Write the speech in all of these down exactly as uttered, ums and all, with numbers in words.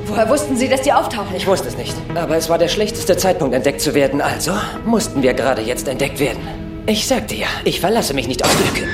Woher wussten Sie, dass die auftauchen? Ich wusste es nicht. Aber es war der schlechteste Zeitpunkt, entdeckt zu werden. Also mussten wir gerade jetzt entdeckt werden. Ich sagte ja, ich verlasse mich nicht auf Glück.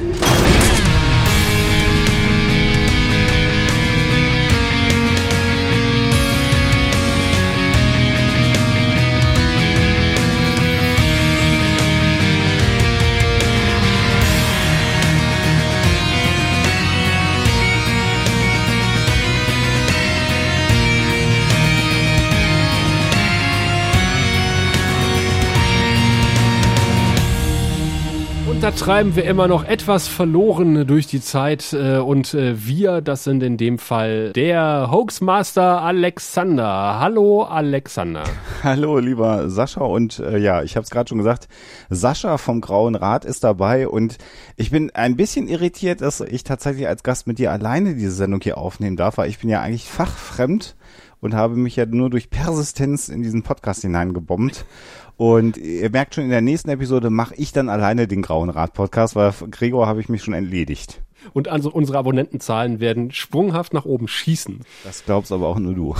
Da treiben wir immer noch etwas verloren durch die Zeit äh, und äh, wir, das sind in dem Fall der Hoaxmaster Alexander. Hallo Alexander. Hallo lieber Sascha und äh, ja, ich habe es gerade schon gesagt, Sascha vom Grauen Rat ist dabei und ich bin ein bisschen irritiert, dass ich tatsächlich als Gast mit dir alleine diese Sendung hier aufnehmen darf, weil ich bin ja eigentlich fachfremd und habe mich ja nur durch Persistenz in diesen Podcast hineingebombt. Und ihr merkt schon, in der nächsten Episode mache ich dann alleine den Grauen Rat-Podcast, weil Gregor habe ich mich schon entledigt. Und also unsere Abonnentenzahlen werden sprunghaft nach oben schießen. Das glaubst aber auch nur du.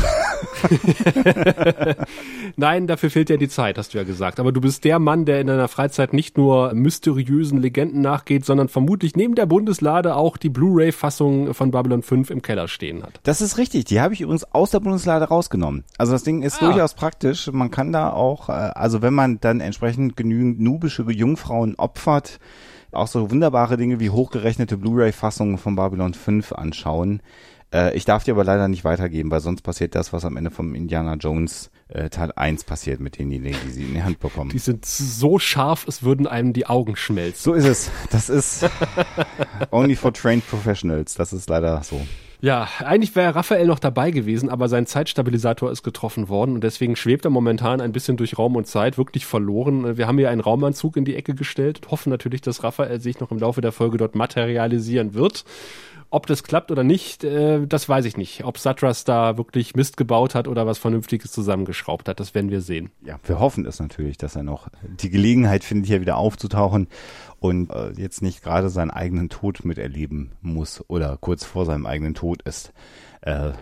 Nein, dafür fehlt ja die Zeit, hast du ja gesagt. Aber du bist der Mann, der in deiner Freizeit nicht nur mysteriösen Legenden nachgeht, sondern vermutlich neben der Bundeslade auch die Blu-ray-Fassung von Babylon fünf im Keller stehen hat. Das ist richtig. Die habe ich übrigens aus der Bundeslade rausgenommen. Also das Ding ist ah. durchaus praktisch. Man kann da auch, also wenn man dann entsprechend genügend nubische Jungfrauen opfert, auch so wunderbare Dinge wie hochgerechnete Blu-ray-Fassungen von Babylon fünf anschauen. Äh, ich darf die aber leider nicht weitergeben, weil sonst passiert das, was am Ende vom Indiana Jones äh, Teil eins passiert mit denjenigen, die sie in die Hand bekommen. Die sind so scharf, es würden einem die Augen schmelzen. So ist es. Das ist only for trained professionals. Das ist leider so. Ja, eigentlich wäre Raphael noch dabei gewesen, aber sein Zeitstabilisator ist getroffen worden und deswegen schwebt er momentan ein bisschen durch Raum und Zeit, wirklich verloren. Wir haben hier einen Raumanzug in die Ecke gestellt und hoffen natürlich, dass Raphael sich noch im Laufe der Folge dort materialisieren wird. Ob das klappt oder nicht, äh, das weiß ich nicht. Ob Satras da wirklich Mist gebaut hat oder was Vernünftiges zusammengeschraubt hat, das werden wir sehen. Ja, wir hoffen es natürlich, dass er noch die Gelegenheit findet, hier wieder aufzutauchen und äh, jetzt nicht gerade seinen eigenen Tod miterleben muss oder kurz vor seinem eigenen Tod ist. Äh,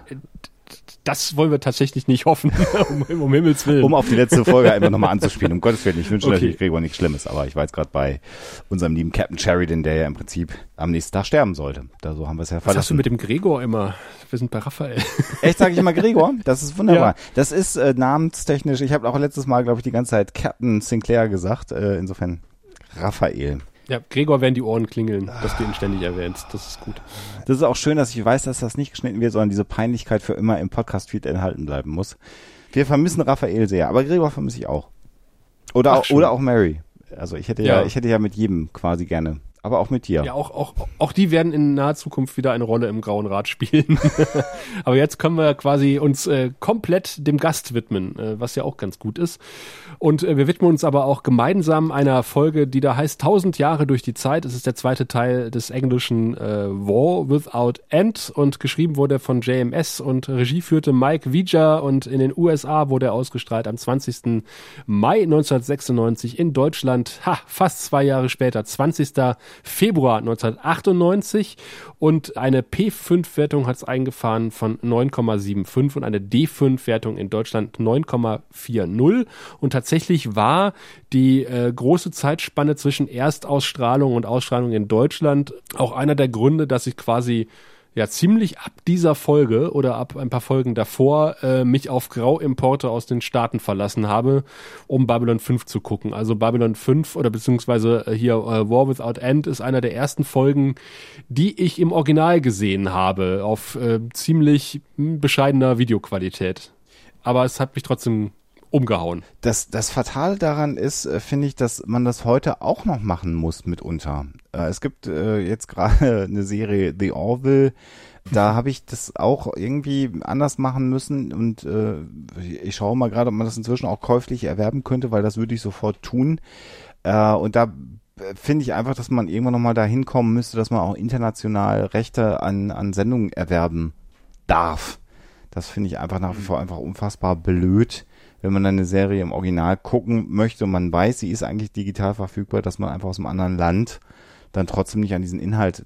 Das wollen wir tatsächlich nicht hoffen, um, um Himmels Willen. Um auf die letzte Folge einfach nochmal anzuspielen, um Gottes Willen. Ich wünsche okay. natürlich Gregor nichts Schlimmes, aber ich war jetzt gerade bei unserem lieben Captain Sheridan, der ja im Prinzip am nächsten Tag sterben sollte. Da so haben wir es ja verlassen. Was hast du mit dem Gregor immer? Wir sind bei Raphael. Echt, sage ich immer Gregor? Das ist wunderbar. Ja. Das ist äh, namenstechnisch, ich habe auch letztes Mal, glaube ich, die ganze Zeit Captain Sinclair gesagt. Äh, insofern Raphael. Ja, Gregor werden die Ohren klingeln, dass du ihn ständig erwähnst. Das ist gut. Das ist auch schön, dass ich weiß, dass das nicht geschnitten wird, sondern diese Peinlichkeit für immer im Podcast-Feed enthalten bleiben muss. Wir vermissen Raphael sehr, aber Gregor vermisse ich auch. Oder, auch, oder auch Mary. Also ich hätte ja. ja, ich hätte ja mit jedem quasi gerne. Aber auch mit dir. Ja, auch, auch, auch die werden in naher Zukunft wieder eine Rolle im Grauen Rat spielen. Aber jetzt können wir quasi uns äh, komplett dem Gast widmen, äh, was ja auch ganz gut ist. Und äh, wir widmen uns aber auch gemeinsam einer Folge, die da heißt tausend Jahre durch die Zeit. Es ist der zweite Teil des englischen äh, War Without End und geschrieben wurde von J M S und Regie führte Mike Vija und in den U S A wurde er ausgestrahlt am zwanzigsten Mai neunzehnhundertsechsundneunzig, in Deutschland, ha, fast zwei Jahre später, zwanzigsten Februar neunzehnhundertachtundneunzig und eine P fünf Wertung hat es eingefahren von neun Komma fünfundsiebzig und eine D fünf Wertung in Deutschland neun Komma vierzig und tatsächlich war die äh, große Zeitspanne zwischen Erstausstrahlung und Ausstrahlung in Deutschland auch einer der Gründe, dass ich quasi ja ziemlich ab dieser Folge oder ab ein paar Folgen davor äh, mich auf Grauimporte aus den Staaten verlassen habe, um Babylon fünf zu gucken. Also Babylon fünf oder beziehungsweise äh, hier äh, War Without End ist einer der ersten Folgen, die ich im Original gesehen habe, auf äh, ziemlich mh, bescheidener Videoqualität. Aber es hat mich trotzdem umgehauen. Das, das Fatale daran ist, äh, finde ich, dass man das heute auch noch machen muss mitunter. Äh, es gibt äh, jetzt gerade eine Serie The Orville, da habe ich das auch irgendwie anders machen müssen und äh, ich schaue mal gerade, ob man das inzwischen auch käuflich erwerben könnte, weil das würde ich sofort tun. Äh, und da finde ich einfach, dass man irgendwann nochmal dahin kommen müsste, dass man auch international Rechte an, an Sendungen erwerben darf. Das finde ich einfach nach wie vor einfach unfassbar blöd, wenn man eine Serie im Original gucken möchte und man weiß, sie ist eigentlich digital verfügbar, dass man einfach aus einem anderen Land dann trotzdem nicht an diesen Inhalt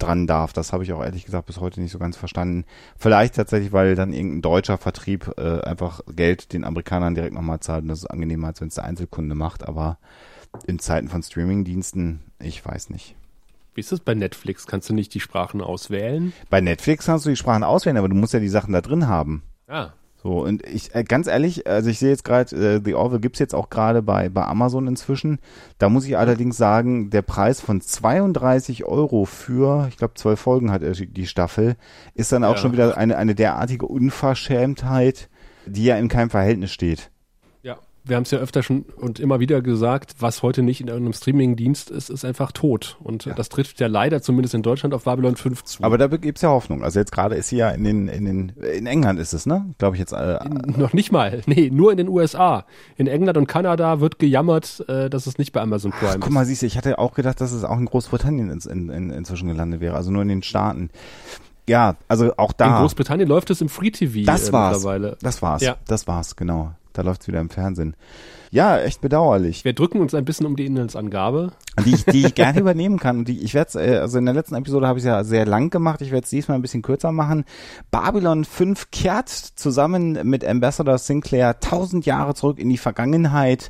dran darf. Das habe ich auch ehrlich gesagt bis heute nicht so ganz verstanden. Vielleicht tatsächlich, weil dann irgendein deutscher Vertrieb äh, einfach Geld den Amerikanern direkt nochmal zahlt und das ist angenehmer, als wenn es der Einzelkunde macht. Aber in Zeiten von Streamingdiensten, ich weiß nicht. Wie ist das bei Netflix? Kannst du nicht die Sprachen auswählen? Bei Netflix kannst du die Sprachen auswählen, aber du musst ja die Sachen da drin haben. Ah. So, und ich, äh, ganz ehrlich, also ich sehe jetzt gerade, äh, The Orville gibt's jetzt auch gerade bei, bei Amazon inzwischen. Da muss ich allerdings sagen, der Preis von zweiunddreißig Euro für, ich glaube, zwölf Folgen hat äh, die Staffel, ist dann auch ja. schon wieder eine, eine derartige Unverschämtheit, die ja in keinem Verhältnis steht. Wir haben es ja öfter schon und immer wieder gesagt, was heute nicht in irgendeinem Streaming-Dienst ist, ist einfach tot. Und ja. das trifft ja leider zumindest in Deutschland auf Babylon fünf zu. Aber da gibt's ja Hoffnung. Also jetzt gerade ist sie ja in den, in den, in England ist es, ne? Glaube ich jetzt. Äh, in, noch nicht mal. Nee, nur in den U S A. In England und Kanada wird gejammert, äh, dass es nicht bei Amazon Prime Ach, ist. Guck mal, siehst du, ich hatte auch gedacht, dass es auch in Großbritannien in, in, in, inzwischen gelandet wäre. Also nur in den Staaten. Ja, also auch da. In Großbritannien läuft es im Free-T V das äh, war's. mittlerweile. Das war's. Ja. Das war's, genau. Da läuft's wieder im Fernsehen. Ja, echt bedauerlich. Wir drücken uns ein bisschen um die Inhaltsangabe. Die ich, die ich gerne übernehmen kann. Und die, ich werde es, also in der letzten Episode habe ich es ja sehr lang gemacht. Ich werde es diesmal ein bisschen kürzer machen. Babylon fünf kehrt zusammen mit Ambassador Sinclair tausend Jahre zurück in die Vergangenheit.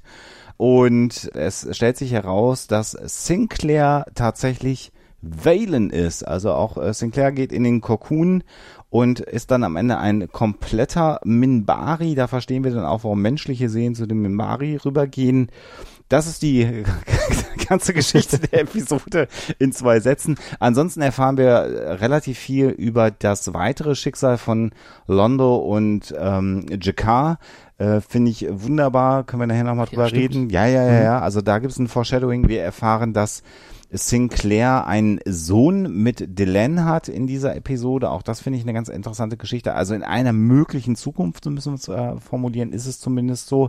Und es stellt sich heraus, dass Sinclair tatsächlich Valen ist. Also auch äh, Sinclair geht in den Cocoon und ist dann am Ende ein kompletter Minbari. Da verstehen wir dann auch, warum menschliche Seelen zu dem Minbari rübergehen. Das ist die ganze Geschichte der Episode in zwei Sätzen. Ansonsten erfahren wir relativ viel über das weitere Schicksal von Londo und ähm, G'Kar. Äh, Finde ich wunderbar. Können wir nachher nochmal drüber ja, reden? Ja, ja, ja, ja. Also da gibt es ein Foreshadowing. Wir erfahren, dass Sinclair einen Sohn mit Delenn hat in dieser Episode. Auch das finde ich eine ganz interessante Geschichte. Also in einer möglichen Zukunft, so müssen wir es äh, formulieren, ist es zumindest so.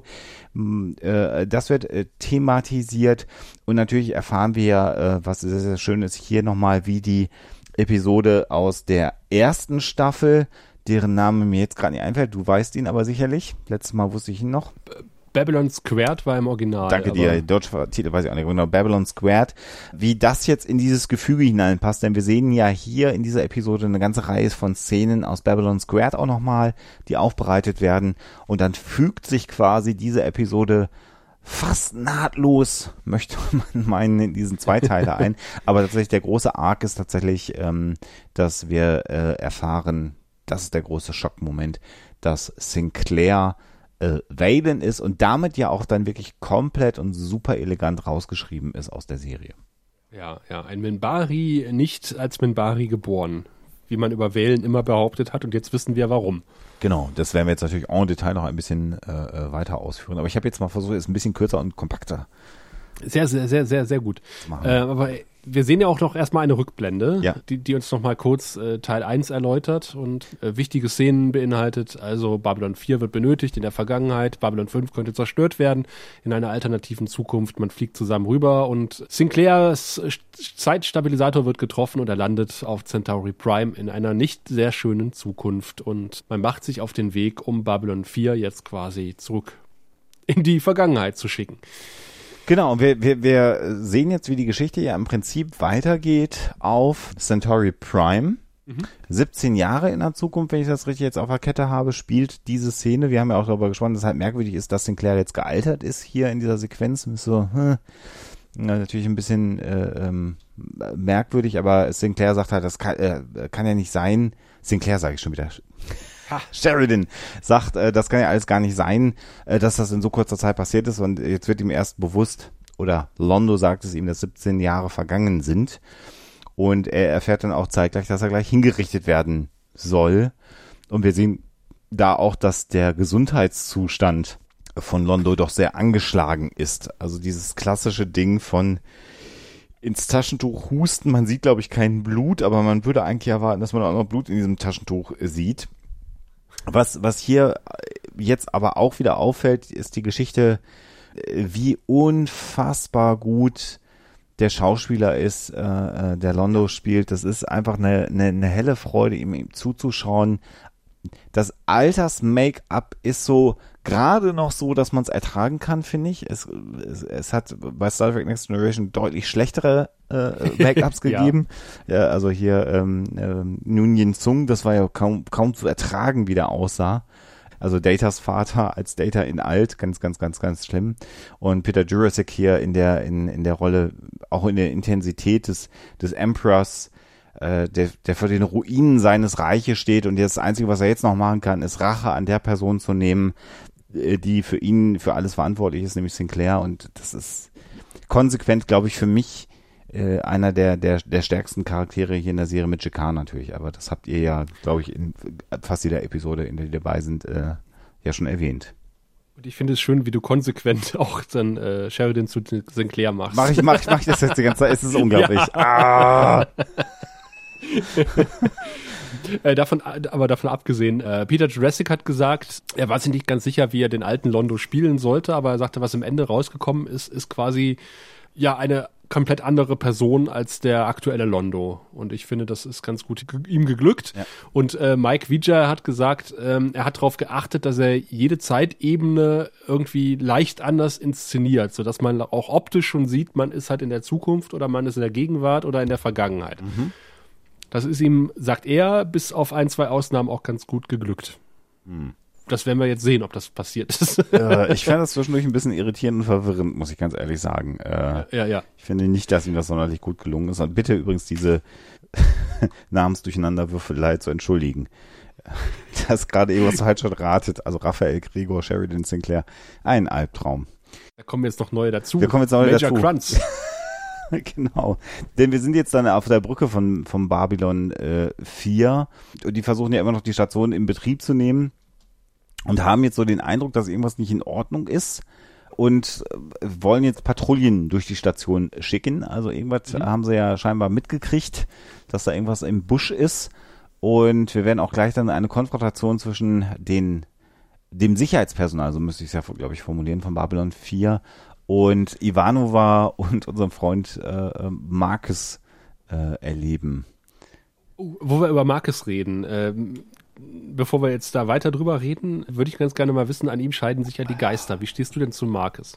Äh, das wird äh, thematisiert und natürlich erfahren wir, äh, was sehr, sehr schön ist, hier nochmal, wie die Episode aus der ersten Staffel, deren Name mir jetzt gerade nicht einfällt, du weißt ihn aber sicherlich. Letztes Mal wusste ich ihn noch. Babylon Squared war im Original. Danke dir, deutscher Titel weiß ich auch nicht genau, Babylon Squared. Wie das jetzt in dieses Gefüge hineinpasst, denn wir sehen ja hier in dieser Episode eine ganze Reihe von Szenen aus Babylon Squared auch nochmal, die aufbereitet werden und dann fügt sich quasi diese Episode fast nahtlos, möchte man meinen, in diesen zwei Teile ein. Aber tatsächlich der große Arc ist tatsächlich, ähm, dass wir äh, erfahren, das ist der große Schockmoment, dass Sinclair äh, Valen ist und damit ja auch dann wirklich komplett und super elegant rausgeschrieben ist aus der Serie. Ja, ja, ein Minbari nicht als Minbari geboren, wie man über Valen immer behauptet hat und jetzt wissen wir warum. Genau, das werden wir jetzt natürlich en Detail noch ein bisschen äh, weiter ausführen, aber ich habe jetzt mal versucht, es ein bisschen kürzer und kompakter. Sehr, sehr, sehr, sehr, sehr gut. Äh, aber wir sehen ja auch noch erstmal eine Rückblende, ja. die, die uns noch mal kurz äh, Teil eins erläutert und äh, wichtige Szenen beinhaltet. Also Babylon vier wird benötigt in der Vergangenheit, Babylon fünf könnte zerstört werden in einer alternativen Zukunft. Man fliegt zusammen rüber und Sinclairs Zeitstabilisator wird getroffen und er landet auf Centauri Prime in einer nicht sehr schönen Zukunft. Und man macht sich auf den Weg, um Babylon vier jetzt quasi zurück in die Vergangenheit zu schicken. Genau, und wir, wir, wir sehen jetzt, wie die Geschichte ja im Prinzip weitergeht auf Centauri Prime. Mhm. siebzehn Jahre in der Zukunft, wenn ich das richtig jetzt auf der Kette habe, spielt diese Szene. Wir haben ja auch darüber gesprochen, dass es halt merkwürdig ist, dass Sinclair jetzt gealtert ist hier in dieser Sequenz. Ist so, hm, natürlich ein bisschen äh, ähm, merkwürdig, aber Sinclair sagt halt, das kann, äh, kann ja nicht sein. Sinclair sage ich schon wieder. Ha, Sheridan sagt, äh, das kann ja alles gar nicht sein, äh, dass das in so kurzer Zeit passiert ist und jetzt wird ihm erst bewusst, oder Londo sagt es ihm, dass siebzehn Jahre vergangen sind und er erfährt dann auch zeitgleich, dass er gleich hingerichtet werden soll und wir sehen da auch, dass der Gesundheitszustand von Londo doch sehr angeschlagen ist, also dieses klassische Ding von ins Taschentuch husten, man sieht glaube ich kein Blut, aber man würde eigentlich erwarten, dass man auch noch Blut in diesem Taschentuch sieht. Was, was hier jetzt aber auch wieder auffällt, ist die Geschichte, wie unfassbar gut der Schauspieler ist, äh, der Londo spielt. Das ist einfach eine, eine, eine helle Freude, ihm, ihm zuzuschauen. das Alters-Make-up ist so gerade noch so, dass man es ertragen kann, finde ich. Es, es, es hat bei Star Trek Next Generation deutlich schlechtere äh, Make-ups gegeben. Ja. Ja, also hier ähm, ähm, Noonien Sung, das war ja kaum, kaum zu ertragen, wie der aussah. Also Datas Vater als Data in alt, ganz, ganz, ganz, ganz schlimm. Und Peter Jurasek hier in der, in, in der Rolle, auch in der Intensität des, des Emperors, äh, der, der vor den Ruinen seines Reiches steht und das Einzige, was er jetzt noch machen kann, ist Rache an der Person zu nehmen, äh, die für ihn, für alles verantwortlich ist, nämlich Sinclair. Und das ist konsequent, glaube ich, für mich äh, einer der, der, der stärksten Charaktere hier in der Serie mit G'Kar natürlich. Aber das habt ihr ja, glaube ich, in fast jeder Episode, in der die dabei sind, äh, ja schon erwähnt. Und ich finde es schön, wie du konsequent auch dann äh, Sheridan zu Sinclair machst. Mach ich, mach ich, mach ich das jetzt die ganze Zeit? Es ist unglaublich. Ja. Ah. äh, davon, aber davon abgesehen, äh, Peter Jurasek hat gesagt, er war sich nicht ganz sicher, wie er den alten Londo spielen sollte, aber er sagte, was am Ende rausgekommen ist, ist quasi ja eine komplett andere Person als der aktuelle Londo. Und ich finde, das ist ganz gut ihm geglückt. Ja. Und äh, Mike Vijay hat gesagt, ähm, er hat darauf geachtet, dass er jede Zeitebene irgendwie leicht anders inszeniert, sodass man auch optisch schon sieht, man ist halt in der Zukunft oder man ist in der Gegenwart oder in der Vergangenheit. Mhm. Das ist ihm, sagt er, bis auf ein, zwei Ausnahmen auch ganz gut geglückt. Mhm. Das werden wir jetzt sehen, ob das passiert ist. äh, ich fand das zwischendurch ein bisschen irritierend und verwirrend, muss ich ganz ehrlich sagen. Äh, ja, ja. Ich finde nicht, dass ihm das sonderlich gut gelungen ist. Und bitte übrigens diese Namensdurcheinanderwürfelei zu entschuldigen. Dass gerade irgendwas falsch ratet. Also Raphael, Gregor, Sheridan, Sinclair. Ein Albtraum. Da kommen jetzt noch neue dazu. Wir kommen jetzt noch neue Major dazu. Crunts. Genau. Denn wir sind jetzt dann auf der Brücke von, von Babylon äh, vier. Und die versuchen ja immer noch die Station in Betrieb zu nehmen. Und haben jetzt so den Eindruck, dass irgendwas nicht in Ordnung ist und wollen jetzt Patrouillen durch die Station schicken. Also irgendwas mhm. haben sie ja scheinbar mitgekriegt, dass da irgendwas im Busch ist. Und wir werden auch gleich dann eine Konfrontation zwischen den, dem Sicherheitspersonal, so müsste ich es ja, glaube ich, formulieren, von Babylon vier und Ivanova und unserem Freund äh, Marcus äh, erleben. Oh, wo wir über Marcus reden, ähm bevor wir jetzt da weiter drüber reden, würde ich ganz gerne mal wissen, an ihm scheiden sich ja die Geister. Wie stehst du denn zu Marcus?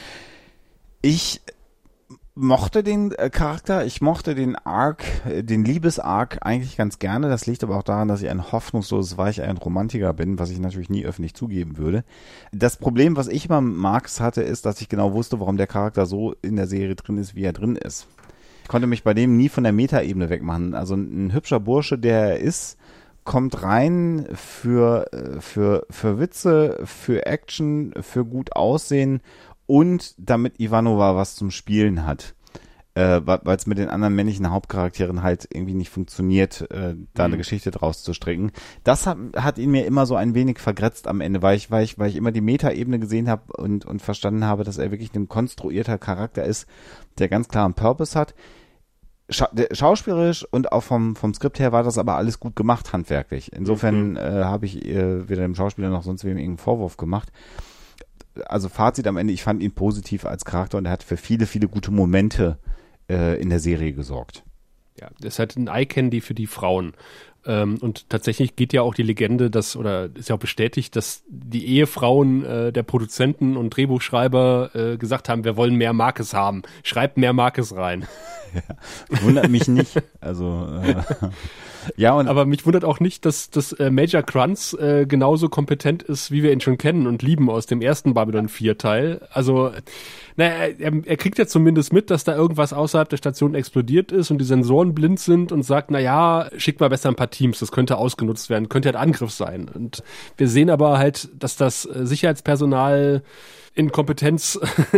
Ich mochte den äh, Charakter, ich mochte den Arc, äh, den Liebes-Arc eigentlich ganz gerne. Das liegt aber auch daran, dass ich ein hoffnungsloses Weichei und Romantiker bin, was ich natürlich nie öffentlich zugeben würde. Das Problem, was ich immer mit Marcus hatte, ist, dass ich genau wusste, warum der Charakter so in der Serie drin ist, wie er drin ist. Ich konnte mich bei dem nie von der Metaebene wegmachen. Also ein hübscher Bursche, der er ist, kommt rein für, für, für Witze, für Action, für gut Aussehen und damit Ivanova was zum Spielen hat. Äh, weil es mit den anderen männlichen Hauptcharakteren halt irgendwie nicht funktioniert, äh, da eine mhm. Geschichte draus zu stricken. Das hat, hat ihn mir immer so ein wenig vergrätzt am Ende, weil ich, weil ich, weil ich immer die Metaebene gesehen habe und, und verstanden habe, dass er wirklich ein konstruierter Charakter ist, der ganz klar einen Purpose hat. Scha- schauspielerisch und auch vom, vom Skript her war das aber alles gut gemacht, handwerklich. Insofern mhm. äh, habe ich äh, weder dem Schauspieler noch sonst wem irgendeinen Vorwurf gemacht. Also Fazit am Ende, ich fand ihn positiv als Charakter und er hat für viele, viele gute Momente äh, in der Serie gesorgt. Ja, das ist halt ein Eye-Candy für die Frauen. Ähm, und tatsächlich geht ja auch die Legende, dass, oder ist ja auch bestätigt, dass die Ehefrauen äh, der Produzenten und Drehbuchschreiber äh, gesagt haben, wir wollen mehr Marcus haben. Schreibt mehr Marcus rein. Ja, wundert mich nicht. Also äh, ja, und aber mich wundert auch nicht, dass, dass äh, Major Crunts äh, genauso kompetent ist, wie wir ihn schon kennen und lieben aus dem ersten Babylon vier Teil. Also, naja, er, er kriegt ja zumindest mit, dass da irgendwas außerhalb der Station explodiert ist und die Sensoren blind sind und sagt, na ja, schickt mal besser ein paar Teams, das könnte ausgenutzt werden, könnte halt Angriff sein. Und wir sehen aber halt, dass das Sicherheitspersonal in Kompetenz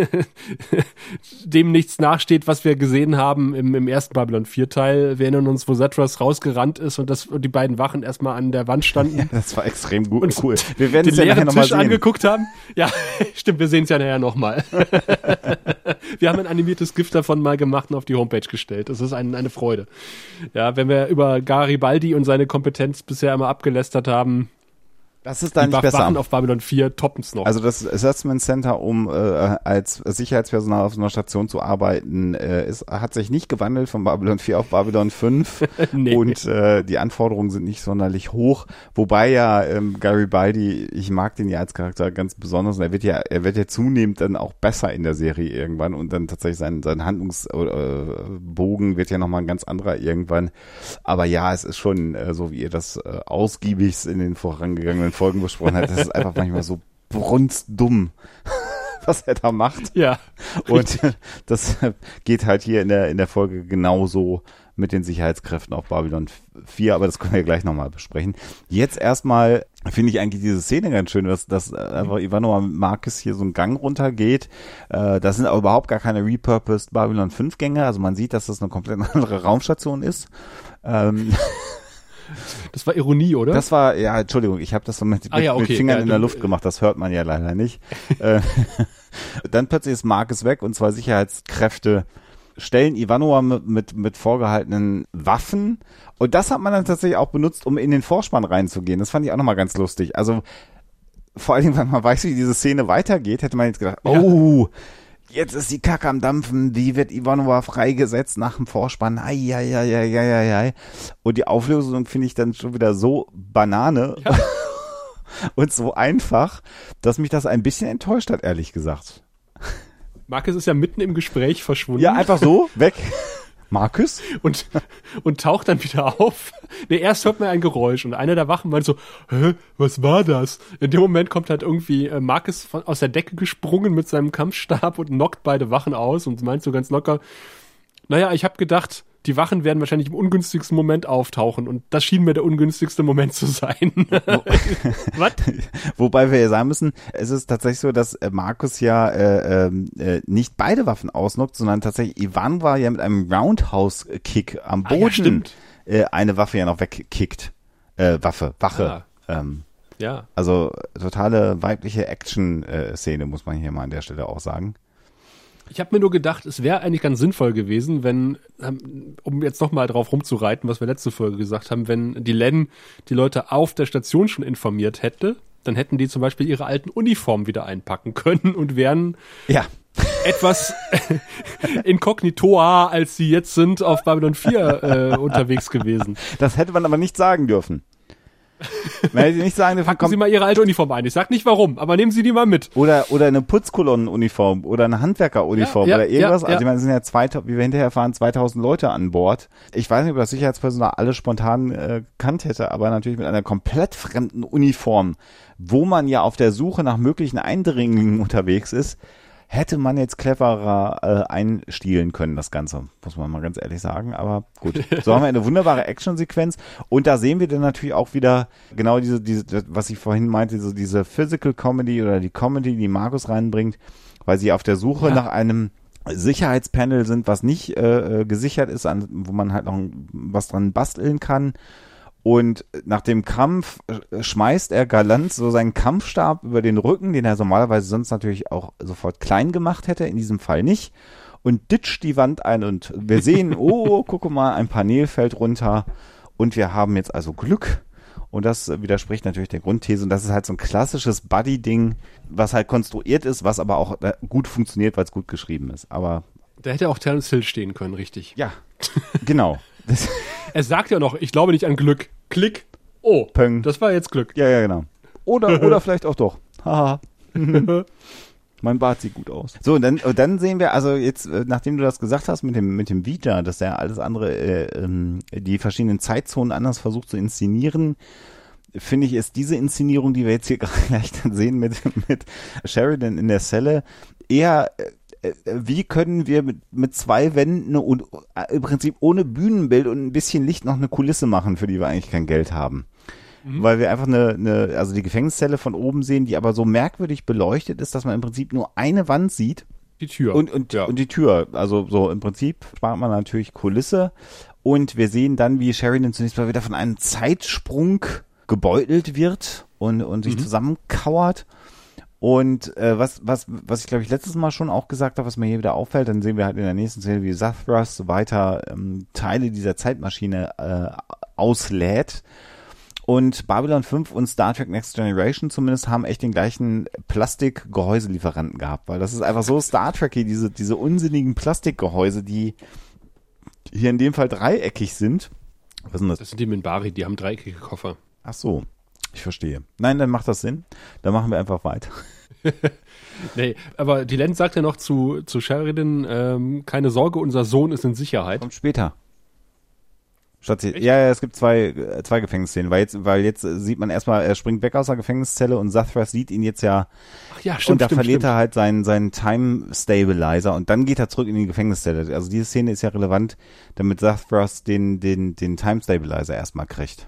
dem nichts nachsteht, was wir gesehen haben im, im ersten Babylon vier Teil. Wir erinnern uns, wo Zatras rausgerannt ist und, das, und die beiden Wachen erstmal an der Wand standen. Ja, das war extrem gut und cool. Wir werden es ja nachher nochmal sehen. Angeguckt haben. Ja, stimmt, wir sehen es ja nachher nochmal. Wir haben ein animiertes GIF davon mal gemacht und auf die Homepage gestellt. Das ist ein, eine Freude. Ja, wenn wir über Garibaldi und seine Kompetenz bisher immer abgelästert haben, Das ist da die nicht besser. Waffen auf Babylon vier toppen's noch. Also das Assessment Center, um äh, als Sicherheitspersonal auf so einer Station zu arbeiten, äh, ist, hat sich nicht gewandelt von Babylon vier auf Babylon fünf. Nee. Und äh, die Anforderungen sind nicht sonderlich hoch. Wobei ja ähm, Garibaldi, ich mag den ja als Charakter ganz besonders, und er wird ja, er wird ja zunehmend dann auch besser in der Serie irgendwann und dann tatsächlich sein, sein Handlungsbogen äh, wird ja nochmal ein ganz anderer irgendwann. Aber ja, es ist schon äh, so, wie ihr das äh, ausgiebig in den vorangegangenen Folgen besprochen hat, das ist einfach manchmal so brunstdumm, was er da macht. Ja. Und das geht halt hier in der in der Folge genauso mit den Sicherheitskräften auf Babylon vier, aber das können wir gleich nochmal besprechen. Jetzt erstmal finde ich eigentlich diese Szene ganz schön, dass, dass einfach Ivanova mit Marcus hier so einen Gang runtergeht. Äh, das sind aber überhaupt gar keine repurposed Babylon fünf Gänge, also man sieht, dass das eine komplett andere Raumstation ist. Ähm Das war Ironie, oder? Das war, ja, Entschuldigung, ich habe das so mit, ah, ja, okay. mit Fingern ja, in der Luft gemacht, das hört man ja leider nicht. Dann plötzlich ist Marcus weg und zwei Sicherheitskräfte stellen Ivanova mit, mit, mit vorgehaltenen Waffen und das hat man dann tatsächlich auch benutzt, um in den Vorspann reinzugehen. Das fand ich auch nochmal ganz lustig. Also vor allen Dingen, wenn man weiß, wie diese Szene weitergeht, hätte man jetzt gedacht, ja. oh, jetzt ist die Kacke am Dampfen, wie wird Ivanova freigesetzt nach dem Vorspann, ai, ai, ai, ai, ai, ai. Und die Auflösung finde ich dann schon wieder so Banane ja. und so einfach, dass mich das ein bisschen enttäuscht hat, ehrlich gesagt. Marcus ist ja mitten im Gespräch verschwunden. Ja, einfach so, weg. Marcus? Und, und taucht dann wieder auf. Nee, erst hört man ein Geräusch und einer der Wachen meint so, hä, was war das? In dem Moment kommt halt irgendwie äh, Marcus von, aus der Decke gesprungen mit seinem Kampfstab und knockt beide Wachen aus und meint so ganz locker, naja, ich habe gedacht, die Wachen werden wahrscheinlich im ungünstigsten Moment auftauchen und das schien mir der ungünstigste Moment zu sein. Was? Wobei wir ja sagen müssen, es ist tatsächlich so, dass Marcus ja äh, äh, nicht beide Waffen ausnockt, sondern tatsächlich Ivanova ja mit einem Roundhouse-Kick am Boden ah, ja, äh, eine Waffe ja noch wegkickt. Äh, Waffe, Wache. Ja. Ähm, ja. Also totale weibliche Action-Szene, muss man hier mal an der Stelle auch sagen. Ich habe mir nur gedacht, es wäre eigentlich ganz sinnvoll gewesen, wenn, um jetzt nochmal drauf rumzureiten, was wir letzte Folge gesagt haben, wenn die Len die Leute auf der Station schon informiert hätte, dann hätten die zum Beispiel ihre alten Uniformen wieder einpacken können und wären ja. etwas inkognitoer, als sie jetzt sind, auf Babylon vier äh, unterwegs gewesen. Das hätte man aber nicht sagen dürfen. Man hätte nicht sagen, packen Sie mal Ihre alte Uniform ein. Ich sag nicht warum, aber nehmen Sie die mal mit. Oder oder eine Putzkolonnenuniform oder eine Handwerkeruniform ja, ja, oder irgendwas. Ja, ja. Also ich meine, es sind ja zwei, wie wir hinterher erfahren, zweitausend Leute an Bord. Ich weiß nicht, ob das Sicherheitspersonal alle spontan äh, gekannt hätte, aber natürlich mit einer komplett fremden Uniform, wo man ja auf der Suche nach möglichen Eindringlingen unterwegs ist, hätte man jetzt cleverer äh, einstielen können, das Ganze, muss man mal ganz ehrlich sagen. Aber gut, so haben wir eine wunderbare Actionsequenz und da sehen wir dann natürlich auch wieder genau diese, diese, was ich vorhin meinte, so diese Physical Comedy oder die Comedy, die Marcus reinbringt, weil sie auf der Suche ja. nach einem Sicherheitspanel sind, was nicht äh, gesichert ist, an, wo man halt noch was dran basteln kann. Und nach dem Kampf schmeißt er galant so seinen Kampfstab über den Rücken, den er normalerweise sonst natürlich auch sofort klein gemacht hätte, in diesem Fall nicht, und ditcht die Wand ein und wir sehen, oh, guck mal, ein Panel fällt runter und wir haben jetzt also Glück. Und das widerspricht natürlich der Grundthese und das ist halt so ein klassisches Buddy-Ding, was halt konstruiert ist, was aber auch gut funktioniert, weil es gut geschrieben ist. Aber da hätte auch Terence Hill stehen können, richtig. Ja, genau. Das er sagt ja noch, ich glaube nicht an Glück. Klick. Oh, Peng. Das war jetzt Glück. Ja, ja, genau. Oder oder vielleicht auch doch. Haha. Mein Bart sieht gut aus. So, und dann, und dann sehen wir, also jetzt, nachdem du das gesagt hast mit dem mit dem Vita, dass er alles andere, äh, ähm, die verschiedenen Zeitzonen anders versucht zu inszenieren, finde ich, ist diese Inszenierung, die wir jetzt hier gleich dann sehen mit, mit Sheridan in der Zelle, eher wie können wir mit, mit zwei Wänden und im Prinzip ohne Bühnenbild und ein bisschen Licht noch eine Kulisse machen, für die wir eigentlich kein Geld haben. Mhm. Weil wir einfach eine, eine, also die Gefängniszelle von oben sehen, die aber so merkwürdig beleuchtet ist, dass man im Prinzip nur eine Wand sieht. Die Tür. Und, und, ja. und die Tür. Also so im Prinzip spart man natürlich Kulisse. Und wir sehen dann, wie Sheridan zunächst mal wieder von einem Zeitsprung gebeutelt wird und, und sich mhm. zusammenkauert. Und äh, was was was ich glaube ich letztes Mal schon auch gesagt habe, was mir hier wieder auffällt, dann sehen wir halt in der nächsten Szene, wie Zathras weiter ähm, Teile dieser Zeitmaschine äh, auslädt. Und Babylon fünf und Star Trek Next Generation zumindest haben echt den gleichen Plastikgehäuselieferanten gehabt, weil das ist einfach so Star Trek-y, diese, diese unsinnigen Plastikgehäuse, die hier in dem Fall dreieckig sind. Was sind das? Das sind die Minbari, die haben dreieckige Koffer. Ach so, ich verstehe. Nein, dann macht das Sinn. Dann machen wir einfach weiter. Nee, aber die Len sagt ja noch zu, zu Sheridan, ähm, keine Sorge, unser Sohn ist in Sicherheit. Kommt später. Statt sie, ja, ja, es gibt zwei, zwei Gefängnisszenen, weil jetzt, weil jetzt sieht man erstmal, er springt weg aus der Gefängniszelle und Zathras sieht ihn jetzt ja. Ach ja, stimmt, und da stimmt, verliert stimmt. er halt seinen, seinen Time Stabilizer und dann geht er zurück in die Gefängniszelle. Also diese Szene ist ja relevant, damit Zathras den, den, den Time Stabilizer erstmal kriegt.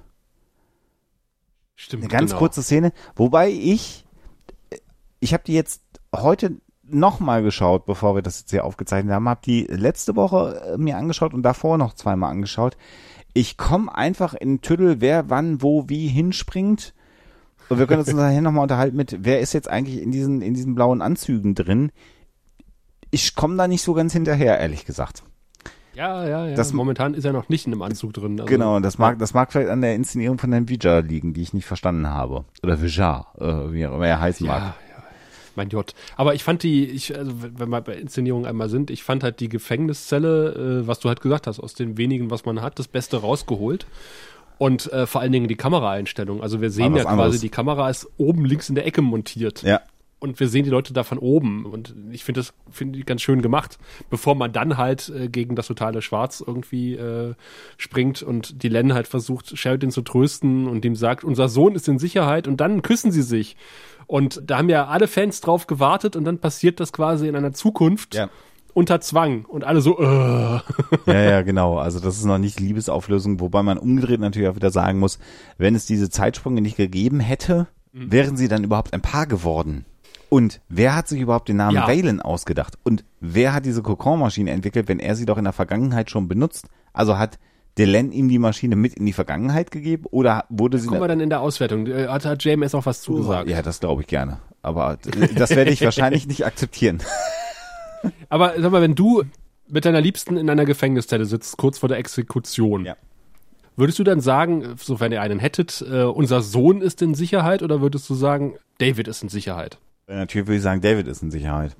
Stimmt, Eine ganz genau. kurze Szene, wobei ich, ich habe die jetzt heute nochmal geschaut, bevor wir das jetzt hier aufgezeichnet haben, habe die letzte Woche mir angeschaut und davor noch zweimal angeschaut. Ich komme einfach in Tüdel, wer wann, wo, wie hinspringt. Und wir können uns nachher nochmal unterhalten mit, wer ist jetzt eigentlich in diesen, in diesen blauen Anzügen drin. Ich komme da nicht so ganz hinterher, ehrlich gesagt. Ja, ja, ja. Das- Momentan ist er noch nicht in einem Anzug drin. Also, Genau, das mag, das mag vielleicht an der Inszenierung von Herrn Vijar liegen, die ich nicht verstanden habe. Oder Vijar, äh, wie auch immer er heißen Ja, mag. ja. Mein J. Aber ich fand die, ich, also wenn wir bei Inszenierungen einmal sind, ich fand halt die Gefängniszelle, äh, was du halt gesagt hast, aus den wenigen, was man hat, das Beste rausgeholt. Und äh, vor allen Dingen die Kameraeinstellung. Also wir sehen War ja was quasi, anderes. die Kamera ist oben links in der Ecke montiert. Ja. Und wir sehen die Leute da von oben. Und ich finde das finde ich ganz schön gemacht, bevor man dann halt äh, gegen das totale Schwarz irgendwie äh, springt und die Len halt versucht, Sheridan zu trösten und ihm sagt, unser Sohn ist in Sicherheit und dann küssen sie sich. Und da haben ja alle Fans drauf gewartet und dann passiert das quasi in einer Zukunft Ja. unter Zwang. Und alle so, äh. Ja, ja, genau. Also das ist noch nicht Liebesauflösung, wobei man umgedreht natürlich auch wieder sagen muss, wenn es diese Zeitsprünge nicht gegeben hätte, Mhm. wären sie dann überhaupt ein Paar geworden. Und wer hat sich überhaupt den Namen Ja. Valen ausgedacht? Und wer hat diese Kokon-Maschine entwickelt, wenn er sie doch in der Vergangenheit schon benutzt? Also hat Delenn ihm die Maschine mit in die Vergangenheit gegeben oder wurde sie... Kommen wir dann in der Auswertung. Äh, Hat, hat J M S auch was zugesagt. Ja, das glaube ich gerne. Aber das werde ich wahrscheinlich nicht akzeptieren. Aber sag mal, wenn du mit deiner Liebsten in einer Gefängniszelle sitzt, kurz vor der Exekution, Ja. würdest du dann sagen, sofern ihr einen hättet, äh, unser Sohn ist in Sicherheit oder würdest du sagen, David ist in Sicherheit? Natürlich würde ich sagen, David ist in Sicherheit.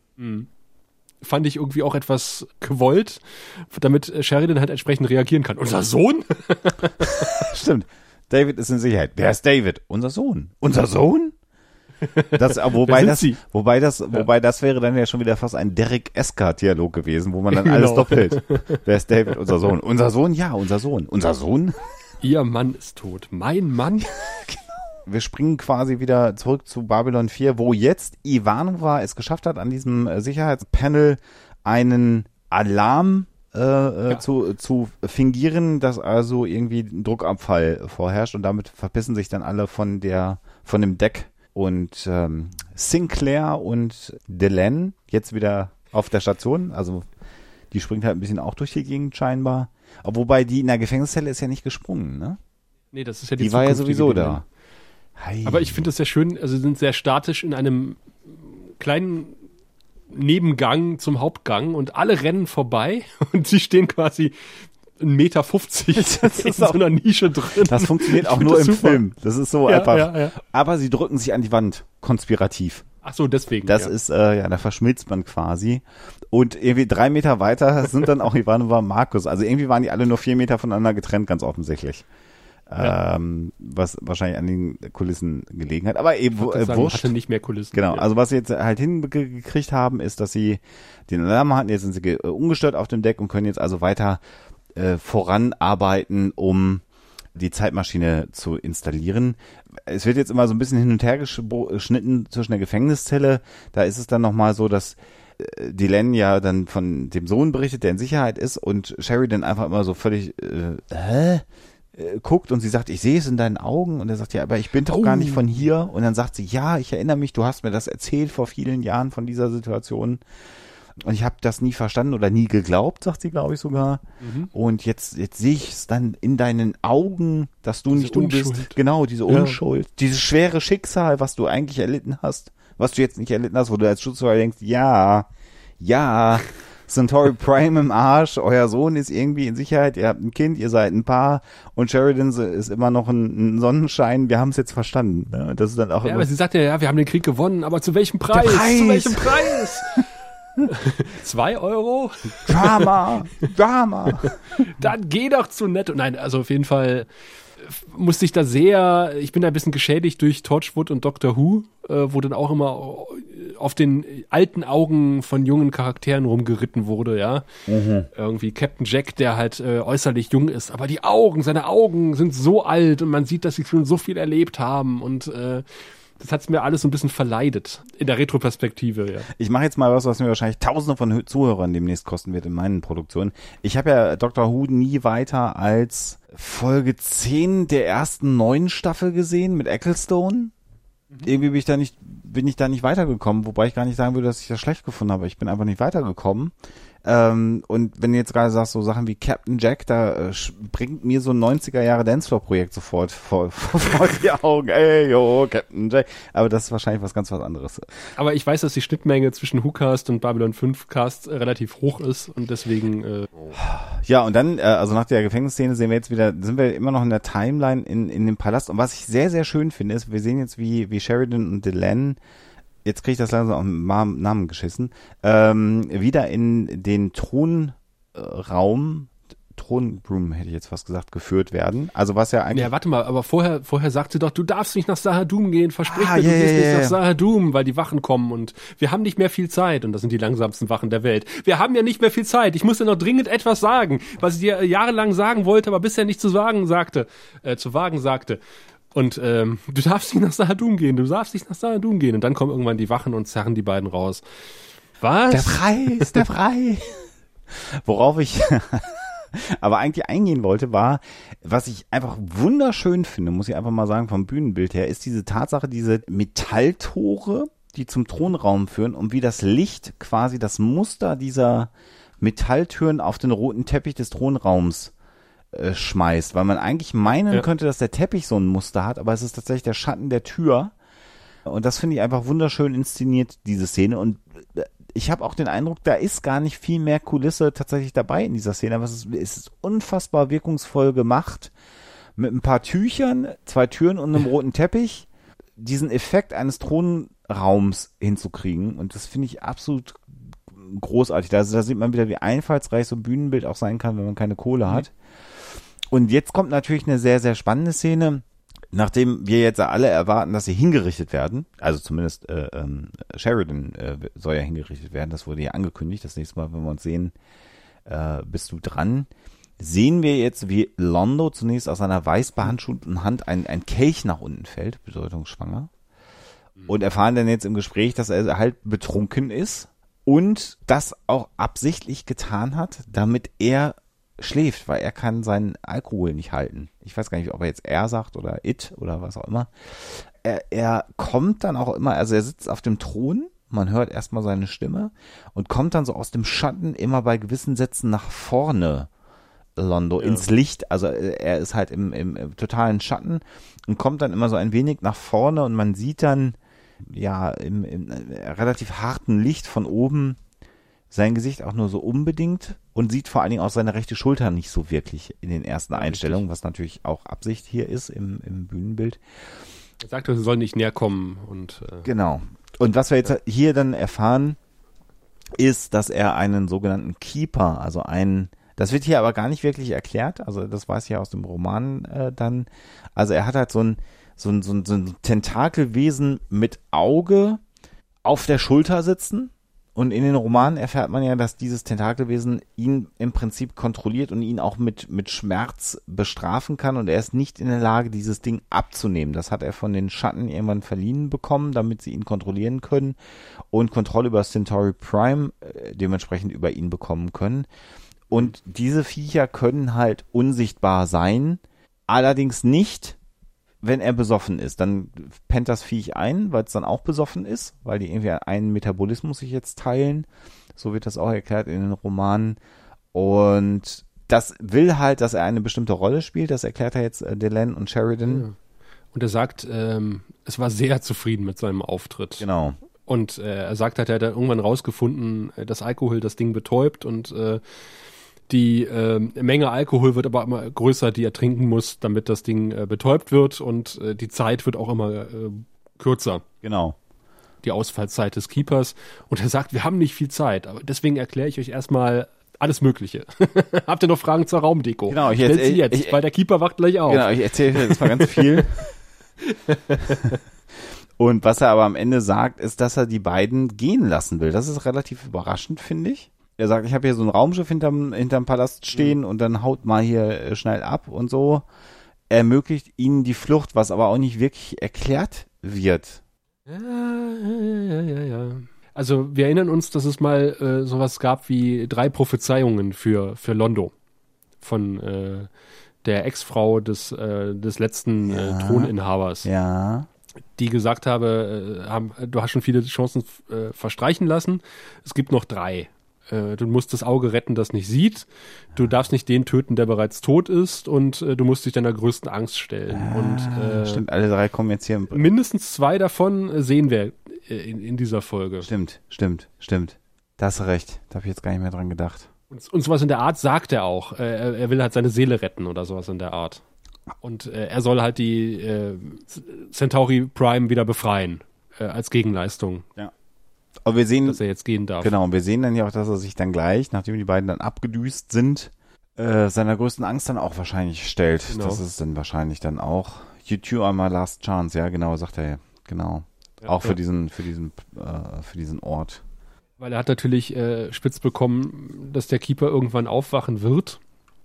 Fand ich irgendwie auch etwas gewollt, damit äh, Sheridan halt entsprechend reagieren kann. Unser Sohn? Stimmt. David ist in Sicherheit. Wer ist David? Unser Sohn. Unser Sohn? Das, äh, wobei, sind das, Sie? wobei das, wobei das wäre dann ja schon wieder fast ein Derek Esker-Dialog gewesen, wo man dann alles Genau. doppelt. Wer ist David? Unser Sohn. Unser Sohn? Ja, unser Sohn. Unser Sohn? Ihr Mann ist tot. Mein Mann? Wir springen quasi wieder zurück zu Babylon vier, wo jetzt Ivanova es geschafft hat, an diesem äh, Sicherheitspanel einen Alarm äh, äh, Ja. zu, zu fingieren, dass also irgendwie ein Druckabfall vorherrscht und damit verpissen sich dann alle von der, von dem Deck. Und ähm, Sinclair und Delenn jetzt wieder auf der Station, also die springt halt ein bisschen auch durch die Gegend scheinbar. Aber wobei die in der Gefängniszelle ist ja nicht gesprungen, ne? Nee, das ist ja die Die war ja zukünftige sowieso Delenn. da. Hei. Aber ich finde das sehr schön, also sie sind sehr statisch in einem kleinen Nebengang zum Hauptgang und alle rennen vorbei und sie stehen quasi einen Meter fünfzig Das in ist so auch- einer Nische drin. Das funktioniert Ich auch find nur das im super. Film. Das ist so Ja, einfach. ja, ja. Aber sie drücken sich an die Wand, konspirativ. Ach so, deswegen. Das ja. ist, äh, ja, da verschmilzt man quasi. Und irgendwie drei Meter weiter sind dann auch Ivanova und Markus. Also irgendwie waren die alle nur vier Meter voneinander getrennt, ganz offensichtlich. Ja. Ähm, was wahrscheinlich an den Kulissen gelegen hat. Aber eben Ich wollte äh, sagen, wurscht. hatte nicht mehr Kulissen. Genau, Ja. also was sie jetzt halt hingekriegt haben, ist, dass sie den Alarm hatten, jetzt sind sie ge- äh, ungestört auf dem Deck und können jetzt also weiter äh, voranarbeiten, um die Zeitmaschine zu installieren. Es wird jetzt immer so ein bisschen hin und her geschbo- geschnitten zwischen der Gefängniszelle. Da ist es dann nochmal so, dass äh, Delenn ja dann von dem Sohn berichtet, der in Sicherheit ist und Sheridan einfach immer so völlig äh, hä? äh, guckt und sie sagt, ich sehe es in deinen Augen und er sagt, ja, aber ich bin doch Oh. gar nicht von hier und dann sagt sie, ja, ich erinnere mich, du hast mir das erzählt vor vielen Jahren von dieser Situation und ich habe das nie verstanden oder nie geglaubt, sagt sie, glaube ich sogar. Mhm. Und jetzt jetzt sehe ich es dann in deinen Augen, dass du Diese nicht du bist. Unschuld. Genau, diese Ja. Unschuld, dieses schwere Schicksal, was du eigentlich erlitten hast, was du jetzt nicht erlitten hast, wo du als Schutzfeuer denkst, ja, ja, Centauri Prime im Arsch, euer Sohn ist irgendwie in Sicherheit, ihr habt ein Kind, ihr seid ein Paar und Sheridan ist immer noch ein, ein Sonnenschein, wir haben es jetzt verstanden. Ne? Das ist dann auch ja, immer aber sie sagt ja, ja, wir haben den Krieg gewonnen, aber zu welchem Preis? Preis. Zu welchem Preis? Zwei Euro? Drama, Drama. Dann geh doch zu Netto. Nein, also auf jeden Fall musste ich da sehr, ich bin da ein bisschen geschädigt durch Torchwood und Doctor Who, äh, wo dann auch immer auf den alten Augen von jungen Charakteren rumgeritten wurde, ja. Mhm. Irgendwie Captain Jack, der halt äh, äußerlich jung ist, aber die Augen, seine Augen sind so alt und man sieht, dass sie schon so viel erlebt haben und äh, das hat's mir alles so ein bisschen verleidet, in der Retroperspektive, ja. Ich mache jetzt mal was, was mir wahrscheinlich tausende von Zuhörern demnächst kosten wird in meinen Produktionen. Ich habe ja Doctor Who nie weiter als Folge zehn der ersten neun Staffel gesehen mit Ecclestone. Mhm. Irgendwie bin ich da nicht, bin ich da nicht weitergekommen, wobei ich gar nicht sagen würde, dass ich das schlecht gefunden habe. Ich bin einfach nicht weitergekommen. Ähm, und wenn du jetzt gerade sagst, so Sachen wie Captain Jack, da äh, bringt mir so ein neunziger-Jahre-Dancefloor-Projekt sofort vor, vor, vor die Augen. Ey, yo, Captain Jack. Aber das ist wahrscheinlich was ganz was anderes. Aber ich weiß, dass die Schnittmenge zwischen WhoCast und Babylon fünf Cast äh, relativ hoch ist und deswegen... Äh Ja, und dann, äh, also nach der Gefängnisszene sehen wir jetzt wieder, sind wir immer noch in der Timeline in, in dem Palast. Und was ich sehr, sehr schön finde, ist, wir sehen jetzt, wie, wie Sheridan und Delenn, jetzt kriege ich das langsam auf den Namen geschissen, ähm, wieder in den Thronraum, Thronroom hätte ich jetzt fast gesagt, geführt werden. Also was ja eigentlich... Ja, warte mal, aber vorher, vorher sagt sie doch, du darfst nicht nach Sahadum gehen, versprich ah, mir, yeah, du gehst yeah, nicht yeah. nach Sahadum, weil die Wachen kommen und wir haben nicht mehr viel Zeit und das sind die langsamsten Wachen der Welt. Wir haben ja nicht mehr viel Zeit, ich muss dir noch dringend etwas sagen, was ich dir jahrelang sagen wollte, aber bisher nicht zu sagen sagte, äh, zu wagen sagte. Und ähm, du darfst nicht nach Sahadum gehen, du darfst nicht nach Sahadum gehen. Und dann kommen irgendwann die Wachen und zerren die beiden raus. Was? Der Preis, der Preis. Worauf ich aber eigentlich eingehen wollte, war, was ich einfach wunderschön finde, muss ich einfach mal sagen, vom Bühnenbild her, ist diese Tatsache, diese Metalltore, die zum Thronraum führen und wie das Licht quasi das Muster dieser Metalltüren auf den roten Teppich des Thronraums schmeißt, weil man eigentlich meinen ja. könnte, dass der Teppich so ein Muster hat, aber es ist tatsächlich der Schatten der Tür und das finde ich einfach wunderschön inszeniert, diese Szene und ich habe auch den Eindruck, da ist gar nicht viel mehr Kulisse tatsächlich dabei in dieser Szene, aber es ist, es ist unfassbar wirkungsvoll gemacht mit ein paar Tüchern, zwei Türen und einem roten Teppich, diesen Effekt eines Thronraums hinzukriegen und das finde ich absolut großartig. Da, da sieht man wieder, wie einfallsreich so ein Bühnenbild auch sein kann, wenn man keine Kohle hat. Und jetzt kommt natürlich eine sehr, sehr spannende Szene, nachdem wir jetzt alle erwarten, dass sie hingerichtet werden, also zumindest äh, ähm, Sheridan äh, soll ja hingerichtet werden, das wurde ja angekündigt, das nächste Mal, wenn wir uns sehen, äh, bist du dran, sehen wir jetzt, wie Londo zunächst aus seiner weiß behandschuhten Hand ein, ein Kelch nach unten fällt, bedeutungsschwanger, und erfahren dann jetzt im Gespräch, dass er halt betrunken ist und das auch absichtlich getan hat, damit er schläft, weil er kann seinen Alkohol nicht halten. Ich weiß gar nicht, ob er jetzt er sagt oder it oder was auch immer. Er, er kommt dann auch immer, also er sitzt auf dem Thron, man hört erstmal seine Stimme und kommt dann so aus dem Schatten immer bei gewissen Sätzen nach vorne, Londo, ja. ins Licht. Also er ist halt im, im, im totalen Schatten und kommt dann immer so ein wenig nach vorne und man sieht dann ja im, im relativ harten Licht von oben sein Gesicht auch nur so unbedingt und sieht vor allen Dingen auch seine rechte Schulter nicht so wirklich in den ersten ja, Einstellungen, was natürlich auch Absicht hier ist im, im Bühnenbild. Er sagt, er soll nicht näher kommen. Und, äh, genau. Und was wir jetzt ja. hier dann erfahren, ist, dass er einen sogenannten Keeper, also einen, das wird hier aber gar nicht wirklich erklärt, also das weiß ich ja aus dem Roman äh, dann, also er hat halt so ein, so ein, so ein, so ein Tentakelwesen mit Auge auf der Schulter sitzen. Und in den Romanen erfährt man ja, dass dieses Tentakelwesen ihn im Prinzip kontrolliert und ihn auch mit, mit Schmerz bestrafen kann und er ist nicht in der Lage, dieses Ding abzunehmen. Das hat er von den Schatten irgendwann verliehen bekommen, damit sie ihn kontrollieren können und Kontrolle über Centauri Prime äh, dementsprechend über ihn bekommen können. Und diese Viecher können halt unsichtbar sein, allerdings nicht, wenn er besoffen ist. Dann pennt das Viech ein, weil es dann auch besoffen ist, weil die irgendwie einen Metabolismus sich jetzt teilen. So wird das auch erklärt in den Romanen. Und das will halt, dass er eine bestimmte Rolle spielt. Das erklärt er jetzt äh, Delenn und Sheridan. Ja. Und er sagt, ähm, es war sehr zufrieden mit seinem Auftritt. Genau. Und äh, er sagt halt, er hat dann irgendwann rausgefunden, dass Alkohol das Ding betäubt und äh, die äh, Menge Alkohol wird aber immer größer, die er trinken muss, damit das Ding äh, betäubt wird und äh, die Zeit wird auch immer äh, kürzer. Genau. Die Ausfallzeit des Keepers. Und er sagt, wir haben nicht viel Zeit, aber deswegen erkläre ich euch erstmal alles Mögliche. Habt ihr noch Fragen zur Raumdeko? Genau, ich Stellt jetzt, sie jetzt, ich, weil der Keeper wacht gleich auf. Genau, ich erzähle jetzt mal ganz viel. Und was er aber am Ende sagt, ist, dass er die beiden gehen lassen will. Das ist relativ überraschend, finde ich. Er sagt, ich habe hier so ein Raumschiff hinterm, hinterm Palast stehen mhm. und dann haut mal hier äh, schnell ab und so. Ermöglicht ihnen die Flucht, was aber auch nicht wirklich erklärt wird. Ja, ja, ja, ja, ja. Also wir erinnern uns, dass es mal äh, sowas gab wie drei Prophezeiungen für, für Londo von äh, der Ex-Frau des, äh, des letzten ja. äh, Throninhabers. Ja. Die gesagt habe, äh, haben, du hast schon viele Chancen äh, verstreichen lassen. Es gibt noch drei. Äh, du musst das Auge retten, das nicht sieht. Du darfst nicht den töten, der bereits tot ist. Und äh, du musst dich deiner größten Angst stellen. Ah, und, äh, stimmt, alle drei kommen jetzt hier. Im mindestens zwei davon äh, sehen wir äh, in, in dieser Folge. Stimmt, stimmt, stimmt. Da hast du recht. Da habe ich jetzt gar nicht mehr dran gedacht. Und, und sowas in der Art sagt er auch. Äh, er, er will halt seine Seele retten oder sowas in der Art. Und äh, er soll halt die äh, Centauri Prime wieder befreien äh, als Gegenleistung. Ja. Aber wir sehen, dass er jetzt gehen darf. Genau, und wir sehen dann ja auch, dass er sich dann gleich, nachdem die beiden dann abgedüst sind, äh, seiner größten Angst dann auch wahrscheinlich stellt. Genau. Das ist dann wahrscheinlich dann auch You two are my last chance. Ja, genau, sagt er ja. Genau. Ja, auch für ja. diesen, für diesen, äh, für diesen Ort. Weil er hat natürlich äh, spitz bekommen, dass der Keeper irgendwann aufwachen wird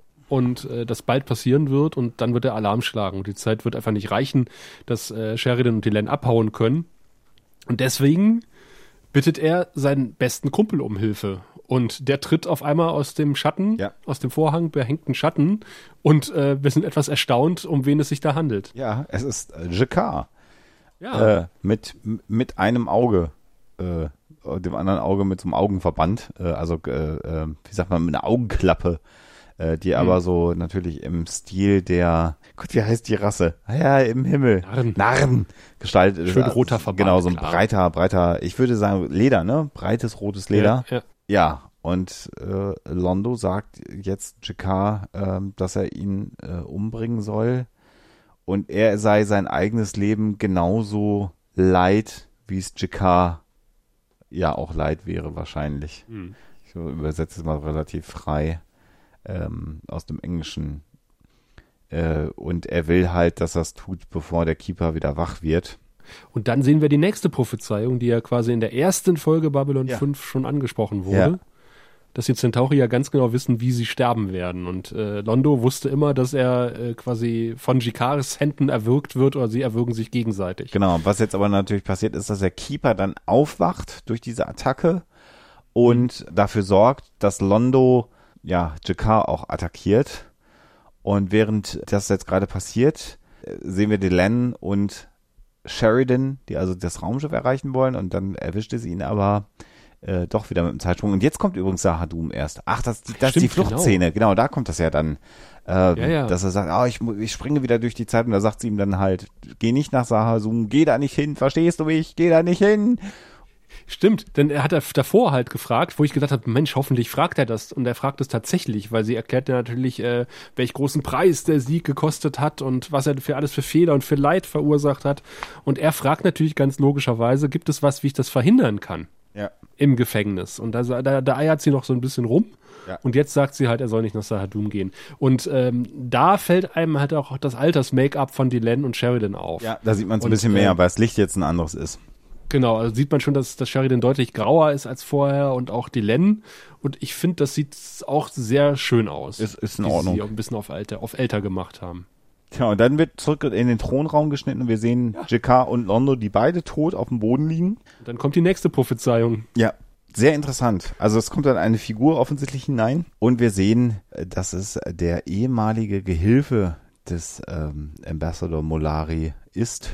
und äh, das bald passieren wird und dann wird er Alarm schlagen und die Zeit wird einfach nicht reichen, dass äh, Sheridan und Delenn abhauen können. Und deswegen bittet er seinen besten Kumpel um Hilfe. Und der tritt auf einmal aus dem Schatten, ja. aus dem Vorhang behängten Schatten und äh, wir sind etwas erstaunt, um wen es sich da handelt. Ja, es ist äh, G'Kar. Ja. Äh, mit, mit einem Auge, äh, dem anderen Auge mit so einem Augenverband, äh, also äh, äh, wie sagt man, mit einer Augenklappe, äh, die hm. aber so natürlich im Stil der, Gott, wie heißt die Rasse? Ja, im Himmel. Narren. Narren gestaltet. Schön roter Verband. Genau, so ein klar. breiter, breiter, ich würde sagen Leder, ne? Breites, rotes Leder. Ja, ja. ja und äh, Londo sagt jetzt G'Kar, äh, dass er ihn äh, umbringen soll und er sei sein eigenes Leben genauso leid, wie es G'Kar ja auch leid wäre wahrscheinlich. Hm. Ich übersetze es mal relativ frei ähm, aus dem Englischen. Äh, und er will halt, dass er es tut, bevor der Keeper wieder wach wird. Und dann sehen wir die nächste Prophezeiung, die ja quasi in der ersten Folge Babylon ja. fünf schon angesprochen wurde. Ja. Dass die Centauri ja ganz genau wissen, wie sie sterben werden. Und äh, Londo wusste immer, dass er äh, quasi von G'Kars Händen erwürgt wird oder sie erwürgen sich gegenseitig. Genau, was jetzt aber natürlich passiert ist, dass der Keeper dann aufwacht durch diese Attacke und mhm. dafür sorgt, dass Londo ja G'Kar auch attackiert. Und während das jetzt gerade passiert, sehen wir Delenn und Sheridan, die also das Raumschiff erreichen wollen und dann erwischt es ihn aber Äh, doch wieder mit dem Zeitsprung. Und jetzt kommt übrigens Sahadum erst. Ach, das, das Stimmt, ist die Fluchtszene. Genau. genau, da kommt das ja dann. Äh, ja, ja. Dass er sagt, oh, ich, ich springe wieder durch die Zeit. Und da sagt sie ihm dann halt, geh nicht nach Sahadum, geh da nicht hin, verstehst du mich? Geh da nicht hin. Stimmt, denn er hat davor halt gefragt, wo ich gedacht habe, Mensch, hoffentlich fragt er das. Und er fragt es tatsächlich, weil sie erklärt ja natürlich, äh, welch großen Preis der Sieg gekostet hat und was er für alles für Fehler und für Leid verursacht hat. Und er fragt natürlich ganz logischerweise, gibt es was, wie ich das verhindern kann? Ja. Im Gefängnis. Und da, da, da eiert sie noch so ein bisschen rum. Ja. Und jetzt sagt sie halt, er soll nicht nach Sahadum gehen. Und ähm, da fällt einem halt auch das Alters-Make-up von Delenn und Sheridan auf. Ja, da sieht man es ein bisschen mehr, äh, weil das Licht jetzt ein anderes ist. Genau, also sieht man schon, dass, dass Sheridan deutlich grauer ist als vorher und auch Delenn. Und ich finde, das sieht auch sehr schön aus. Ist, ist in Ordnung. Die sie auch ein bisschen auf älter, auf älter gemacht haben. Tja, und dann wird zurück in den Thronraum geschnitten und wir sehen ja. G'Kar und Londo, die beide tot auf dem Boden liegen. Und dann kommt die nächste Prophezeiung. Ja, sehr interessant. Also es kommt dann eine Figur offensichtlich hinein und wir sehen, dass es der ehemalige Gehilfe des ähm, Ambassador Mollari ist,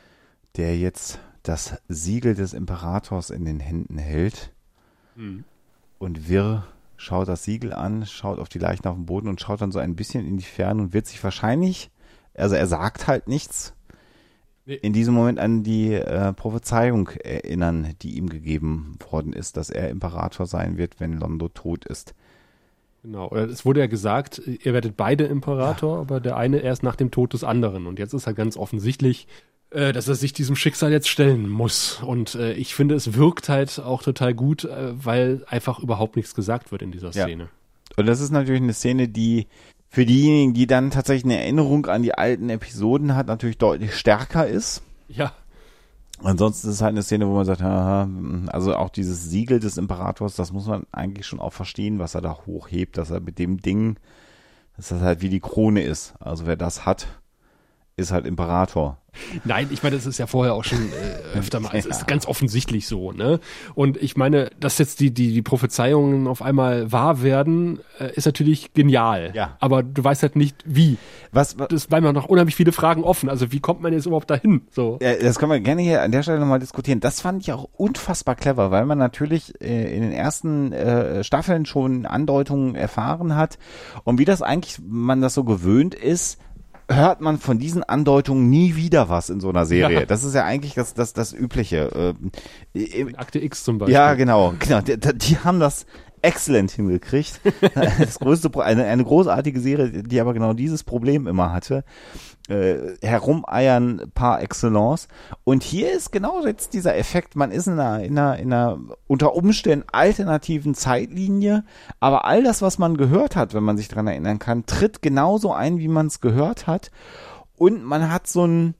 der jetzt das Siegel des Imperators in den Händen hält. Hm. Und Wirr schaut das Siegel an, schaut auf die Leichen auf dem Boden und schaut dann so ein bisschen in die Ferne und wird sich wahrscheinlich, also er sagt halt nichts, nee. in diesem Moment an die äh, Prophezeiung erinnern, die ihm gegeben worden ist, dass er Imperator sein wird, wenn Londo tot ist. Genau, oder es wurde ja gesagt, ihr werdet beide Imperator, ja. aber der eine erst nach dem Tod des anderen. Und jetzt ist halt ganz offensichtlich, äh, dass er sich diesem Schicksal jetzt stellen muss. Und äh, ich finde, es wirkt halt auch total gut, äh, weil einfach überhaupt nichts gesagt wird in dieser Szene. Ja. Und das ist natürlich eine Szene, die für diejenigen, die dann tatsächlich eine Erinnerung an die alten Episoden hat, natürlich deutlich stärker ist. Ja. Ansonsten ist es halt eine Szene, wo man sagt, haha, also auch dieses Siegel des Imperators, das muss man eigentlich schon auch verstehen, was er da hochhebt, dass er mit dem Ding, dass das halt wie die Krone ist. Also wer das hat, ist halt Imperator. Nein, ich meine, das ist ja vorher auch schon äh, öfter mal, es ist ganz offensichtlich so, ne? Und ich meine, dass jetzt die die die Prophezeiungen auf einmal wahr werden, äh, ist natürlich genial. Ja. Aber du weißt halt nicht, wie. Was, was das bleiben ja noch unheimlich viele Fragen offen. Also wie kommt man jetzt überhaupt dahin? So. Ja, das können wir gerne hier an der Stelle nochmal diskutieren. Das fand ich auch unfassbar clever, weil man natürlich äh, in den ersten äh, Staffeln schon Andeutungen erfahren hat. Und wie das eigentlich, man das so gewöhnt ist, hört man von diesen Andeutungen nie wieder was in so einer Serie. Ja. Das ist ja eigentlich das, das, das Übliche. Äh, Akte X zum Beispiel. Ja, genau. genau. Die, die haben das exzellent hingekriegt. Das größte, eine, eine großartige Serie, die aber genau dieses Problem immer hatte. Äh, herumeiern par excellence. Und hier ist genau jetzt dieser Effekt, man ist in einer, in einer, in einer unter Umständen alternativen Zeitlinie, aber all das, was man gehört hat, wenn man sich dran erinnern kann, tritt genauso ein, wie man es gehört hat. Und man hat so ein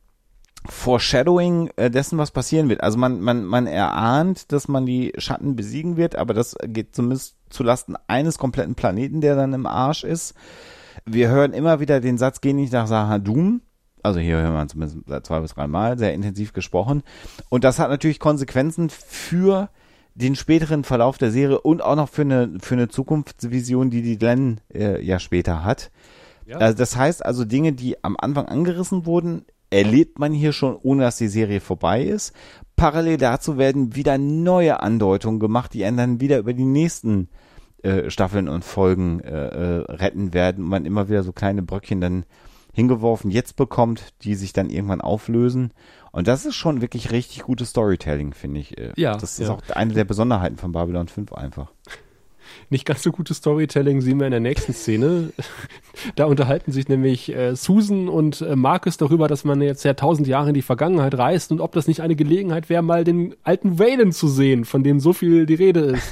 Foreshadowing äh, dessen, was passieren wird. Also man, man, man erahnt, dass man die Schatten besiegen wird, aber das geht zumindest zulasten eines kompletten Planeten, der dann im Arsch ist. Wir hören immer wieder den Satz, geh nicht nach Sahadum. Also hier hören wir zumindest zwei bis drei Mal sehr intensiv gesprochen. Und das hat natürlich Konsequenzen für den späteren Verlauf der Serie und auch noch für eine, für eine Zukunftsvision, die die Glenn äh, ja später hat. Ja. Also das heißt also, Dinge, die am Anfang angerissen wurden, erlebt man hier schon, ohne dass die Serie vorbei ist. Parallel dazu werden wieder neue Andeutungen gemacht, die einen dann wieder über die nächsten äh, Staffeln und Folgen äh, äh, retten werden. Und man immer wieder so kleine Bröckchen dann hingeworfen jetzt bekommt, die sich dann irgendwann auflösen. Und das ist schon wirklich richtig gutes Storytelling, finde ich. Ja, das ist ja. auch eine der Besonderheiten von Babylon fünf einfach. Nicht ganz so gutes Storytelling sehen wir in der nächsten Szene. Da unterhalten sich nämlich äh, Susan und äh, Marcus darüber, dass man jetzt ja tausend Jahre in die Vergangenheit reist und ob das nicht eine Gelegenheit wäre, mal den alten Valen zu sehen, von dem so viel die Rede ist.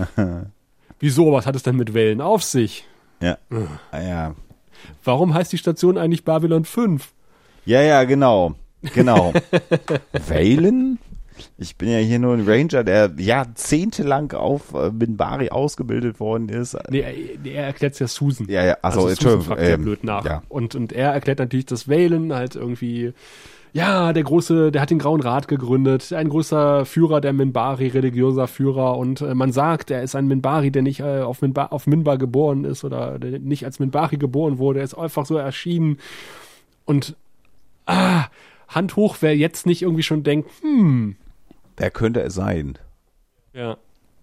Wieso? Was hat es denn mit Valen auf sich? Ja. ja. Warum heißt die Station eigentlich Babylon fünf? Ja, ja, genau. Genau. Valen? Ich bin ja hier nur ein Ranger, der jahrzehntelang auf äh, Minbari ausgebildet worden ist. Nee, er, er erklärt es ja Susan. Ja, ja, achso, also Susan fragt ja ähm, blöd nach. Ja. Und, und er erklärt natürlich, dass Valen halt irgendwie, ja, der große, der hat den Grauen Rat gegründet, ein großer Führer der Minbari, religiöser Führer. Und äh, man sagt, er ist ein Minbari, der nicht äh, auf, Minba, auf Minbar geboren ist oder der nicht als Minbari geboren wurde. Er ist einfach so erschienen. Und ah, Hand hoch, wer jetzt nicht irgendwie schon denkt, hm, wer könnte es sein? Ja.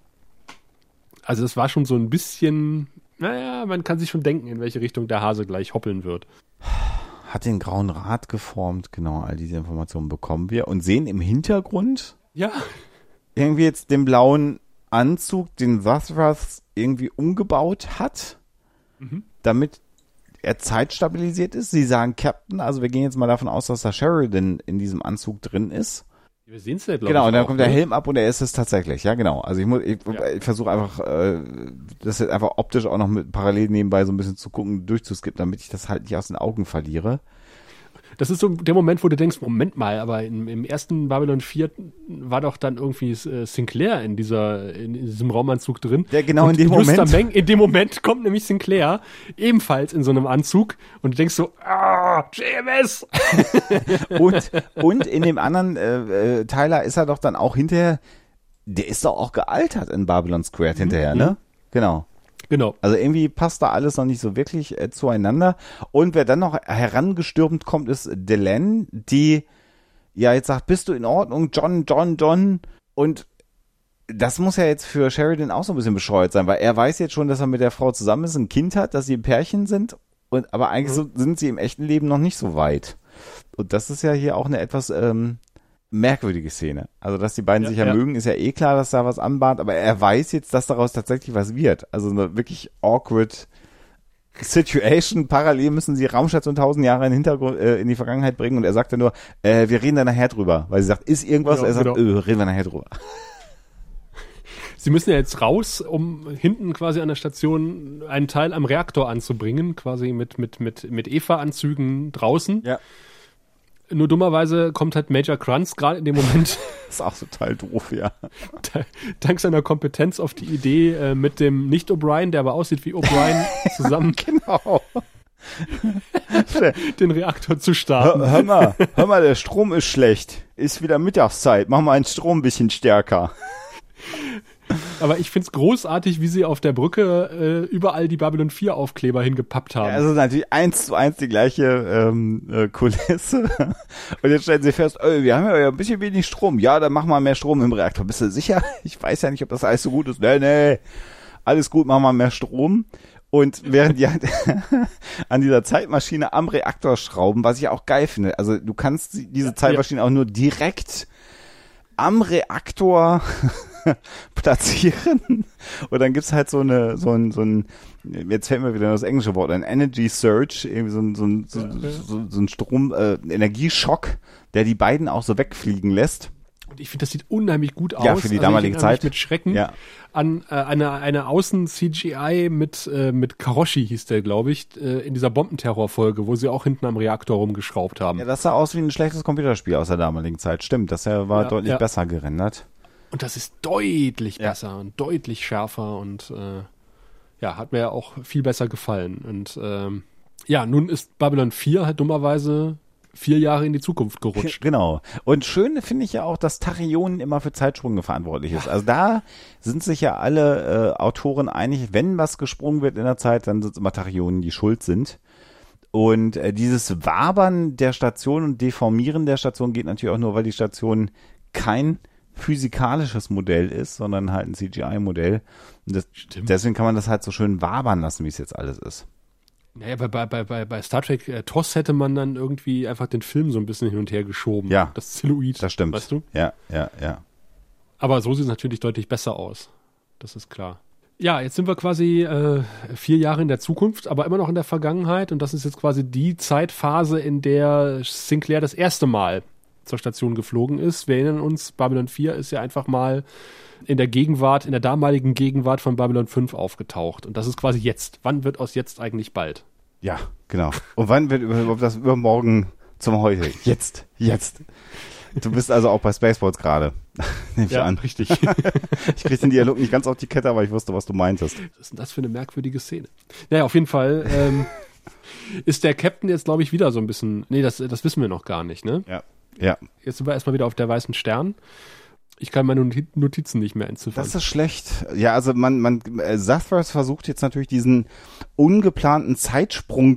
Also es war schon so ein bisschen, naja, man kann sich schon denken, in welche Richtung der Hase gleich hoppeln wird. Hat den Grauen Rat geformt, genau, all diese Informationen bekommen wir und sehen im Hintergrund ja irgendwie jetzt den blauen Anzug, den Wathras irgendwie umgebaut hat, mhm. damit er zeitstabilisiert ist. Sie sagen Captain, also wir gehen jetzt mal davon aus, dass da Sheridan in diesem Anzug drin ist. Wir sehen es ja, glaube ich. Genau, und dann auch, kommt ne? der Helm ab und er ist es tatsächlich. Ja, genau. Also ich muss, ich, ja. ich versuche einfach, äh, das jetzt einfach optisch auch noch mit parallel nebenbei so ein bisschen zu gucken, durchzuskippen, damit ich das halt nicht aus den Augen verliere. Das ist so der Moment, wo du denkst, Moment mal, aber im, im ersten Babylon vier war doch dann irgendwie äh, Sinclair in dieser in diesem Raumanzug drin. Ja, genau, und in dem Moment. Meng, in dem Moment kommt nämlich Sinclair ebenfalls in so einem Anzug und du denkst so, ah, J M S! und, und in dem anderen äh, äh, Tyler ist er doch dann auch hinterher, der ist doch auch gealtert in Babylon Squared hinterher, mhm. ne? Genau. Genau. Also irgendwie passt da alles noch nicht so wirklich äh, zueinander. Und wer dann noch herangestürmt kommt, ist Delenn, die ja jetzt sagt, bist du in Ordnung, John, John, John. Und das muss ja jetzt für Sheridan auch so ein bisschen bescheuert sein, weil er weiß jetzt schon, dass er mit der Frau zusammen ist, ein Kind hat, dass sie ein Pärchen sind. Und, aber eigentlich mhm. so, sind sie im echten Leben noch nicht so weit. Und das ist ja hier auch eine etwas ähm, merkwürdige Szene. Also, dass die beiden Ja, sich ja, ja mögen, ist ja eh klar, dass da was anbahnt, aber er weiß jetzt, dass daraus tatsächlich was wird. Also eine wirklich awkward Situation. Parallel müssen sie Raumstation tausend Jahre in, den Hintergrund, äh, in die Vergangenheit bringen und er sagt dann nur, äh, wir reden da nachher drüber. Weil sie sagt, ist irgendwas? Genau, er sagt, genau. äh, reden wir nachher drüber. Sie müssen ja jetzt raus, um hinten quasi an der Station einen Teil am Reaktor anzubringen, quasi mit, mit, mit, mit Eva-Anzügen draußen. Ja. Nur dummerweise kommt halt Major Krantz gerade in dem Moment Das ist auch total doof, ja. dank seiner Kompetenz auf die Idee, äh, mit dem Nicht-O'Brien, der aber aussieht wie O'Brien, zusammen Genau. den Reaktor zu starten. Hör, hör mal, hör mal, der Strom ist schlecht. Ist wieder Mittagszeit. Mach mal den Strom ein bisschen stärker. Aber ich find's großartig, wie sie auf der Brücke äh, überall die Babylon vier Aufkleber hingepappt haben. Ja, also natürlich eins zu eins die gleiche ähm, äh, Kulisse. Und jetzt stellen sie fest, oh, wir haben ja ein bisschen wenig Strom. Ja, dann mach mal mehr Strom im Reaktor. Bist du sicher? Ich weiß ja nicht, ob das alles so gut ist. Nee, nee, alles gut, mach mal mehr Strom. Und während die an dieser Zeitmaschine am Reaktor schrauben, was ich auch geil finde. Also du kannst diese Ja, Zeitmaschine ja. auch nur direkt am Reaktor platzieren. Und dann gibt's halt so eine, so ein, so ein, jetzt fällt mir wieder das englische Wort, ein Energy Surge, irgendwie so ein, so ein, so, Ja, ja. so, so ein Strom, äh, Energieschock, der die beiden auch so wegfliegen lässt. Und ich finde, das sieht unheimlich gut aus. Ja, für die Also damalige ich erinnere mich Zeit. mit Schrecken Ja. an äh, eine, eine Außen-C G I mit, äh, mit Karoshi, hieß der, glaube ich, äh, in dieser Bombenterror-Folge, wo sie auch hinten am Reaktor rumgeschraubt haben. Ja, das sah aus wie ein schlechtes Computerspiel aus der damaligen Zeit. Stimmt, das war Ja, deutlich ja. besser gerendert. Und das ist deutlich Ja. besser und deutlich schärfer und äh, ja, hat mir ja auch viel besser gefallen. Und ähm, ja, nun ist Babylon vier halt dummerweise vier Jahre in die Zukunft gerutscht. Genau. Und schön finde ich ja auch, dass Tachyonen immer für Zeitsprünge verantwortlich ist. Also da sind sich ja alle äh, Autoren einig, wenn was gesprungen wird in der Zeit, dann sind es immer Tachyonen, die schuld sind. Und äh, dieses Wabern der Station und Deformieren der Station geht natürlich auch nur, weil die Station kein physikalisches Modell ist, sondern halt ein C G I-Modell. Und das, Stimmt. deswegen kann man das halt so schön wabern lassen, wie es jetzt alles ist. Naja, bei, bei, bei, bei bei Star Trek äh, T O S hätte man dann irgendwie einfach den Film so ein bisschen hin und her geschoben. Ja, Das Silhouette. Das stimmt. Weißt du? Ja, ja, ja. Aber so sieht es natürlich deutlich besser aus. Das ist klar. Ja, jetzt sind wir quasi äh, vier Jahre in der Zukunft, aber immer noch in der Vergangenheit. Und das ist jetzt quasi die Zeitphase, in der Sinclair das erste Mal zur Station geflogen ist. Wir erinnern uns, Babylon vier ist ja einfach mal in der Gegenwart, in der damaligen Gegenwart von Babylon fünf aufgetaucht. Und das ist quasi jetzt. Wann wird aus jetzt eigentlich bald? Ja, genau. Und wann wird überhaupt das übermorgen zum Heute? Jetzt, jetzt. Du bist also auch bei Spaceballs gerade. Nehme ich Ja, an. richtig. Ich kriege den Dialog nicht ganz auf die Kette, aber ich wusste, was du meintest. Was ist denn das für eine merkwürdige Szene? Naja, auf jeden Fall ähm, ist der Captain jetzt, glaube ich, wieder so ein bisschen. Nee, das, das wissen wir noch gar nicht, ne? Ja. Ja. Jetzt sind wir erstmal wieder auf der weißen Stern. Ich kann meine Noti- Notizen nicht mehr entziffern. Das ist schlecht. Ja, also man, man, äh, Zathras versucht jetzt natürlich diesen ungeplanten Zeitsprung,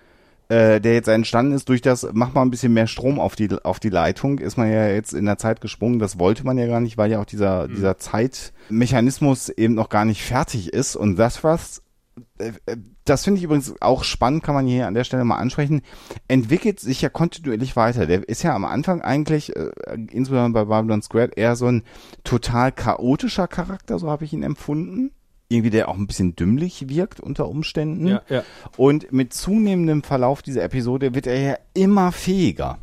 äh, der jetzt entstanden ist, durch das, mach mal ein bisschen mehr Strom auf die, auf die Leitung, ist man ja jetzt in der Zeit gesprungen. Das wollte man ja gar nicht, weil ja auch dieser, mhm. dieser Zeitmechanismus eben noch gar nicht fertig ist. Und Zathras, äh, das finde ich übrigens auch spannend, kann man hier an der Stelle mal ansprechen, entwickelt sich ja kontinuierlich weiter. Der ist ja am Anfang eigentlich, äh, insbesondere bei Babylon Squared, eher so ein total chaotischer Charakter, so habe ich ihn empfunden. Irgendwie, der auch ein bisschen dümmlich wirkt unter Umständen. Ja, ja. Und mit zunehmendem Verlauf dieser Episode wird er ja immer fähiger.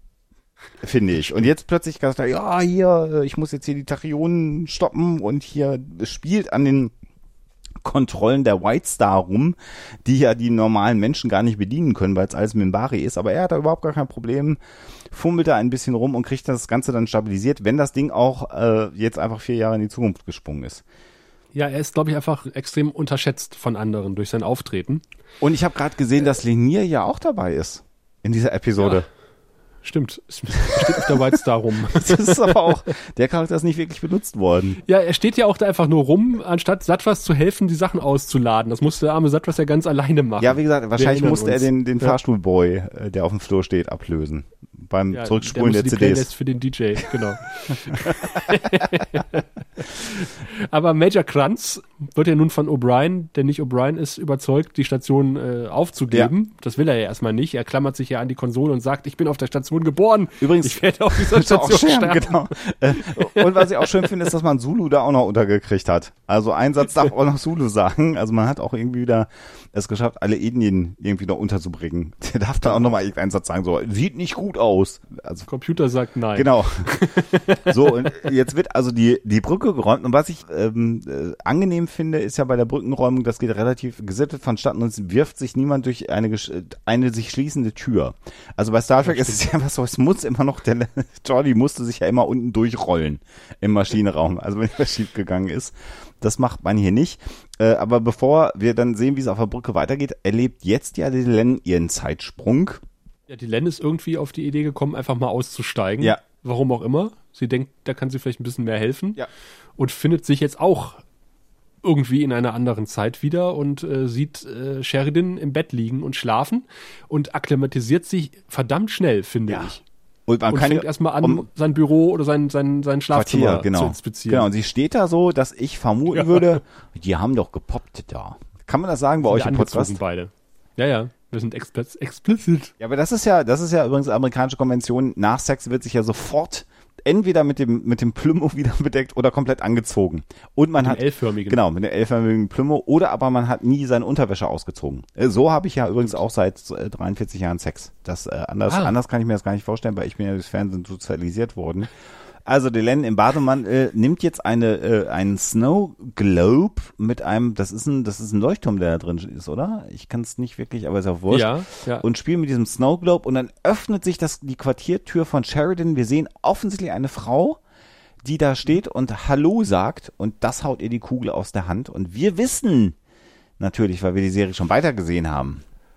Finde ich. Und jetzt plötzlich gesagt, ja, hier, ich muss jetzt hier die Tachyonen stoppen und hier spielt an den Kontrollen der White Star rum, die ja die normalen Menschen gar nicht bedienen können, weil es alles Minbari ist. Aber er hat da überhaupt gar kein Problem, fummelt da ein bisschen rum und kriegt das Ganze dann stabilisiert, wenn das Ding auch äh, jetzt einfach vier Jahre in die Zukunft gesprungen ist. Ja, er ist, glaube ich, einfach extrem unterschätzt von anderen durch sein Auftreten. Und ich habe gerade gesehen, dass Lenir ja auch dabei ist in dieser Episode. Ja, stimmt. Es steht auf der White Star rum. Das ist aber auch, der Charakter ist nicht wirklich benutzt worden. Ja, er steht ja auch da einfach nur rum, anstatt Sattwas zu helfen, die Sachen auszuladen. Das musste der arme Sattwas ja ganz alleine machen. Ja, wie gesagt, wahrscheinlich erinnern musste er uns. den, den Ja. Fahrstuhlboy, äh, der auf dem Flur steht, ablösen. Beim Ja, Zurückspulen der, musste der die C Ds. Playlist für den D J, genau. Aber Major Krantz wird ja nun von O'Brien, der nicht O'Brien ist, überzeugt, die Station äh, aufzugeben. Ja. Das will er ja erstmal nicht. Er klammert sich ja an die Konsole und sagt, ich bin auf der Station geboren. Übrigens, ich werde auf dieser Station sterben. Genau. Und was ich auch schön finde, ist, dass man Zulu da auch noch untergekriegt hat. Also ein Satz darf auch noch Zulu sagen. Also man hat auch irgendwie wieder es geschafft, alle Ethnien irgendwie noch unterzubringen. Der darf dann auch nochmal irgendeinen Satz sagen, so, sieht nicht gut aus. Also Computer sagt nein. Genau. So, und jetzt wird also die, die Brücke geräumt. Und was ich ähm, äh, angenehm finde, ist ja bei der Brückenräumung, das geht relativ gesittet vonstatten und es wirft sich niemand durch eine, eine sich schließende Tür. Also bei Star Trek ist es ja was so, es muss immer noch, der Geordi musste sich ja immer unten durchrollen im Maschinenraum, also wenn was schief gegangen ist. Das macht man hier nicht. Äh, aber bevor wir dann sehen, wie es auf der Brücke weitergeht, erlebt jetzt ja die Len ihren Zeitsprung. Ja, die Len ist irgendwie auf die Idee gekommen, einfach mal auszusteigen. Ja. Warum auch immer. Sie denkt, da kann sie vielleicht ein bisschen mehr helfen. Ja. Und findet sich jetzt auch irgendwie in einer anderen Zeit wieder und äh, sieht äh, Sheridan im Bett liegen und schlafen und akklimatisiert sich verdammt schnell, finde Ja. ich. Und man Und kann fängt erstmal an, um, sein Büro oder sein, sein, sein Schlafzimmer Quartier, genau. zu inspizieren. Genau, und sie steht da so, dass ich vermuten Ja. würde, die haben doch gepoppt da. Kann man das sagen bei Sind euch im angezogen Podcast? beide. Ja, ja. Wir sind expliz- explicit. Ja, aber das ist ja, das ist ja übrigens amerikanische Konvention. Nach Sex wird sich ja sofort entweder mit dem mit dem Plümo wieder bedeckt oder komplett angezogen. Und man Mit dem hat L-förmigen. genau mit dem L-förmigen Plümo oder aber man hat nie seine Unterwäsche ausgezogen. Äh, So habe ich ja übrigens auch seit äh, dreiundvierzig Jahren Sex. Das äh, anders Ah. anders kann ich mir das gar nicht vorstellen, weil ich bin ja durchs Fernsehen sozialisiert worden. Also Delenn im Bademantel äh, nimmt jetzt eine äh, einen Snow Globe mit einem, das ist ein das ist ein Leuchtturm, der da drin ist, oder? Ich kann es nicht wirklich, aber ist auch wurscht. Ja, ja. Und spielen mit diesem Snow Globe und dann öffnet sich das die Quartiertür von Sheridan. Wir sehen offensichtlich eine Frau, die da steht und Hallo sagt und das haut ihr die Kugel aus der Hand und wir wissen natürlich, weil wir die Serie schon weitergesehen haben,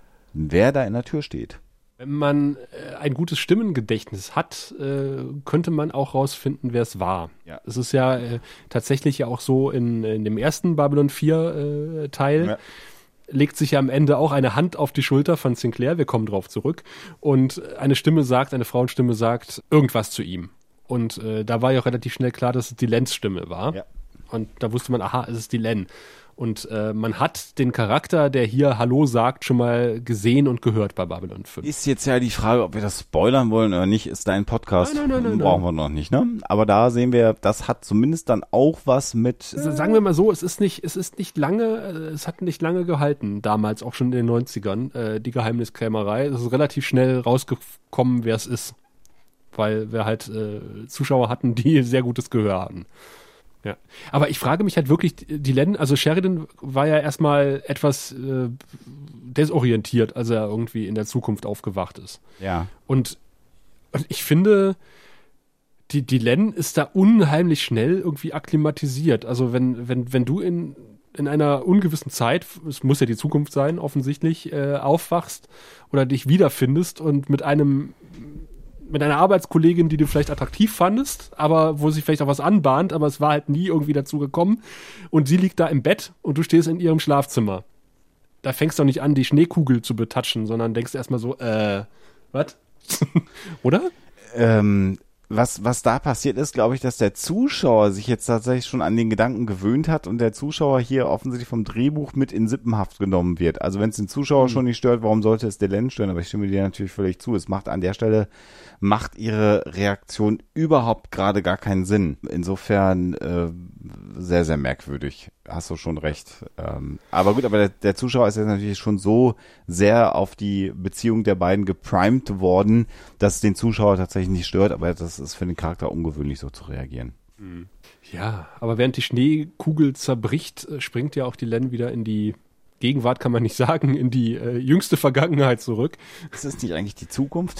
wer da in der Tür steht. Wenn man äh, ein gutes Stimmengedächtnis hat, äh, könnte man auch rausfinden, wer es war. Ja. Es ist ja äh, tatsächlich ja auch so in, in dem ersten Babylon vier äh, Teil, Ja. legt sich ja am Ende auch eine Hand auf die Schulter von Sinclair, wir kommen drauf zurück, und eine Stimme sagt, eine Frauenstimme sagt irgendwas zu ihm. Und äh, da war ja auch relativ schnell klar, dass es die Lens Stimme war. Ja. Und da wusste man, aha, es ist die Len. Und äh, man hat den Charakter, der hier Hallo sagt, schon mal gesehen und gehört bei Babylon fünf. Ist jetzt ja die Frage, ob wir das spoilern wollen oder nicht, ist dein Podcast. Nein, nein, nein, nein, Brauchen wir noch nicht, ne? Aber da sehen wir, das hat zumindest dann auch was mit. Sagen wir mal so, es ist nicht, es ist nicht lange, äh, es hat nicht lange gehalten, damals, auch schon in den neunzigern, äh, die Geheimniskrämerei. Es ist relativ schnell rausgekommen, wer es ist. Weil wir halt äh, Zuschauer hatten, die sehr gutes Gehör hatten. Ja. Aber ich frage mich halt wirklich, die Len, also Sheridan war ja erstmal etwas äh, desorientiert, als er irgendwie in der Zukunft aufgewacht ist. Ja. Und, und ich finde, die, die Len ist da unheimlich schnell irgendwie akklimatisiert. Also wenn, wenn, wenn du in, in einer ungewissen Zeit, es muss ja die Zukunft sein, offensichtlich, äh, aufwachst oder dich wiederfindest und mit einem mit einer Arbeitskollegin, die du vielleicht attraktiv fandest, aber wo sich vielleicht auch was anbahnt, aber es war halt nie irgendwie dazu gekommen. Und sie liegt da im Bett und du stehst in ihrem Schlafzimmer. Da fängst du doch nicht an, die Schneekugel zu betatschen, sondern denkst erstmal so, äh, was? Oder? Ähm, was, was da passiert ist, glaube ich, dass der Zuschauer sich jetzt tatsächlich schon an den Gedanken gewöhnt hat und der Zuschauer hier offensichtlich vom Drehbuch mit in Sippenhaft genommen wird. Also wenn es den Zuschauer mhm. schon nicht stört, warum sollte es Delenn stören? Aber ich stimme dir natürlich völlig zu. Es macht an der Stelle, macht ihre Reaktion überhaupt gerade gar keinen Sinn. Insofern äh, sehr, sehr merkwürdig. Hast du schon recht. Ähm, aber gut, aber der, der Zuschauer ist jetzt natürlich schon so sehr auf die Beziehung der beiden geprimed worden, dass es den Zuschauer tatsächlich nicht stört, aber das ist für den Charakter ungewöhnlich, so zu reagieren. Ja, aber während die Schneekugel zerbricht, springt ja auch die Len wieder in die Gegenwart, kann man nicht sagen, in die äh, jüngste Vergangenheit zurück. Ist das nicht eigentlich die Zukunft?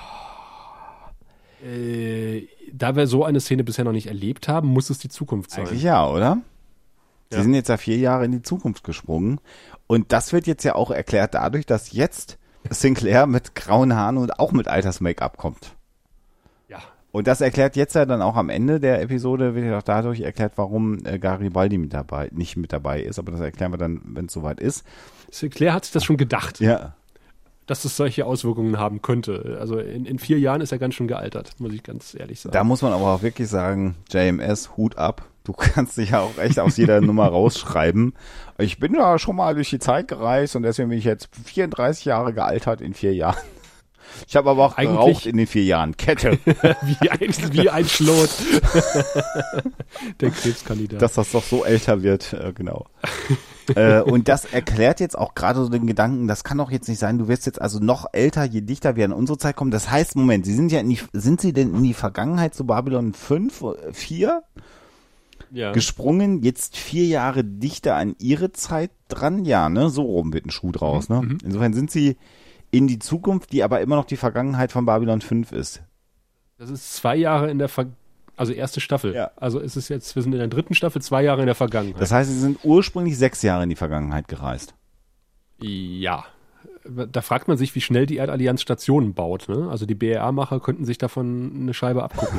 Äh, da wir so eine Szene bisher noch nicht erlebt haben, muss es die Zukunft sein. Eigentlich ja, oder? Sie Ja. sind jetzt ja vier Jahre in die Zukunft gesprungen. Und das wird jetzt ja auch erklärt dadurch, dass jetzt Sinclair mit grauen Haaren und auch mit Alters-Make-up kommt. Ja. Und das erklärt jetzt ja dann auch am Ende der Episode, wird ja auch dadurch erklärt, warum äh, Garibaldi mit dabei, nicht mit dabei ist. Aber das erklären wir dann, wenn es soweit ist. Sinclair hat sich das schon gedacht, Ja. dass es solche Auswirkungen haben könnte. Also in, in vier Jahren ist er ganz schön gealtert, muss ich ganz ehrlich sagen. Da muss man aber auch wirklich sagen, J M S, Hut ab. Du kannst dich ja auch echt aus jeder Nummer rausschreiben. Ich bin ja schon mal durch die Zeit gereist und deswegen bin ich jetzt vierunddreißig Jahre gealtert in vier Jahren. Ich habe aber auch Eigentlich geraucht in den vier Jahren. Kette. wie, ein, wie ein Schlot. Der Krebskandidat. Dass das doch so älter wird, äh, genau. äh, und das erklärt jetzt auch gerade so den Gedanken, das kann doch jetzt nicht sein, du wirst jetzt also noch älter, je dichter wir an unsere Zeit kommen. Das heißt, Moment, Sie sind ja in die, sind Sie denn in die Vergangenheit zu Babylon fünf, vier ja. gesprungen, jetzt vier Jahre dichter an Ihre Zeit dran? Ja, ne? So rum wird ein Schuh draus, ne? Mhm. Insofern sind Sie in die Zukunft, die aber immer noch die Vergangenheit von Babylon fünf ist. Das ist zwei Jahre in der Ver also erste Staffel. Ja. Also ist es jetzt, wir sind in der dritten Staffel, zwei Jahre in der Vergangenheit. Das heißt, Sie sind ursprünglich sechs Jahre in die Vergangenheit gereist. Ja. Da fragt man sich, wie schnell die Erdallianz Stationen baut. Ne? Also die B R A-Macher könnten sich davon eine Scheibe abgucken.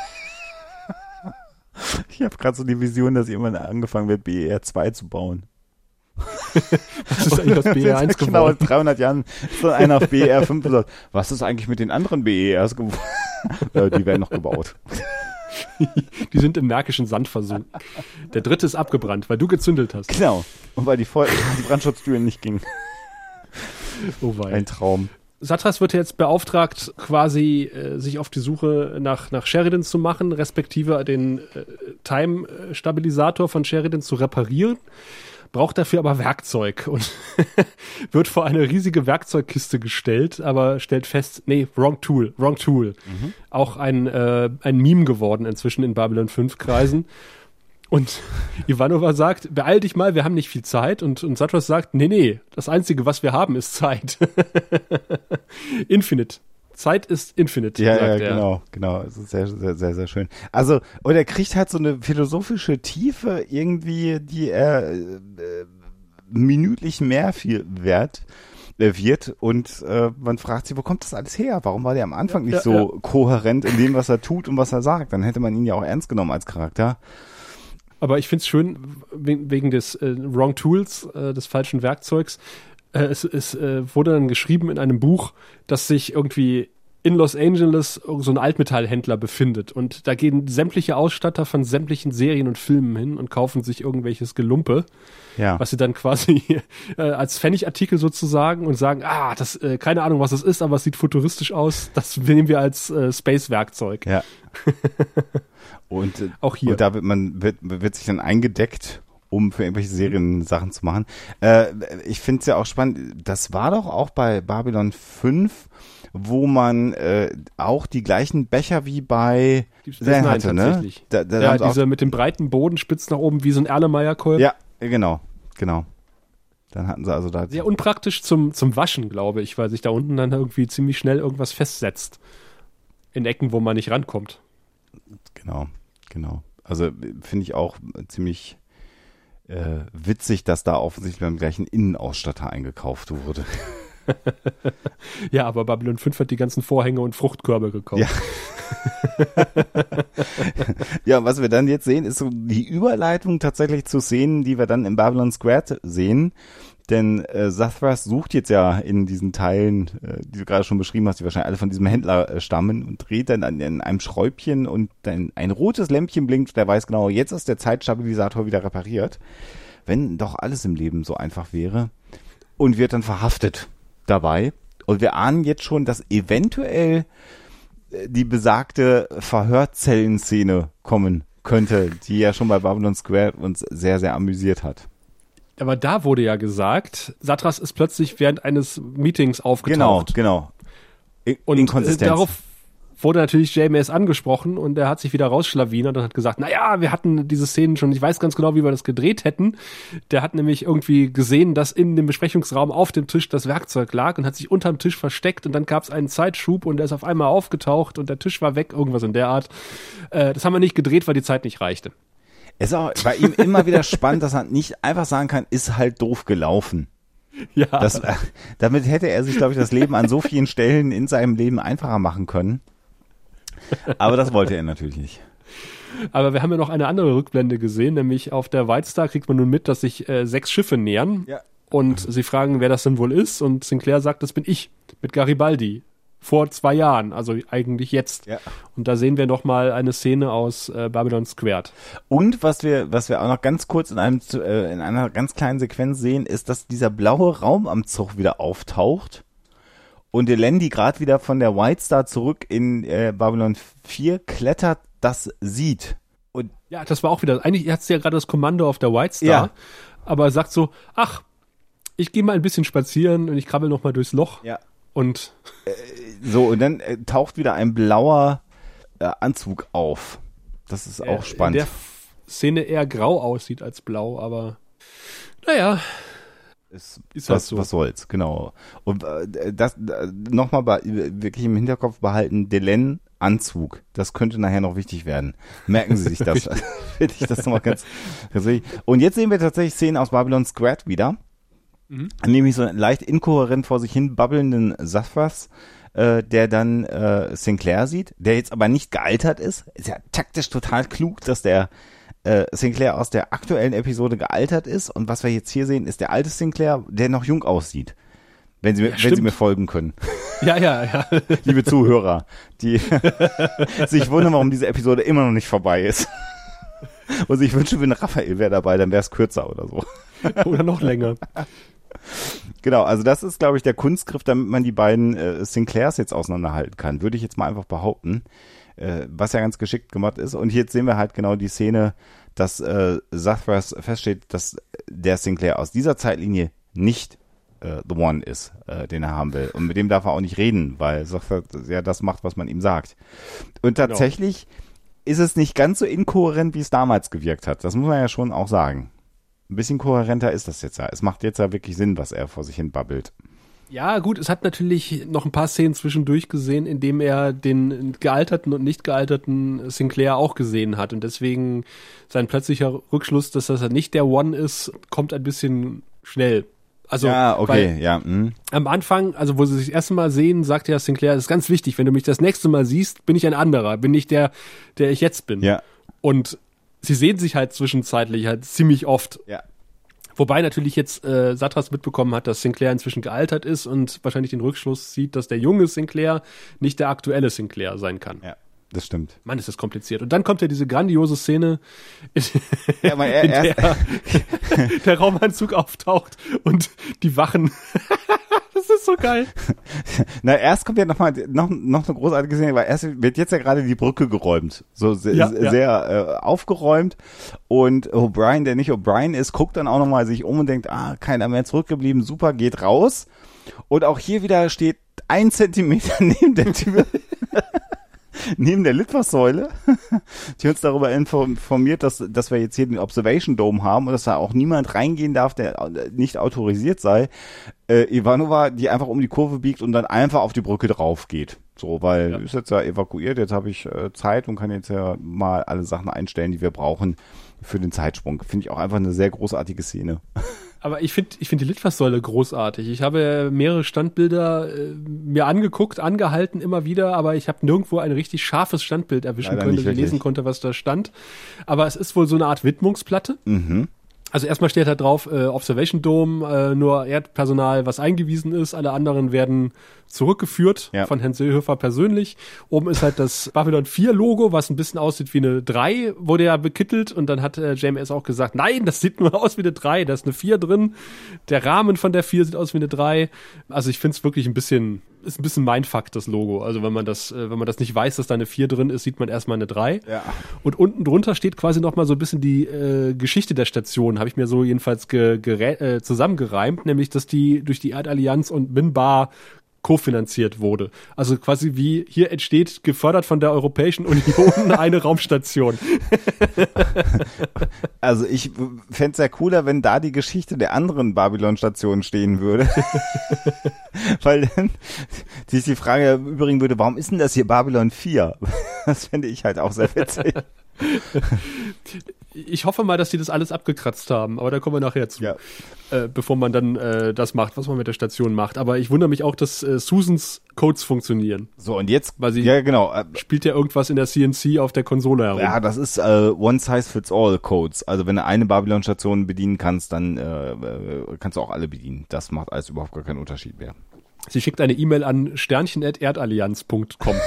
Ich habe gerade so die Vision, dass irgendwann angefangen wird, B E R zwei zu bauen. Was ist eigentlich aus B E R eins genau, geworden? in dreihundert Jahren ist dann einer auf B E R fünf und sagt, was ist eigentlich mit den anderen B E Rs geworden? Die werden noch gebaut. Die sind im märkischen Sand versunken. Der dritte ist abgebrannt, weil du gezündelt hast. Genau. Und weil die, Voll- die Brandschutztüren nicht gingen. Oh wei. Ein Traum. Satras wird jetzt beauftragt, quasi äh, sich auf die Suche nach, nach Sheridan zu machen, respektive den äh, Time-Stabilisator von Sheridan zu reparieren. Braucht dafür aber Werkzeug und wird vor eine riesige Werkzeugkiste gestellt, aber stellt fest, nee, wrong tool, wrong tool. Mhm. Auch ein, äh, ein Meme geworden inzwischen in Babylon fünf Kreisen. Und Ivanova sagt, beeil dich mal, wir haben nicht viel Zeit. Und, und Satras sagt, nee, nee, das Einzige, was wir haben, ist Zeit. Infinite. Zeit ist infinite, ja, sagt ja, er. genau, genau. Es ist sehr, sehr, sehr, sehr schön. Also, und er kriegt halt so eine philosophische Tiefe irgendwie, die er äh, minütlich mehr viel wert äh, wird. Und äh, man fragt sich, wo kommt das alles her? Warum war der am Anfang nicht ja, so ja. kohärent in dem, was er tut und was er sagt? Dann hätte man ihn ja auch ernst genommen als Charakter. Aber ich finde es schön, wegen des äh, Wrong Tools, äh, des falschen Werkzeugs. Äh, es es äh, wurde dann geschrieben in einem Buch, dass sich irgendwie in Los Angeles so ein Altmetallhändler befindet. Und da gehen sämtliche Ausstatter von sämtlichen Serien und Filmen hin und kaufen sich irgendwelches Gelumpe, ja. was sie dann quasi äh, als Pfennigartikel sozusagen und sagen, ah, das, äh, keine Ahnung, was das ist, aber es sieht futuristisch aus, das nehmen wir als äh, Space-Werkzeug. Ja. Und äh, auch hier. Und da wird man wird, wird sich dann eingedeckt, um für irgendwelche Serien Sachen zu machen. Äh, ich finde es ja auch spannend, das war doch auch bei Babylon fünf, wo man äh, auch die gleichen Becher wie bei Nein, hatte, tatsächlich. Ne? Da, da ja, haben sie diese mit dem breiten Boden spitz nach oben wie so ein Erlenmeyer-Kolb. Ja, genau, genau. Dann hatten sie also da... Sehr unpraktisch zum, zum Waschen, glaube ich, weil sich da unten dann irgendwie ziemlich schnell irgendwas festsetzt. In Ecken, wo man nicht rankommt. Genau, genau. Also finde ich auch ziemlich äh, witzig, dass da offensichtlich beim gleichen Innenausstatter eingekauft wurde. Ja, aber Babylon fünf hat die ganzen Vorhänge und Fruchtkörbe gekauft. Ja. Ja, was wir dann jetzt sehen, ist so die Überleitung tatsächlich zu Szenen, die wir dann im Babylon Square sehen. Denn äh, Zathras sucht jetzt ja in diesen Teilen, äh, die du gerade schon beschrieben hast, die wahrscheinlich alle von diesem Händler äh, stammen und dreht dann an, an einem Schräubchen und dann ein rotes Lämpchen blinkt. Der weiß genau, jetzt ist der Zeitstabilisator wieder repariert. Wenn doch alles im Leben so einfach wäre. Und wird dann verhaftet dabei. Und wir ahnen jetzt schon, dass eventuell die besagte Verhörzellenszene kommen könnte, die ja schon bei Babylon Square uns sehr, sehr amüsiert hat. Aber da wurde ja gesagt, Satras ist plötzlich während eines Meetings aufgetaucht. Genau, genau. I- Und Inkonsistenz. äh, darauf wurde natürlich J M S angesprochen und er hat sich wieder rausschlawinert und hat gesagt, naja, wir hatten diese Szenen schon, ich weiß ganz genau, wie wir das gedreht hätten. Der hat nämlich irgendwie gesehen, dass in dem Besprechungsraum auf dem Tisch das Werkzeug lag und hat sich unterm Tisch versteckt und dann gab es einen Zeitschub und er ist auf einmal aufgetaucht und der Tisch war weg, irgendwas in der Art. Äh, das haben wir nicht gedreht, weil die Zeit nicht reichte. Es ist auch bei ihm immer wieder spannend, dass er nicht einfach sagen kann, ist halt doof gelaufen. Ja. Das, äh, damit hätte er sich, glaube ich, das Leben an so vielen Stellen in seinem Leben einfacher machen können. Aber das wollte er natürlich nicht. Aber wir haben ja noch eine andere Rückblende gesehen, nämlich auf der White Star kriegt man nun mit, dass sich äh, sechs Schiffe nähern. Ja. Und sie fragen, wer das denn wohl ist. Und Sinclair sagt, das bin ich, mit Garibaldi. vor zwei Jahren, also eigentlich jetzt. Ja. Und da sehen wir nochmal eine Szene aus äh, Babylon Squared. Und was wir, was wir auch noch ganz kurz in einem, äh, in einer ganz kleinen Sequenz sehen, ist, dass dieser blaue Raum am Zug wieder auftaucht und Delenn, die gerade wieder von der White Star zurück in äh, Babylon vier klettert, das sieht. Und ja, das war auch wieder, eigentlich hat sie ja gerade das Kommando auf der White Star, ja. aber sagt so, ach, ich gehe mal ein bisschen spazieren und ich krabbel noch mal durchs Loch. Ja. Und äh, so, und dann äh, taucht wieder ein blauer äh, Anzug auf. Das ist auch spannend. In der F- Szene eher grau aussieht als blau, aber naja, ist, ist was, halt so. Was soll's, genau. Und äh, das äh, nochmal bei, wirklich im Hinterkopf behalten, Delenn Anzug, das könnte nachher noch wichtig werden. Merken Sie sich das. Finde ich das nochmal ganz, ganz wichtig. Und jetzt sehen wir tatsächlich Szenen aus Babylon Squared wieder. Mhm. Nämlich so einen leicht inkohärent vor sich hin babbelnden Sathras, äh, der dann äh, Sinclair sieht, der jetzt aber nicht gealtert ist. Ist ja taktisch total klug, dass der äh, Sinclair aus der aktuellen Episode gealtert ist. Und was wir jetzt hier sehen, ist der alte Sinclair, der noch jung aussieht. Wenn Sie, ja, wenn Sie mir folgen können. Ja, ja, ja. Liebe Zuhörer, die sich wundern, warum diese Episode immer noch nicht vorbei ist. Und sich wünschen, wenn Raphael wäre dabei, dann wäre es kürzer oder so. Oder noch länger. Genau, also das ist, glaube ich, der Kunstgriff, damit man die beiden äh, Sinclairs jetzt auseinanderhalten kann. Würde ich jetzt mal einfach behaupten. Äh, was ja ganz geschickt gemacht ist. Und jetzt sehen wir halt genau die Szene, dass äh, Sathras feststeht, dass der Sinclair aus dieser Zeitlinie nicht äh, the one ist, äh, den er haben will. Und mit dem darf er auch nicht reden, weil Sathras ja das macht, was man ihm sagt. Und tatsächlich genau. ist es nicht ganz so inkohärent, wie es damals gewirkt hat. Das muss man ja schon auch sagen. Ein bisschen kohärenter ist das jetzt ja. Es macht jetzt ja wirklich Sinn, was er vor sich hin babbelt. Ja, gut, es hat natürlich noch ein paar Szenen zwischendurch gesehen, in dem er den gealterten und nicht gealterten Sinclair auch gesehen hat. Und deswegen sein plötzlicher Rückschluss, dass das nicht der One ist, kommt ein bisschen schnell. Also, ja, okay, ja. Mh. Am Anfang, also wo sie sich das erste Mal sehen, sagt ja Sinclair, das ist ganz wichtig, wenn du mich das nächste Mal siehst, bin ich ein anderer, bin nicht der, der ich jetzt bin. Ja. Und sie sehen sich halt zwischenzeitlich halt ziemlich oft. Ja. Wobei natürlich jetzt äh, Sathras mitbekommen hat, dass Sinclair inzwischen gealtert ist und wahrscheinlich den Rückschluss sieht, dass der junge Sinclair nicht der aktuelle Sinclair sein kann. Ja, das stimmt. Mann, ist das kompliziert. Und dann kommt ja diese grandiose Szene, in, ja, aber er, in der der Raumanzug auftaucht und die Wachen... Das ist so geil. Na, erst kommt ja noch mal noch, noch eine großartige Szene, weil erst wird jetzt ja gerade die Brücke geräumt. So sehr, ja, sehr ja. äh, aufgeräumt. Und O'Brien, der nicht O'Brien ist, guckt dann auch nochmal sich um und denkt, ah, keiner mehr zurückgeblieben, super, geht raus. Und auch hier wieder steht ein Zentimeter neben der Tür, neben der Litfaßsäule, die uns darüber informiert, dass, dass wir jetzt hier den Observation Dome haben und dass da auch niemand reingehen darf, der nicht autorisiert sei. Äh, Ivanova, die einfach um die Kurve biegt und dann einfach auf die Brücke drauf geht. So, weil ja. ist jetzt ja evakuiert, jetzt habe ich äh, Zeit und kann jetzt ja mal alle Sachen einstellen, die wir brauchen für den Zeitsprung. Finde ich auch einfach eine sehr großartige Szene. Aber ich finde ich finde die Litfaßsäule großartig. Ich habe mehrere Standbilder äh, mir angeguckt, angehalten immer wieder, aber ich habe nirgendwo ein richtig scharfes Standbild erwischen Leider können, dass ich wirklich. lesen konnte, was da stand. Aber es ist wohl so eine Art Widmungsplatte. Mhm. Also erstmal steht da drauf, äh, Observation Dome, äh, nur Erdpersonal, was eingewiesen ist, alle anderen werden zurückgeführt ja. von Herrn Seehofer persönlich. Oben ist halt das Babylon vier Logo, was ein bisschen aussieht wie eine drei, wurde ja bekittelt und dann hat äh, J M S auch gesagt, nein, das sieht nur aus wie eine drei, da ist eine vier drin, der Rahmen von der vier sieht aus wie eine drei. Also ich finde es wirklich ein bisschen, ist ein bisschen Mindfuck, das Logo. Also wenn man das, äh, wenn man das nicht weiß, dass da eine vier drin ist, sieht man erstmal eine drei. Ja. Und unten drunter steht quasi noch mal so ein bisschen die äh, Geschichte der Station, habe ich mir so jedenfalls ge, ge, äh, zusammengereimt, nämlich, dass die durch die Erdallianz und Minbar kofinanziert wurde. Also quasi wie hier entsteht, gefördert von der Europäischen Union, eine Raumstation. Also ich fände es ja cooler, wenn da die Geschichte der anderen Babylon-Stationen stehen würde. Weil dann sich die Frage übrigen würde, warum ist denn das hier Babylon vier? Das fände ich halt auch sehr witzig. Ich hoffe mal, dass die das alles abgekratzt haben, aber da kommen wir nachher zu, ja. äh, bevor man dann äh, das macht, was man mit der Station macht. Aber ich wundere mich auch, dass äh, Susans Codes funktionieren. So, und jetzt, weil sie ja genau, äh, spielt ja irgendwas in der C N C auf der Konsole herum. Ja, das ist äh, One-Size-Fits-All-Codes. Also wenn du eine Babylon-Station bedienen kannst, dann äh, äh, kannst du auch alle bedienen. Das macht alles überhaupt gar keinen Unterschied mehr. Sie schickt eine E-Mail an sternchen at erdallianz punkt com.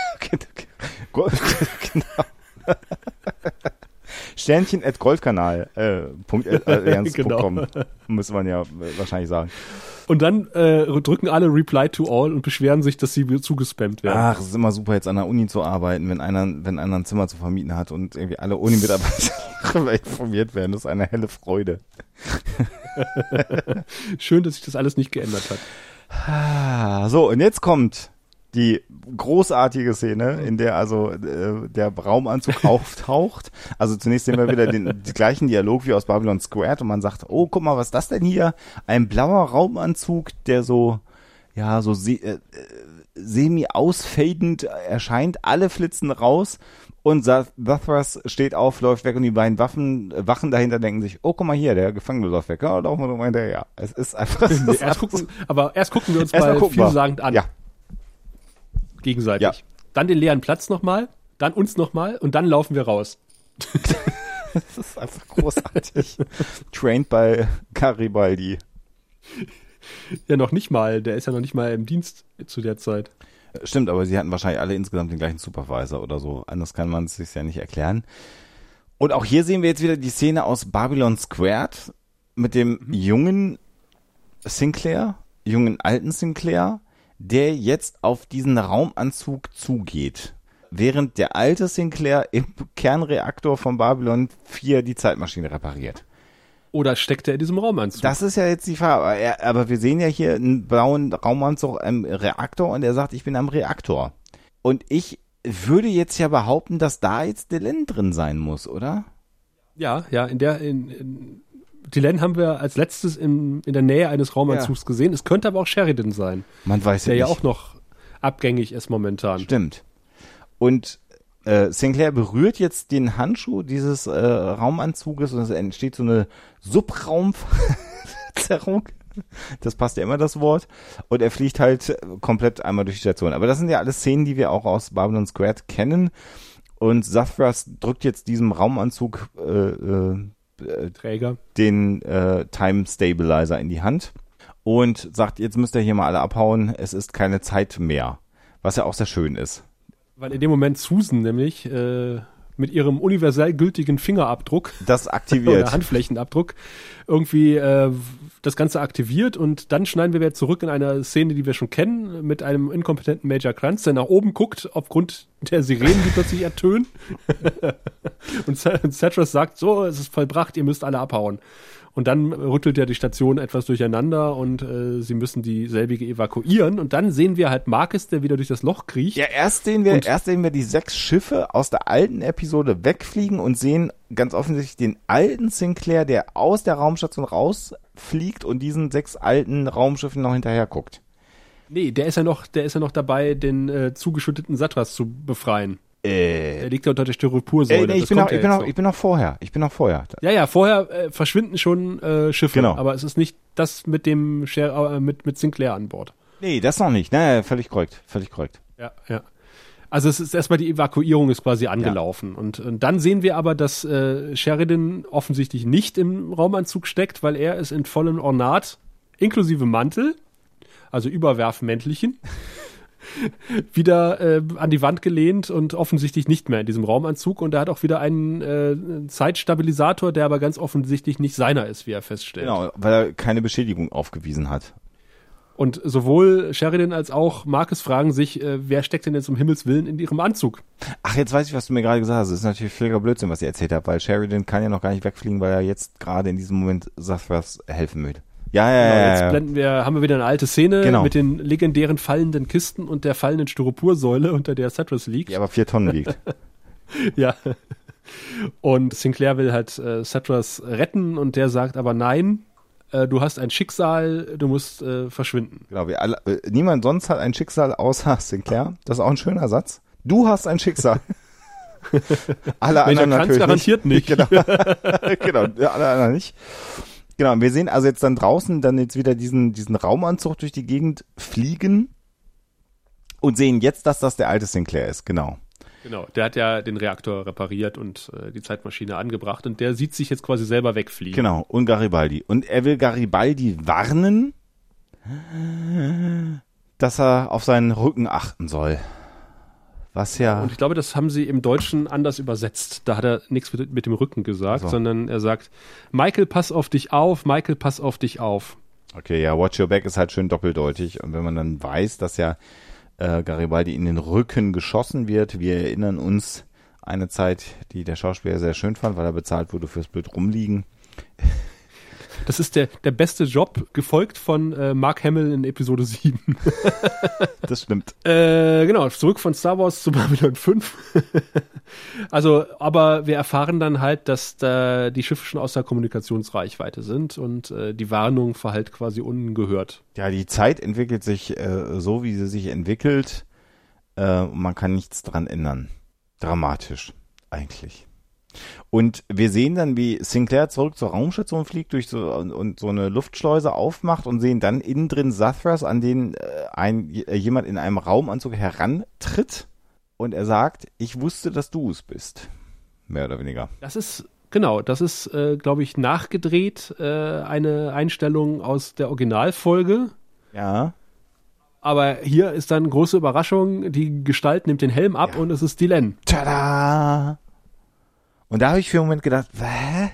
Genau. Sternchen at golfkanal äh, Punkt allianz Punkt com genau. Muss man ja wahrscheinlich sagen. Und dann äh, drücken alle Reply to all und beschweren sich, dass sie zugespammt werden. Ach, es ist immer super, jetzt an der Uni zu arbeiten, wenn einer, wenn einer ein Zimmer zu vermieten hat und irgendwie alle Uni-Mitarbeiter informiert werden. Das ist eine helle Freude. Schön, dass sich das alles nicht geändert hat. So, und jetzt kommt die großartige Szene, in der also äh, der Raumanzug auftaucht. Also zunächst sehen wir wieder den, den gleichen Dialog wie aus Babylon Squared und man sagt, oh, guck mal, was ist das denn hier? Ein blauer Raumanzug, der so, ja, so se- äh, semi-ausfadend erscheint. Alle flitzen raus und Zathras steht auf, läuft weg und die beiden Waffen, äh, Wachen dahinter denken sich, oh, guck mal hier, der Gefangene läuft weg. Ja, laufen wir doch mal hinterher. Es ist einfach... Nee, erst gucken, aber erst gucken wir uns erst mal gucken vielsagend wir. an. Ja. Gegenseitig. Ja. Dann den leeren Platz nochmal, dann uns nochmal und dann laufen wir raus. Das ist einfach großartig. Trained by Garibaldi. Ja, noch nicht mal. Der ist ja noch nicht mal im Dienst zu der Zeit. Stimmt, aber sie hatten wahrscheinlich alle insgesamt den gleichen Supervisor oder so. Anders kann man es sich ja nicht erklären. Und auch hier sehen wir jetzt wieder die Szene aus Babylon Squared mit dem mhm. jungen Sinclair, jungen alten Sinclair, der jetzt auf diesen Raumanzug zugeht, während der alte Sinclair im Kernreaktor von Babylon vier die Zeitmaschine repariert. Oder steckt er in diesem Raumanzug? Das ist ja jetzt die Frage. Aber, er, aber wir sehen ja hier einen blauen Raumanzug im Reaktor und er sagt, ich bin am Reaktor. Und ich würde jetzt ja behaupten, dass da jetzt Delenn drin sein muss, oder? Ja, ja, in der... In, in Delenn haben wir als letztes in, in der Nähe eines Raumanzugs ja. gesehen. Es könnte aber auch Sheridan sein. Man weiß ja der nicht. Der ja auch noch abgängig ist momentan. Stimmt. Und äh, Sinclair berührt jetzt den Handschuh dieses äh, Raumanzuges und es entsteht so eine Subraumverzerrung. Das passt ja immer, das Wort. Und er fliegt halt komplett einmal durch die Station. Aber das sind ja alles Szenen, die wir auch aus Babylon Squared kennen. Und Zathras drückt jetzt diesem Raumanzug äh, äh, Träger den äh, Time Stabilizer in die Hand und sagt, jetzt müsst ihr hier mal alle abhauen, es ist keine Zeit mehr, was ja auch sehr schön ist. Weil in dem Moment Susan nämlich äh, mit ihrem universell gültigen Fingerabdruck das aktiviert. oder Handflächenabdruck irgendwie äh, das Ganze aktiviert und dann schneiden wir wieder zurück in einer Szene, die wir schon kennen, mit einem inkompetenten Major Kranz, der nach oben guckt aufgrund der Sirenen, die plötzlich ertönen. Und Zathras sagt, so, es ist vollbracht, ihr müsst alle abhauen. Und dann rüttelt ja die Station etwas durcheinander und äh, sie müssen dieselbige evakuieren. Und dann sehen wir halt Marcus, der wieder durch das Loch kriecht. Ja, erst sehen wir, erst sehen wir die sechs Schiffe aus der alten Episode wegfliegen und sehen ganz offensichtlich den alten Sinclair, der aus der Raumstation rausfliegt und diesen sechs alten Raumschiffen noch hinterher guckt. Nee, der ist ja noch, der ist ja noch dabei, den äh, zugeschütteten Zathras zu befreien. Äh, der liegt ja unter der Styroporsäule. Äh, nee, ich, bin noch, ich, bin noch, ich bin noch vorher. Ich bin noch vorher. Ja, ja, vorher äh, verschwinden schon äh, Schiffe. Genau. Aber es ist nicht das mit dem Scher- äh, mit, mit Sinclair an Bord. Nee, das noch nicht. Naja, völlig korrekt. Völlig korrekt. Ja, ja. Also es ist erstmal die Evakuierung ist quasi angelaufen. Ja. Und, und dann sehen wir aber, dass äh, Sheridan offensichtlich nicht im Raumanzug steckt, weil er ist in vollem Ornat, inklusive Mantel, also Überwerfmäntelchen, wieder äh, an die Wand gelehnt und offensichtlich nicht mehr in diesem Raumanzug. Und er hat auch wieder einen äh, Zeitstabilisator, der aber ganz offensichtlich nicht seiner ist, wie er feststellt. Genau, weil er keine Beschädigung aufgewiesen hat. Und sowohl Sheridan als auch Marcus fragen sich, äh, wer steckt denn jetzt um Himmels Willen in ihrem Anzug? Ach, jetzt weiß ich, was du mir gerade gesagt hast. Das ist natürlich völliger Blödsinn, was ihr erzählt habt, weil Sheridan kann ja noch gar nicht wegfliegen, weil er jetzt gerade in diesem Moment Zathras helfen möchte. Ja, ja, genau, ja. Jetzt ja. blenden wir, haben wir wieder eine alte Szene genau. mit den legendären fallenden Kisten und der fallenden Styroporsäule, unter der Zathras liegt. Die aber vier Tonnen wiegt. Ja. Und Sinclair will halt äh, Zathras retten und der sagt aber nein, äh, du hast ein Schicksal, du musst äh, verschwinden. Genau, wir alle, äh, niemand sonst hat ein Schicksal außer Sinclair. Das ist auch ein schöner Satz. Du hast ein Schicksal. Alle anderen natürlich garantiert nicht. Genau, genau, alle anderen nicht. Genau, wir sehen also jetzt dann draußen dann jetzt wieder diesen, diesen Raumanzug durch die Gegend fliegen und sehen jetzt, dass das der alte Sinclair ist, genau. Genau, der hat ja den Reaktor repariert und äh, die Zeitmaschine angebracht und der sieht sich jetzt quasi selber wegfliegen. Genau, und Garibaldi. Und er will Garibaldi warnen, dass er auf seinen Rücken achten soll. Was ja... Und ich glaube, das haben sie im Deutschen anders übersetzt. Da hat er nichts mit, mit dem Rücken gesagt, so. sondern er sagt, Michael, pass auf dich auf, Michael, pass auf dich auf. Okay, ja, watch your back ist halt schön doppeldeutig. Und wenn man dann weiß, dass ja äh, Garibaldi in den Rücken geschossen wird, wir erinnern uns eine Zeit, die der Schauspieler sehr schön fand, weil er bezahlt wurde fürs blöd rumliegen. Das ist der, der beste Job, gefolgt von äh, Mark Hamill in Episode sieben. Das stimmt. Äh, genau, zurück von Star Wars zu Babylon fünf. Also, aber wir erfahren dann halt, dass da die Schiffe schon außer Kommunikationsreichweite sind und äh, die Warnung verhallt quasi ungehört. Ja, die Zeit entwickelt sich äh, so, wie sie sich entwickelt. Äh, man kann nichts dran ändern. Dramatisch, eigentlich. Und wir sehen dann, wie Sinclair zurück zur Raumstation fliegt durch so und, und so eine Luftschleuse aufmacht und sehen dann innen drin Zathras, an den äh, ein, äh, jemand in einem Raumanzug herantritt und er sagt, ich wusste, dass du es bist. Mehr oder weniger. Das ist, genau, das ist, äh, glaube ich, nachgedreht, äh, eine Einstellung aus der Originalfolge. Ja. Aber hier ist dann große Überraschung, die Gestalt nimmt den Helm ab ja. und es ist Delenn. Tada! Und da habe ich für einen Moment gedacht, hä?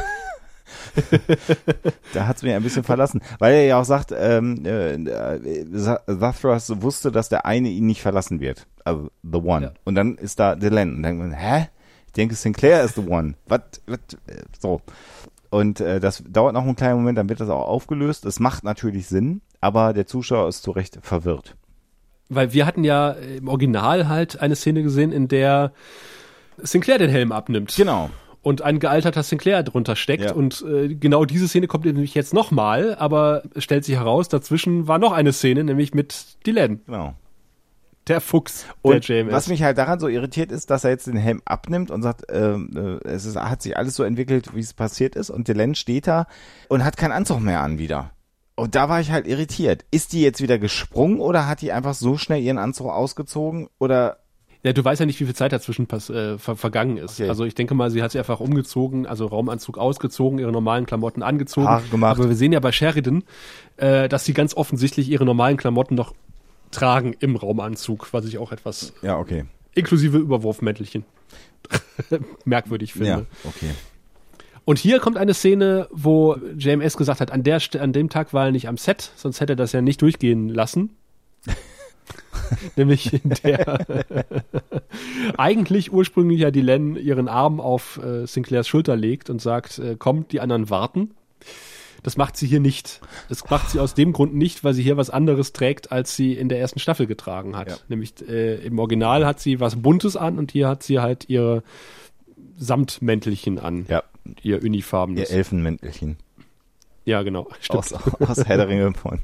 Da hat es mir ein bisschen verlassen. Weil er ja auch sagt, ähm, äh, Zathras wusste, dass der eine ihn nicht verlassen wird. Also The One. Ja. Und dann ist da Delenn. Und dann denkt man, hä? Ich denke, Sinclair ist The One. Was? So. Und äh, das dauert noch einen kleinen Moment, dann wird das auch aufgelöst. Es macht natürlich Sinn, aber der Zuschauer ist zu Recht verwirrt. Weil wir hatten ja im Original halt eine Szene gesehen, in der Sinclair den Helm abnimmt. Genau. Und ein gealterter Sinclair drunter steckt. Ja. Und äh, genau diese Szene kommt nämlich jetzt nochmal, aber es stellt sich heraus, dazwischen war noch eine Szene, nämlich mit Delenn. Genau. Der Fuchs, und der J M S. Was mich halt daran so irritiert ist, dass er jetzt den Helm abnimmt und sagt, äh, äh, es ist, hat sich alles so entwickelt, wie es passiert ist. Und Delenn steht da und hat keinen Anzug mehr an wieder. Und da war ich halt irritiert. Ist die jetzt wieder gesprungen oder hat die einfach so schnell ihren Anzug ausgezogen oder... Ja, du weißt ja nicht, wie viel Zeit dazwischen pass- äh, ver- vergangen ist. Okay. Also ich denke mal, sie hat sich einfach umgezogen, also Raumanzug ausgezogen, ihre normalen Klamotten angezogen. Haare gemacht. Aber wir sehen ja bei Sheridan, äh, dass sie ganz offensichtlich ihre normalen Klamotten noch tragen im Raumanzug, was ich auch etwas ja, okay. inklusive Überwurfmäntelchen merkwürdig finde. Ja, okay. Und hier kommt eine Szene, wo J M S gesagt hat, an, der, an dem Tag war er nicht am Set, sonst hätte er das ja nicht durchgehen lassen. Nämlich in der eigentlich ursprünglich ja Delenn ihren Arm auf äh, Sinclairs Schulter legt und sagt, äh, kommt, die anderen warten. Das macht sie hier nicht. Das macht sie aus dem Grund nicht, weil sie hier was anderes trägt, als sie in der ersten Staffel getragen hat. Ja. Nämlich äh, im Original hat sie was Buntes an und hier hat sie halt ihre Samtmäntelchen an. Ja. Ihr unifarbenes. Ihr Elfenmäntelchen. Ja, genau. Aus, aus Herr der Ringe von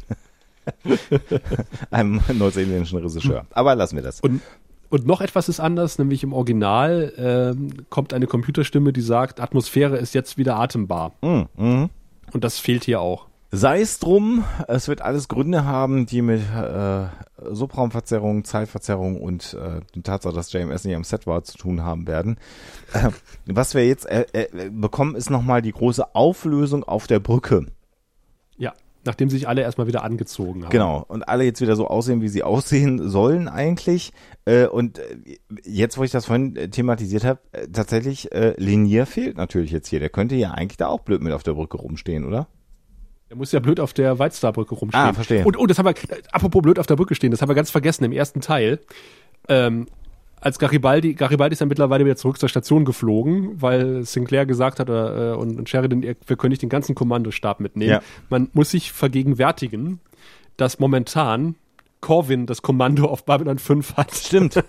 einem neuseeländischen Regisseur. Aber lassen wir das. Und, und noch etwas ist anders, nämlich im Original ähm, kommt eine Computerstimme, die sagt, Atmosphäre ist jetzt wieder atembar. Mm, mm. Und das fehlt hier auch. Sei es drum, es wird alles Gründe haben, die mit äh, Subraumverzerrung, Zeitverzerrung und äh, der Tatsache, dass J M S nicht am Set war, zu tun haben werden. Äh, was wir jetzt äh, äh, bekommen, ist nochmal die große Auflösung auf der Brücke. Ja, nachdem sich alle erstmal wieder angezogen haben. Genau, und alle jetzt wieder so aussehen, wie sie aussehen sollen eigentlich. Äh, und äh, jetzt, wo ich das vorhin äh, thematisiert habe, äh, tatsächlich, äh, Linier fehlt natürlich jetzt hier. Der könnte ja eigentlich da auch blöd mit auf der Brücke rumstehen, oder? Der muss ja blöd auf der White-Star-Brücke rumstehen. Ah, verstehe. Und, und das haben wir, apropos blöd auf der Brücke stehen, das haben wir ganz vergessen im ersten Teil. Ähm, als Garibaldi, Garibaldi ist dann mittlerweile wieder zurück zur Station geflogen, weil Sinclair gesagt hat, äh, und, und Sheridan, wir können nicht den ganzen Kommandostab mitnehmen. Ja. Man muss sich vergegenwärtigen, dass momentan Corwin das Kommando auf Babylon fünf hat. Stimmt.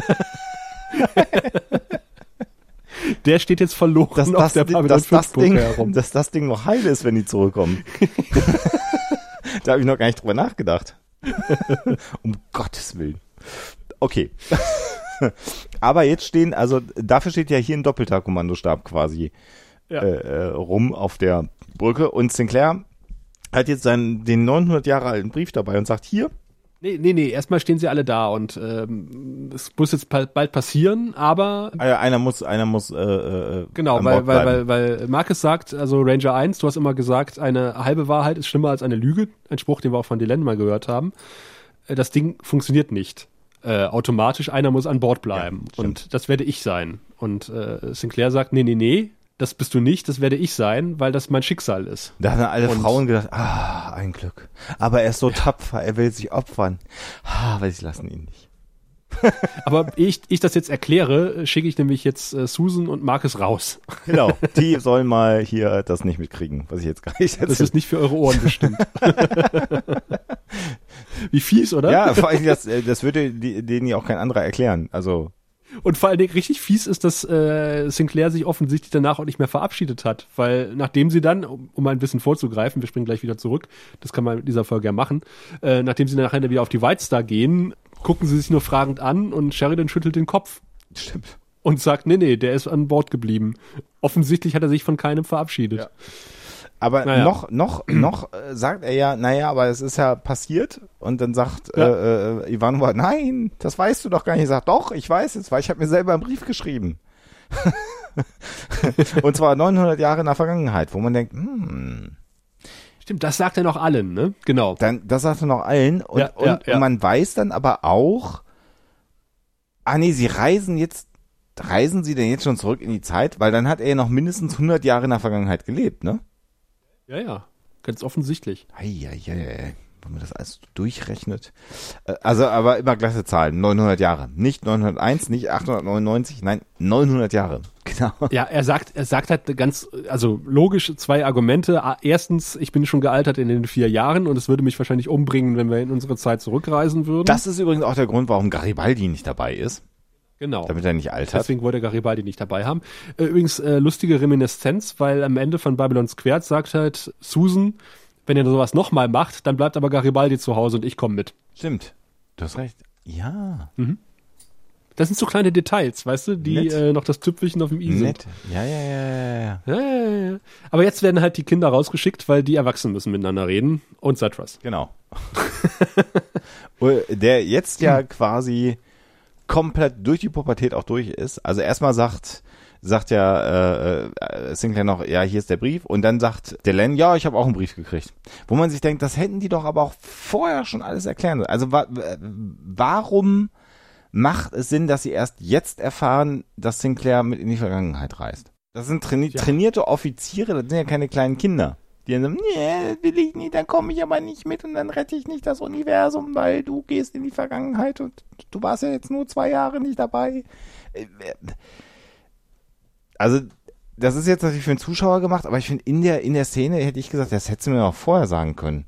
Der steht jetzt verloren dass auf das, der Babylon dass fünf das Ding, herum. Dass das Ding noch heil ist, wenn die zurückkommen. Da habe ich noch gar nicht drüber nachgedacht. Um Gottes Willen. Okay. Aber jetzt stehen, also dafür steht ja hier ein doppelter Kommandostab quasi ja. äh, rum auf der Brücke. Und Sinclair hat jetzt seinen, den neunhundert Jahre alten Brief dabei und sagt, hier. Nee, nee, nee, erstmal stehen sie alle da und ähm, es muss jetzt bald passieren, aber... Einer muss, einer muss äh, äh, Genau, weil, weil, weil, weil Marcus sagt, also Ranger eins, du hast immer gesagt, eine halbe Wahrheit ist schlimmer als eine Lüge. Ein Spruch, den wir auch von Delenn mal gehört haben. das Ding funktioniert nicht. Äh, automatisch, einer muss an Bord bleiben. Ja, und das werde ich sein. Und äh, Sinclair sagt, nee, nee, nee, das bist du nicht, das werde ich sein, weil das mein Schicksal ist. Da haben alle und Frauen gedacht, ah, ein Glück. Aber er ist so ja. tapfer, er will sich opfern. Ah, weil sie lassen ihn nicht. Aber ehe ich, ich das jetzt erkläre, schicke ich nämlich jetzt äh, Susan und Marcus raus. Genau, die sollen mal hier das nicht mitkriegen, was ich jetzt gar nicht erzähle. Das ist nicht für eure Ohren bestimmt. Wie fies, oder? Ja, vor allem, das, das würde die, denen ja auch kein anderer erklären. Also. Und vor allen Dingen richtig fies ist, dass äh, Sinclair sich offensichtlich danach auch nicht mehr verabschiedet hat, weil nachdem sie dann, um, um ein bisschen vorzugreifen, wir springen gleich wieder zurück, das kann man mit dieser Folge ja machen, äh, nachdem sie nachher wieder auf die White Star gehen, gucken sie sich nur fragend an und Sheridan schüttelt den Kopf. Stimmt. Und sagt, nee, nee, der ist an Bord geblieben. Offensichtlich hat er sich von keinem verabschiedet. Ja. Aber naja. noch, noch, noch äh, sagt er ja, naja, aber es ist ja passiert. Und dann sagt ja. äh, äh, Ivanova, nein, das weißt du doch gar nicht. Er sagt, doch, ich weiß es, weil ich habe mir selber einen Brief geschrieben. Und zwar neunhundert Jahre in der Vergangenheit, wo man denkt, hm. Stimmt, das sagt er noch allen, ne? Genau. Dann, das sagt er noch allen. Und, ja, ja, und, ja. und man weiß dann aber auch, ah nee, sie reisen jetzt, reisen sie denn jetzt schon zurück in die Zeit? Weil dann hat er ja noch mindestens hundert Jahre in der Vergangenheit gelebt, ne? Ja, ja, ganz offensichtlich. Eieiei, wenn man das alles durchrechnet. Also, aber immer gleiche Zahlen, neunhundert Jahre. Nicht neunhunderteins, nicht achthundertneunundneunzig, nein, neunhundert Jahre. Genau. Ja, er sagt, er sagt halt ganz, also logisch zwei Argumente. Erstens, ich bin schon gealtert in den vier Jahren und es würde mich wahrscheinlich umbringen, wenn wir in unsere Zeit zurückreisen würden. Das ist übrigens auch der Grund, warum Garibaldi nicht dabei ist. Genau. Damit er nicht altert. Deswegen wollte Garibaldi nicht dabei haben. Äh, übrigens, äh, lustige Reminiszenz, weil am Ende von Babylon Squared sagt halt Susan, wenn er sowas nochmal macht, dann bleibt aber Garibaldi zu Hause und ich komme mit. Stimmt. Du hast recht. Ja. Mhm. Das sind so kleine Details, weißt du, die äh, noch das Tüpfelchen auf dem i sind. Nett. Ja, ja, ja, ja, ja. Ja, ja, ja. Aber jetzt werden halt die Kinder rausgeschickt, weil die Erwachsenen müssen miteinander reden und Zatras. Genau. Der jetzt ja quasi komplett durch die Pubertät auch durch ist. Also erstmal sagt sagt ja äh, Sinclair noch, ja, hier ist der Brief. Und dann sagt Delenn, ja, ich habe auch einen Brief gekriegt. Wo man sich denkt, das hätten die doch aber auch vorher schon alles erklären. Also wa- warum macht es Sinn, dass sie erst jetzt erfahren, dass Sinclair mit in die Vergangenheit reist? Das sind traini- ja. trainierte Offiziere, das sind ja keine kleinen Kinder. Die dann sagen, nee, will ich nicht, dann komme ich aber nicht mit und dann rette ich nicht das Universum, weil du gehst in die Vergangenheit und du warst ja jetzt nur zwei Jahre nicht dabei. Also, das ist jetzt natürlich für einen Zuschauer gemacht, aber ich finde, in der, in der Szene hätte ich gesagt, das hättest du mir auch vorher sagen können.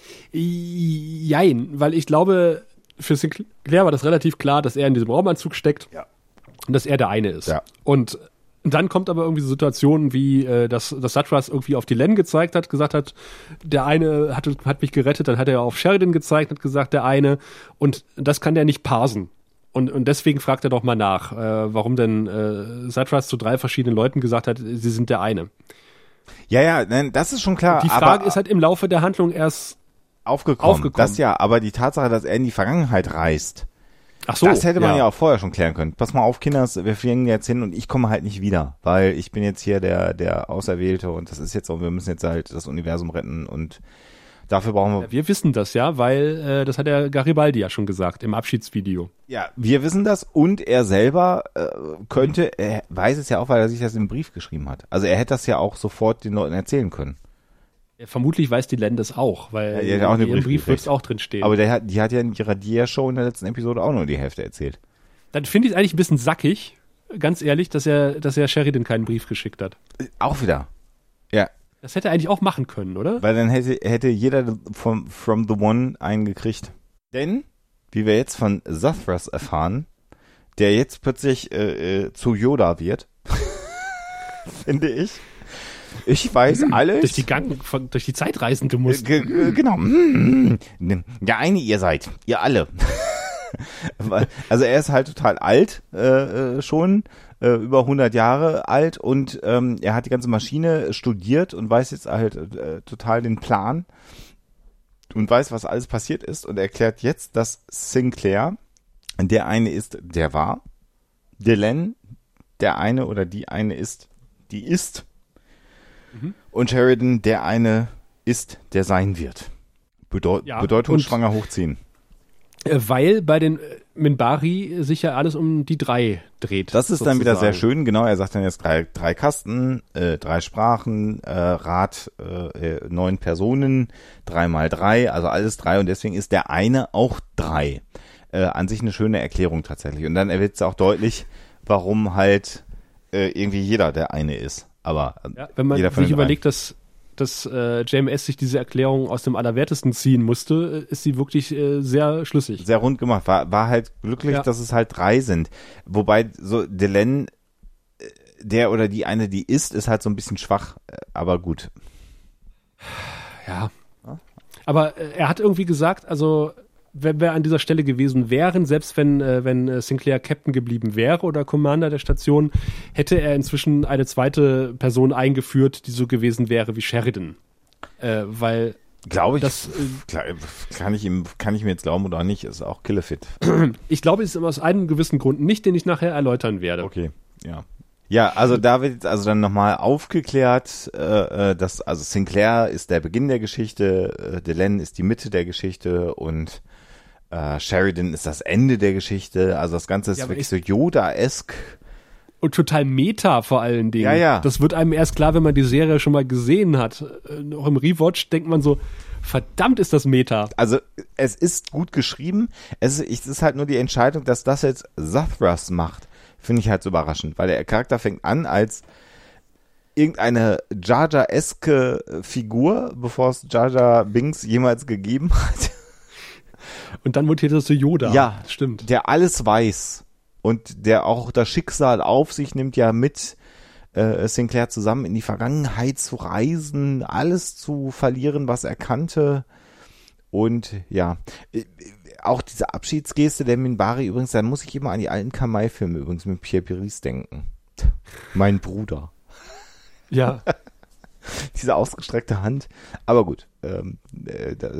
Jein, weil ich glaube, für Sinclair war das relativ klar, dass er in diesem Raumanzug steckt ja. und dass er der eine ist. Ja. Und dann kommt aber irgendwie so Situationen wie, äh, dass, dass Zatras irgendwie auf Delenn gezeigt hat, gesagt hat, der eine hat, hat mich gerettet, dann hat er auf Sheridan gezeigt, hat gesagt, der eine, und das kann der nicht parsen. Und, und deswegen fragt er doch mal nach, äh, warum denn äh, Zatras zu drei verschiedenen Leuten gesagt hat, sie sind der eine. Ja, ja, nein, das ist schon klar. Die Frage aber ist halt im Laufe der Handlung erst aufgekommen. aufgekommen. Das ja, aber die Tatsache, dass er in die Vergangenheit reist, Ach so, das hätte man ja. ja auch vorher schon klären können. Pass mal auf, Kinders, wir fliegen jetzt hin und ich komme halt nicht wieder, weil ich bin jetzt hier der der Auserwählte und das ist jetzt so, wir müssen jetzt halt das Universum retten und dafür brauchen wir... Ja, wir wissen das ja, weil äh, das hat der Garibaldi ja schon gesagt im Abschiedsvideo. Ja, wir wissen das und er selber äh, könnte, er weiß es ja auch, weil er sich das im Brief geschrieben hat. Also er hätte das ja auch sofort den Leuten erzählen können. Ja, vermutlich weiß die Len das auch, weil ja, die hat auch in ihrem Brief, Brief wird es auch drin stehen. Aber der hat, die hat ja in ihrer Dia-Show in der letzten Episode auch nur die Hälfte erzählt. Dann finde ich es eigentlich ein bisschen sackig, ganz ehrlich, dass er, dass er Sheridan keinen Brief geschickt hat. Auch wieder. Ja. Das hätte er eigentlich auch machen können, oder? Weil dann hätte, hätte jeder vom, from the One einen gekriegt. Denn, wie wir jetzt von Zathras erfahren, der jetzt plötzlich äh, äh, zu Yoda wird, finde ich. Ich weiß alles. Durch die Gang, von, durch die Zeit reisen, du musst. G- g- genau. Der eine ihr seid. Ihr alle. Also er ist halt total alt äh, schon, äh, über hundert Jahre alt und ähm, er hat die ganze Maschine studiert und weiß jetzt halt äh, total den Plan und weiß, was alles passiert ist und erklärt jetzt, dass Sinclair der eine ist, der war, Delenn der eine oder die eine ist, die ist mhm. und Sheridan der eine ist, der sein wird. Bedeu- ja, bedeutungsschwanger hochziehen. Äh, weil bei den Minbari sich ja alles um die drei dreht. Das ist sozusagen. dann wieder sehr schön, genau. Er sagt dann jetzt drei, drei Kasten, äh, drei Sprachen, äh, Rat, äh, neun Personen, drei mal drei, also alles drei und deswegen ist der eine auch drei. Äh, an sich eine schöne Erklärung tatsächlich. Und dann wird es auch deutlich, warum halt äh, irgendwie jeder der eine ist. Aber ja, wenn man sich überlegt, dass dass äh, J M S sich diese Erklärung aus dem Allerwertesten ziehen musste, ist sie wirklich äh, sehr schlüssig. Sehr rund gemacht. War, war halt glücklich, ja. dass es halt drei sind. Wobei so Delenn, der oder die eine, die ist, ist halt so ein bisschen schwach, aber gut. Ja. Aber äh, er hat irgendwie gesagt, also wenn wir an dieser Stelle gewesen wären, selbst wenn, äh, wenn Sinclair Captain geblieben wäre oder Commander der Station, hätte er inzwischen eine zweite Person eingeführt, die so gewesen wäre wie Sheridan. Äh, weil Glaube ich, das, äh, kann ich ihm, kann ich mir jetzt glauben oder nicht, ist auch Killefit. Ich glaube, es ist aus einem gewissen Grund nicht, den ich nachher erläutern werde. Okay, ja. Ja, also da wird jetzt also dann nochmal aufgeklärt, äh, dass also Sinclair ist der Beginn der Geschichte, äh, Delenn ist die Mitte der Geschichte und äh, Sheridan ist das Ende der Geschichte. Also das Ganze ist ja, wirklich so Yoda-esk. Und total Meta vor allen Dingen. Ja, ja. Das wird einem erst klar, wenn man die Serie schon mal gesehen hat. Äh, noch im Rewatch denkt man so, verdammt ist das Meta. Also es ist gut geschrieben. Es ist, es ist halt nur die Entscheidung, dass das jetzt Zathras macht. Finde ich halt so überraschend, weil der Charakter fängt an als irgendeine Jar Jar-eske Figur, bevor es Jar Jar Binks jemals gegeben hat. Und dann mutiert das zu Yoda. Ja, stimmt. Der alles weiß und der auch das Schicksal auf sich nimmt, ja mit äh, Sinclair zusammen in die Vergangenheit zu reisen, alles zu verlieren, was er kannte. Und ja, auch diese Abschiedsgeste der Minbari übrigens, da muss ich immer an die alten Kamai-Filme übrigens mit Pierre Piris denken. Mein Bruder. Ja. Diese ausgestreckte Hand. Aber gut. Ähm, äh, da,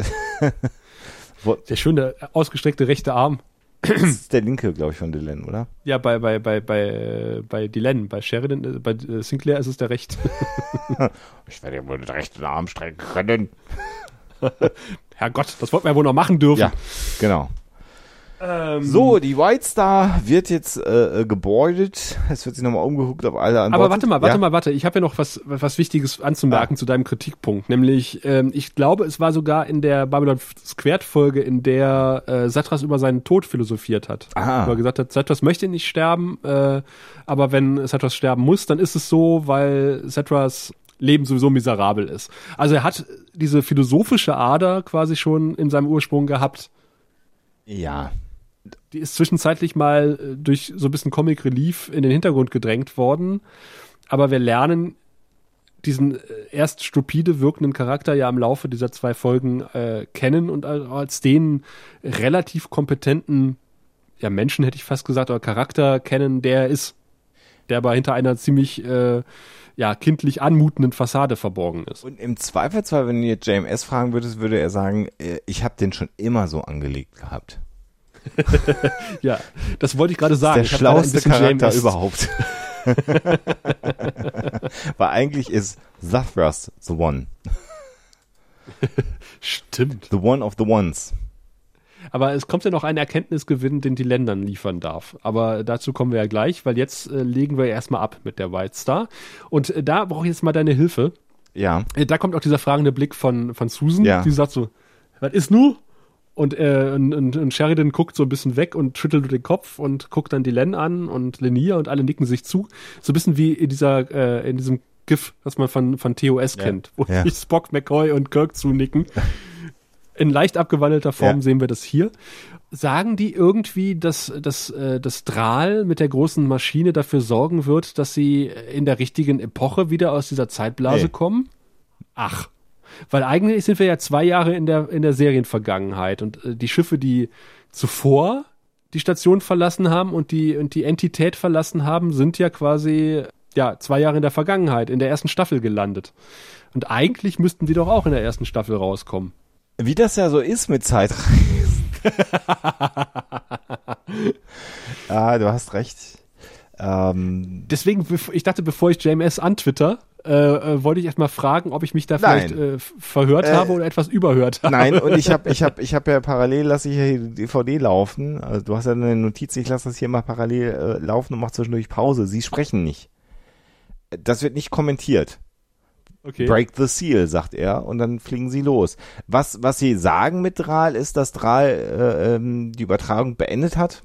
der schöne ausgestreckte rechte Arm. Das ist der linke, glaube ich, von Delenn, oder? Ja, bei bei bei bei bei Delenn, bei Sheridan, bei Sinclair ist es der rechte. Ich werde ja wohl den rechten Arm strecken können. Herrgott, das wollten wir ja wohl noch machen dürfen. Ja, genau. Ähm, so, die White Star wird jetzt äh, gebordet. Es wird sich nochmal umgeguckt auf alle an Aber Bord. warte mal, warte ja? mal, warte. Ich habe ja noch was was Wichtiges anzumerken ah. zu deinem Kritikpunkt. Nämlich, ähm, ich glaube, es war sogar in der Babylon Squared Folge, in der äh, Zathras über seinen Tod philosophiert hat. Ah. Wo er gesagt hat, Zathras möchte nicht sterben, äh, aber wenn Zathras sterben muss, dann ist es so, weil Zathras Leben sowieso miserabel ist. Also er hat diese philosophische Ader quasi schon in seinem Ursprung gehabt. Ja. Die ist zwischenzeitlich mal durch so ein bisschen Comic Relief in den Hintergrund gedrängt worden. Aber wir lernen diesen erst stupide wirkenden Charakter ja im Laufe dieser zwei Folgen äh, kennen und als den relativ kompetenten, ja Menschen hätte ich fast gesagt, oder Charakter kennen, der er ist. Der aber hinter einer ziemlich äh, ja, kindlich anmutenden Fassade verborgen ist. Und im Zweifelsfall, wenn du jetzt J M S fragen würdest, würde er sagen, ich habe den schon immer so angelegt gehabt. Ja, das wollte ich gerade sagen. Der schlauste Charakter überhaupt. Weil eigentlich ist Zathras the one. Stimmt. The one of the ones. Aber es kommt ja noch ein Erkenntnisgewinn, den die Ländern liefern darf. Aber dazu kommen wir ja gleich, weil jetzt äh, legen wir erstmal ab mit der White Star. Und äh, da brauche ich jetzt mal deine Hilfe. Ja. Äh, da kommt auch dieser fragende Blick von, von Susan, ja. Die sagt so, was ist nu? Und, äh, und, und, und Sheridan guckt so ein bisschen weg und schüttelt den Kopf und guckt dann die Len an und Lenia und alle nicken sich zu. So ein bisschen wie in dieser, äh, in diesem GIF, das man von, von T O S ja. kennt, wo ja. sich Spock, McCoy und Kirk zunicken. In leicht abgewandelter Form ja. sehen wir das hier. Sagen die irgendwie, dass, dass äh, das Drahl mit der großen Maschine dafür sorgen wird, dass sie in der richtigen Epoche wieder aus dieser Zeitblase nee. kommen? Ach. Weil eigentlich sind wir ja zwei Jahre in der, in der Serienvergangenheit und äh, die Schiffe, die zuvor die Station verlassen haben und die, und die Entität verlassen haben, sind ja quasi ja zwei Jahre in der Vergangenheit, in der ersten Staffel gelandet. Und eigentlich müssten die doch auch in der ersten Staffel rauskommen. Wie das ja so ist mit Zeitreisen. Ah, du hast recht. Ähm, Deswegen, ich dachte, bevor ich J M S antwitter, äh, äh, wollte ich erst mal fragen, ob ich mich da vielleicht äh, verhört äh, habe oder etwas überhört habe. Nein, und ich habe ich hab, ich hab ja parallel, lasse ich hier die D V D laufen. Also du hast ja eine Notiz, ich lasse das hier mal parallel äh, laufen und mache zwischendurch Pause. Sie sprechen nicht. Das wird nicht kommentiert. Okay. Break the seal, sagt er, und dann fliegen sie los. Was, was sie sagen mit Draal ist, dass Draal äh, ähm, die Übertragung beendet hat,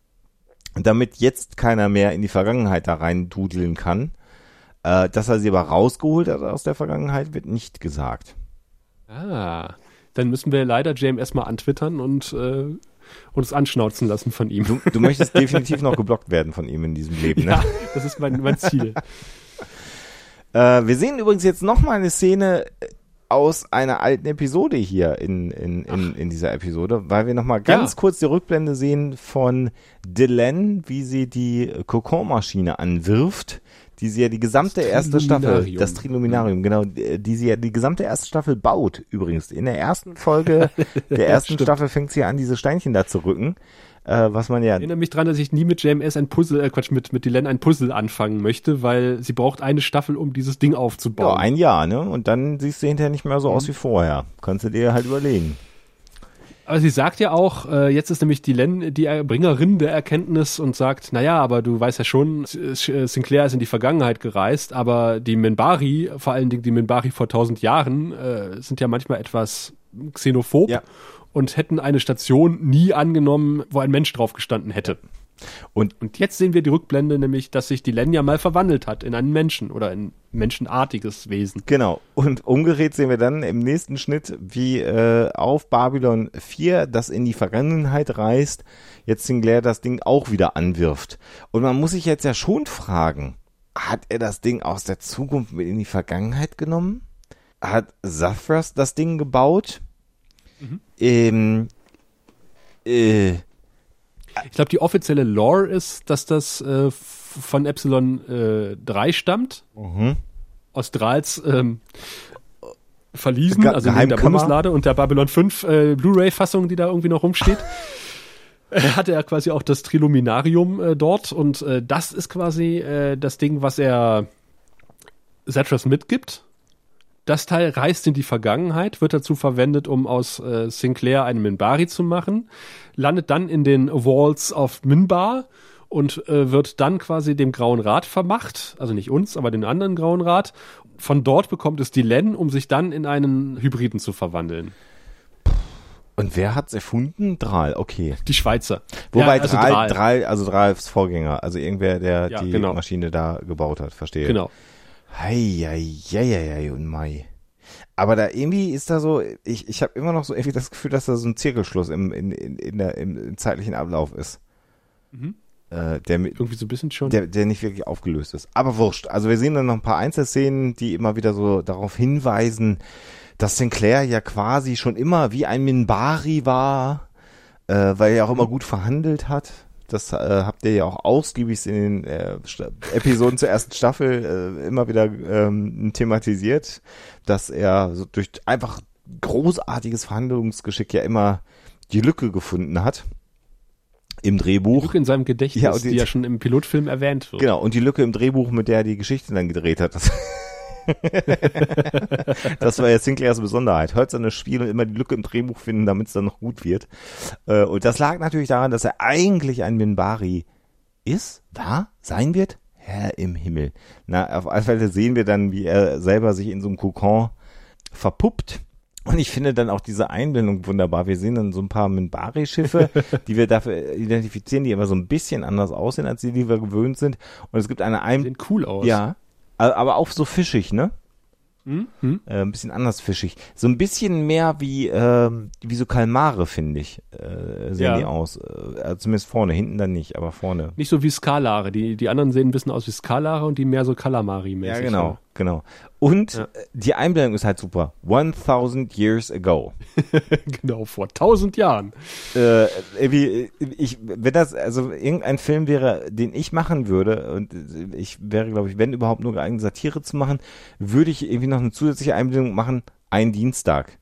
damit jetzt keiner mehr in die Vergangenheit da rein dudeln kann. Äh, dass er sie aber rausgeholt hat aus der Vergangenheit, wird nicht gesagt. Ah, dann müssen wir leider J M S mal antwittern und äh, uns anschnauzen lassen von ihm. Du, du möchtest definitiv noch geblockt werden von ihm in diesem Leben, ne? Ja, das ist mein, mein Ziel. Äh, wir sehen übrigens jetzt noch mal eine Szene aus einer alten Episode hier in, in, in, in dieser Episode, weil wir noch mal ganz ja. kurz die Rückblende sehen von Delenn, wie sie die Kokon-Maschine anwirft, die sie ja die gesamte erste Staffel, das Triluminarium, genau, die sie ja die gesamte erste Staffel baut übrigens. In der ersten Folge der ersten ja, Staffel fängt sie an, diese Steinchen da zu rücken. Äh, was man ja. Ich erinnere mich dran, dass ich nie mit J M S ein Puzzle, äh Quatsch, mit, mit Delenn ein Puzzle anfangen möchte, weil sie braucht eine Staffel, um dieses Ding aufzubauen. Ja, ein Jahr, ne? Und dann siehst du hinterher nicht mehr so mhm. aus wie vorher. Kannst du dir halt überlegen. Aber sie sagt ja auch, äh, jetzt ist nämlich Delenn die Erbringerin der Erkenntnis und sagt, naja, aber du weißt ja schon, Sinclair ist in die Vergangenheit gereist, aber die Minbari, vor allen Dingen die Minbari vor tausend Jahren, äh, sind ja manchmal etwas xenophob. Ja. Und hätten eine Station nie angenommen, wo ein Mensch drauf gestanden hätte. Und, und jetzt sehen wir die Rückblende, nämlich, dass sich Delenn ja mal verwandelt hat in einen Menschen oder ein menschenartiges Wesen. Genau. Und umgedreht sehen wir dann im nächsten Schnitt, wie äh, auf Babylon vier, das in die Vergangenheit reist, jetzt Sinclair das Ding auch wieder anwirft. Und man muss sich jetzt ja schon fragen, hat er das Ding aus der Zukunft mit in die Vergangenheit genommen? Hat Zathras das Ding gebaut? Mhm. Ähm, äh, ich glaube, die offizielle Lore ist, dass das äh, von Epsilon äh, drei stammt. Mhm. Aus Drahls ähm, Verliesen, Ge- also in der Bundeslade und der Babylon fünf äh, Blu-ray-Fassung, die da irgendwie noch rumsteht. Hatte er quasi auch das Triluminarium äh, dort und äh, das ist quasi äh, das Ding, was er Zathras mitgibt. Das Teil reist in die Vergangenheit, wird dazu verwendet, um aus äh, Sinclair einen Minbari zu machen, landet dann in den Walls of Minbar und äh, wird dann quasi dem Grauen Rat vermacht, also nicht uns, aber den anderen Grauen Rat. Von dort bekommt es Delenn, um sich dann in einen Hybriden zu verwandeln. Und wer hat's erfunden? Draal, okay. Die Schweizer. Wobei ja, also Draal, Draal. Draal, also Draals Vorgänger, also irgendwer, der ja, die genau. Maschine da gebaut hat, verstehe. Genau. Hei, hei, hei, hei und Mai. Aber da irgendwie ist da so, ich, ich habe immer noch so irgendwie das Gefühl, dass da so ein Zirkelschluss im, in, in, in der, im, im zeitlichen Ablauf ist. Mhm. Äh, der mit, irgendwie so ein bisschen schon. Der, der nicht wirklich aufgelöst ist. Aber wurscht. Also wir sehen dann noch ein paar Einzelszenen, die immer wieder so darauf hinweisen, dass Sinclair ja quasi schon immer wie ein Minbari war, äh, weil er auch immer gut verhandelt hat. Das äh, habt ihr ja auch ausgiebig in den äh, St- Episoden zur ersten Staffel äh, immer wieder ähm, thematisiert, dass er so durch einfach großartiges Verhandlungsgeschick ja immer die Lücke gefunden hat im Drehbuch. Die Lücke in seinem Gedächtnis, ja, die, die ja schon im Pilotfilm erwähnt wird. Genau, und die Lücke im Drehbuch, mit der er die Geschichte dann gedreht hat. Das das war ja Sinclairs Besonderheit. Hört seine Spiele und immer die Lücke im Drehbuch finden, damit es dann noch gut wird. Und das lag natürlich daran, dass er eigentlich ein Minbari ist, war, sein wird. Herr im Himmel. Na, auf alle Fälle sehen wir dann, wie er selber sich in so einem Kokon verpuppt. Und ich finde dann auch diese Einblendung wunderbar. Wir sehen dann so ein paar Minbari-Schiffe, die wir dafür identifizieren, die immer so ein bisschen anders aussehen, als die, die wir gewöhnt sind. Und es gibt eine Einblendung. Sehen cool aus. Ja. Aber auch so fischig, ne? Mhm. Äh, ein bisschen anders fischig. So ein bisschen mehr wie, äh, wie so Kalmare, finde ich, äh, sehen ja. die aus. Äh, zumindest vorne, hinten dann nicht, aber vorne. Nicht so wie Skalare. Die, die anderen sehen ein bisschen aus wie Skalare und die mehr so Kalamari-mäßig. Ja, genau, ja. genau. Und ja. die Einblendung ist halt super. one thousand years ago. Genau, vor tausend Jahren. Äh, irgendwie, ich, wenn das, also irgendein Film wäre, den ich machen würde, und ich wäre, glaube ich, wenn überhaupt nur geeignet, Satire zu machen, würde ich irgendwie noch eine zusätzliche Einblendung machen, ein Dienstag.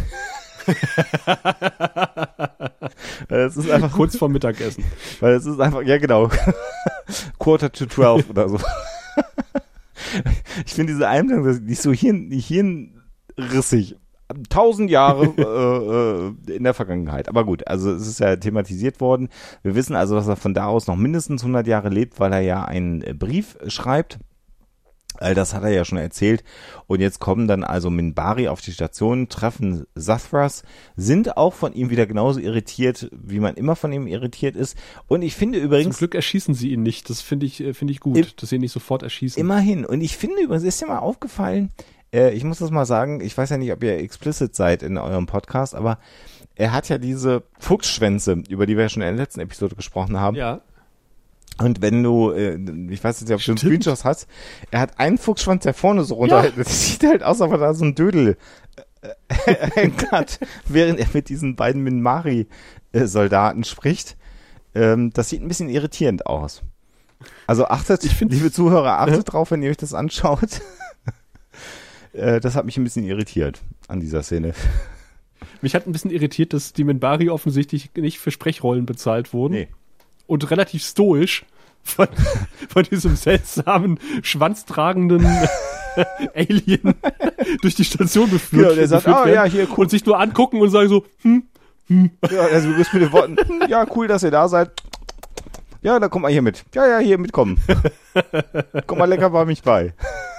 Es ist einfach kurz vorm Mittagessen. Weil es ist einfach, ja genau, quarter to twelve oder so. Ich finde diese Einblendung, die ist so hirn, hirnrissig. Tausend Jahre äh, äh, in der Vergangenheit. Aber gut, also es ist ja thematisiert worden. Wir wissen also, dass er von da aus noch mindestens hundert Jahre lebt, weil er ja einen Brief schreibt. All das hat er ja schon erzählt. Und jetzt kommen dann also Minbari auf die Station, treffen Zathras, sind auch von ihm wieder genauso irritiert, wie man immer von ihm irritiert ist. Und ich finde übrigens... Zum Glück erschießen sie ihn nicht. Das finde ich, finde ich gut, im, dass sie ihn nicht sofort erschießen. Immerhin. Und ich finde übrigens, ist dir mal aufgefallen, äh, ich muss das mal sagen, ich weiß ja nicht, ob ihr explicit seid in eurem Podcast, aber er hat ja diese Fuchsschwänze, über die wir ja schon in der letzten Episode gesprochen haben. Ja. Und wenn du, äh, ich weiß jetzt nicht, ob du einen Screenshot hast, er hat einen Fuchsschwanz, der vorne so runter, ja. Das sieht halt aus, als ob er da so ein Dödel äh, hat, während er mit diesen beiden Minbari-Soldaten spricht. Ähm, das sieht ein bisschen irritierend aus. Also achtet, ich find, liebe Zuhörer, achtet äh? drauf, wenn ihr euch das anschaut. äh, das hat mich ein bisschen irritiert an dieser Szene. Mich hat ein bisschen irritiert, dass die Minbari offensichtlich nicht für Sprechrollen bezahlt wurden. Nee. Und relativ stoisch von, von diesem seltsamen, schwanztragenden Alien durch die Station geführt, ja, der sagt, ah, ja, hier, cool. Und sich nur angucken und sagen so, hm, hm. Ja, also du bist mit den Worten, ja, cool, dass ihr da seid. Ja, dann komm mal hier mit. Ja, ja, hier mitkommen. Komm mal lecker bei mich bei.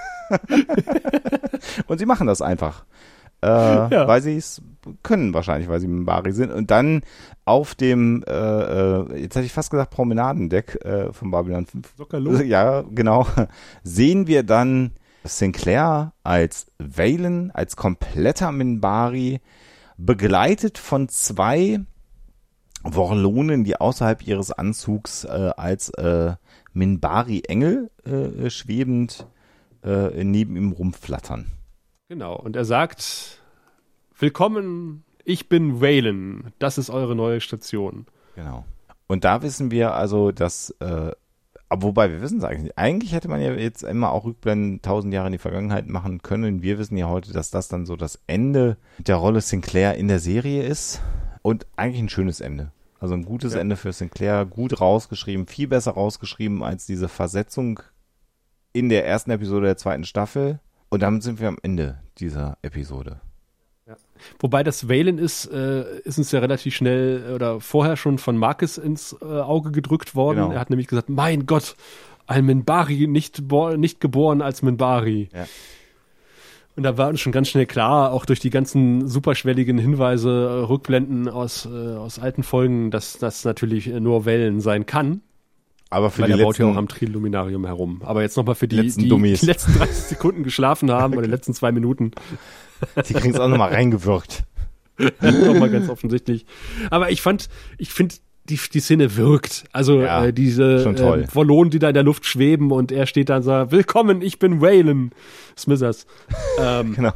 Und sie machen das einfach. Äh, ja. Weil sie es können wahrscheinlich, weil sie Minbari sind. Und dann auf dem, äh, äh, jetzt hätte ich fast gesagt Promenadendeck äh, von Babylon fünf. Sockerlo. Ja, genau. Sehen wir dann Sinclair als Valen, als kompletter Minbari, begleitet von zwei Vorlonen, die außerhalb ihres Anzugs äh, als äh, Minbari-Engel äh, schwebend äh, neben ihm rumflattern. Genau, und er sagt, willkommen, ich bin Valen, das ist eure neue Station. Genau. Und da wissen wir also, dass, äh, wobei wir wissen es eigentlich nicht, eigentlich hätte man ja jetzt immer auch Rückblenden tausend Jahre in die Vergangenheit machen können. Wir wissen ja heute, dass das dann so das Ende der Rolle Sinclair in der Serie ist und eigentlich ein schönes Ende. Also ein gutes ja. Ende für Sinclair, gut rausgeschrieben, viel besser rausgeschrieben als diese Versetzung in der ersten Episode der zweiten Staffel. Und damit sind wir am Ende dieser Episode. Ja. Wobei das Valen ist, äh, ist uns ja relativ schnell oder vorher schon von Marcus ins äh, Auge gedrückt worden. Genau. Er hat nämlich gesagt, mein Gott, ein Minbari, nicht, nicht geboren als Minbari. Ja. Und da war uns schon ganz schnell klar, auch durch die ganzen superschwelligen Hinweise, äh, Rückblenden aus, äh, aus alten Folgen, dass das natürlich nur Valen sein kann. Aber für Weil die er letzten, baut ja auch am Triluminarium herum. Aber jetzt nochmal für die, letzten die, Dummies. die letzten dreißig Sekunden geschlafen haben oder die letzten zwei Minuten. Die kriegen es auch nochmal reingewirkt. Nochmal ganz offensichtlich. Aber ich fand, ich finde, die, die Szene wirkt. Also ja, äh, diese äh, Vorlonen, die da in der Luft schweben und er steht da und sagt, willkommen, ich bin Valen Smithers. Ähm, genau.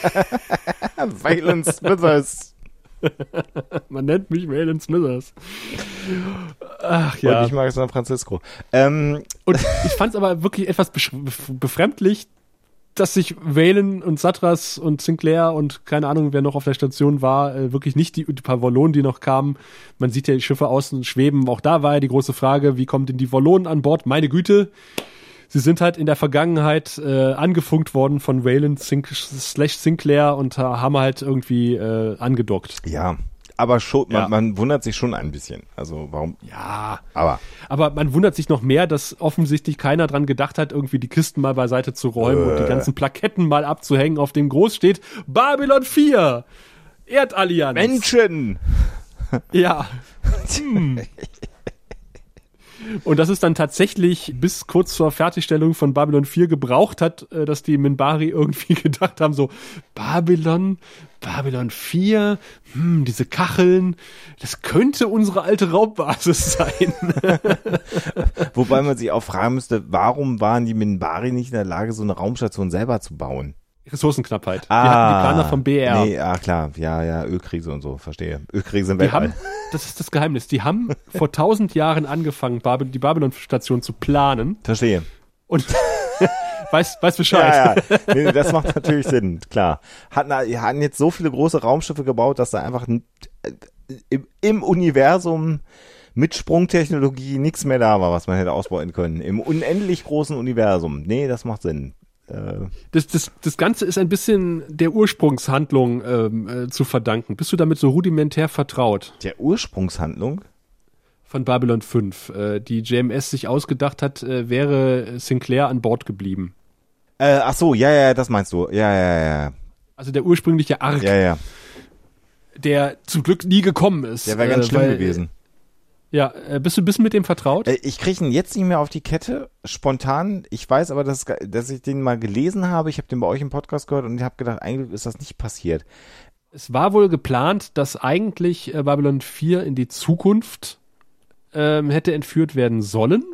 Valen Smithers. Man nennt mich Valen Smithers. Ach ja. Und ich mag San Francisco. Ähm. Und ich fand es aber wirklich etwas befremdlich, dass sich Valen und Zathras und Sinclair und keine Ahnung, wer noch auf der Station war, äh, wirklich nicht die, die paar Vorlonen, die noch kamen. Man sieht ja die Schiffe außen schweben. Auch da war ja die große Frage, wie kommen denn die Vorlonen an Bord? Meine Güte. Sie sind halt in der Vergangenheit äh, angefunkt worden von Valen slash Sinclair und äh, haben halt irgendwie äh, angedockt. Ja, aber schon, ja. Man, man wundert sich schon ein bisschen. Also warum? Ja, aber aber man wundert sich noch mehr, dass offensichtlich keiner dran gedacht hat, irgendwie die Kisten mal beiseite zu räumen äh. und die ganzen Plaketten mal abzuhängen, auf dem groß steht Babylon vier, Erdallianz. Menschen! Ja. hm. Und dass es dann tatsächlich bis kurz zur Fertigstellung von Babylon vier gebraucht hat, dass die Minbari irgendwie gedacht haben, so Babylon, Babylon vier, hm, diese Kacheln, das könnte unsere alte Raumbasis sein. Wobei man sich auch fragen müsste, warum waren die Minbari nicht in der Lage, so eine Raumstation selber zu bauen? Ressourcenknappheit. Ah, die hatten die Planer vom B R. Nee, ah klar, ja, ja, Ölkrise und so, verstehe. Ölkrise im die Weltall. Haben, das ist das Geheimnis. Die haben vor tausend Jahren angefangen, Baby, die Babylon-Station zu planen. Verstehe. Und weißt weiß Bescheid. Ja, ja. Nee, das macht natürlich Sinn, klar. Hatten, hatten jetzt so viele große Raumschiffe gebaut, dass da einfach im, im Universum mit Sprungtechnologie nichts mehr da war, was man hätte ausbauen können. Im unendlich großen Universum. Nee, das macht Sinn. Äh, das, das, das Ganze ist ein bisschen der Ursprungshandlung ähm, äh, zu verdanken. Bist du damit so rudimentär vertraut? Der Ursprungshandlung? Von Babylon fünf, äh, die J M S sich ausgedacht hat, äh, wäre Sinclair an Bord geblieben. Äh, ach so, ja, ja, das meinst du. Ja, ja, ja. Also der ursprüngliche Arc, ja, ja. der zum Glück nie gekommen ist. Der wäre ganz äh, schlimm weil, gewesen. Ja, äh, bist du ein bisschen mit dem vertraut? Äh, ich kriege ihn jetzt nicht mehr auf die Kette, spontan. Ich weiß aber, dass, dass ich den mal gelesen habe. Ich habe den bei euch im Podcast gehört und ich habe gedacht, eigentlich ist das nicht passiert. Es war wohl geplant, dass eigentlich äh, Babylon vier in die Zukunft ähm, hätte entführt werden sollen,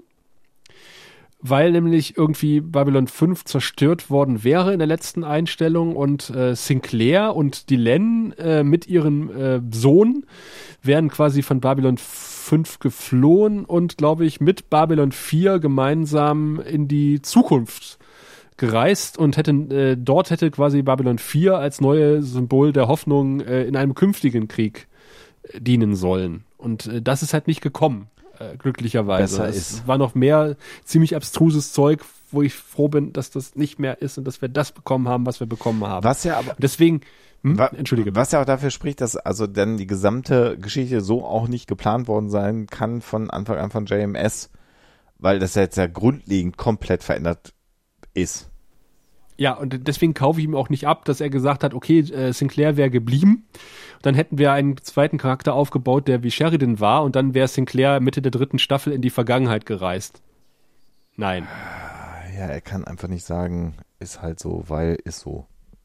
weil nämlich irgendwie Babylon fünf zerstört worden wäre in der letzten Einstellung und äh, Sinclair und Delenn äh, mit ihrem äh, Sohn wären quasi von Babylon fünf geflohen und, glaube ich, mit Babylon vier gemeinsam in die Zukunft gereist und hätten äh, dort hätte quasi Babylon vier als neue Symbol der Hoffnung äh, in einem künftigen Krieg äh, dienen sollen. Und äh, das ist halt nicht gekommen, äh, glücklicherweise. Besser es ist. war noch mehr ziemlich abstruses Zeug, wo ich froh bin, dass das nicht mehr ist und dass wir das bekommen haben, was wir bekommen haben. Was ja aber... Und deswegen, hm, wa- entschuldige. Was ja auch dafür spricht, dass also dann die gesamte Geschichte so auch nicht geplant worden sein kann von Anfang an von J M S, weil das ja jetzt ja grundlegend komplett verändert ist. Ja, und deswegen kaufe ich ihm auch nicht ab, dass er gesagt hat, okay, äh, Sinclair wäre geblieben. Dann hätten wir einen zweiten Charakter aufgebaut, der wie Sheridan war, und dann wäre Sinclair Mitte der dritten Staffel in die Vergangenheit gereist. Nein. Ja, er kann einfach nicht sagen, ist halt so, weil ist so.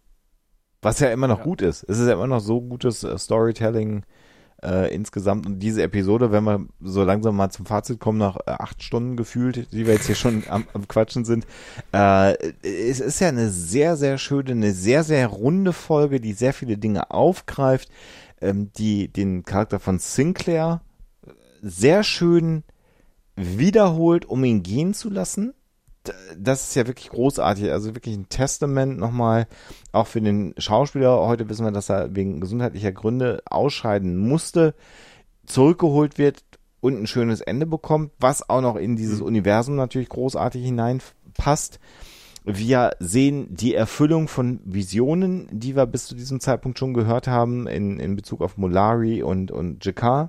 Was ja immer noch Ja. gut ist. Es ist ja immer noch so gutes äh, Storytelling äh, insgesamt. Und diese Episode, wenn wir so langsam mal zum Fazit kommen, nach äh, acht Stunden gefühlt, die wir jetzt hier schon am, am Quatschen sind, äh, es ist ja eine sehr, sehr schöne, eine sehr, sehr runde Folge, die sehr viele Dinge aufgreift, ähm, die den Charakter von Sinclair sehr schön wiederholt, um ihn gehen zu lassen. Das ist ja wirklich großartig, also wirklich ein Testament nochmal, auch für den Schauspieler. Heute wissen wir, dass er wegen gesundheitlicher Gründe ausscheiden musste, zurückgeholt wird und ein schönes Ende bekommt, was auch noch in dieses Universum natürlich großartig hineinpasst. Wir sehen die Erfüllung von Visionen, die wir bis zu diesem Zeitpunkt schon gehört haben, in, in Bezug auf Mollari und, und G'Kar.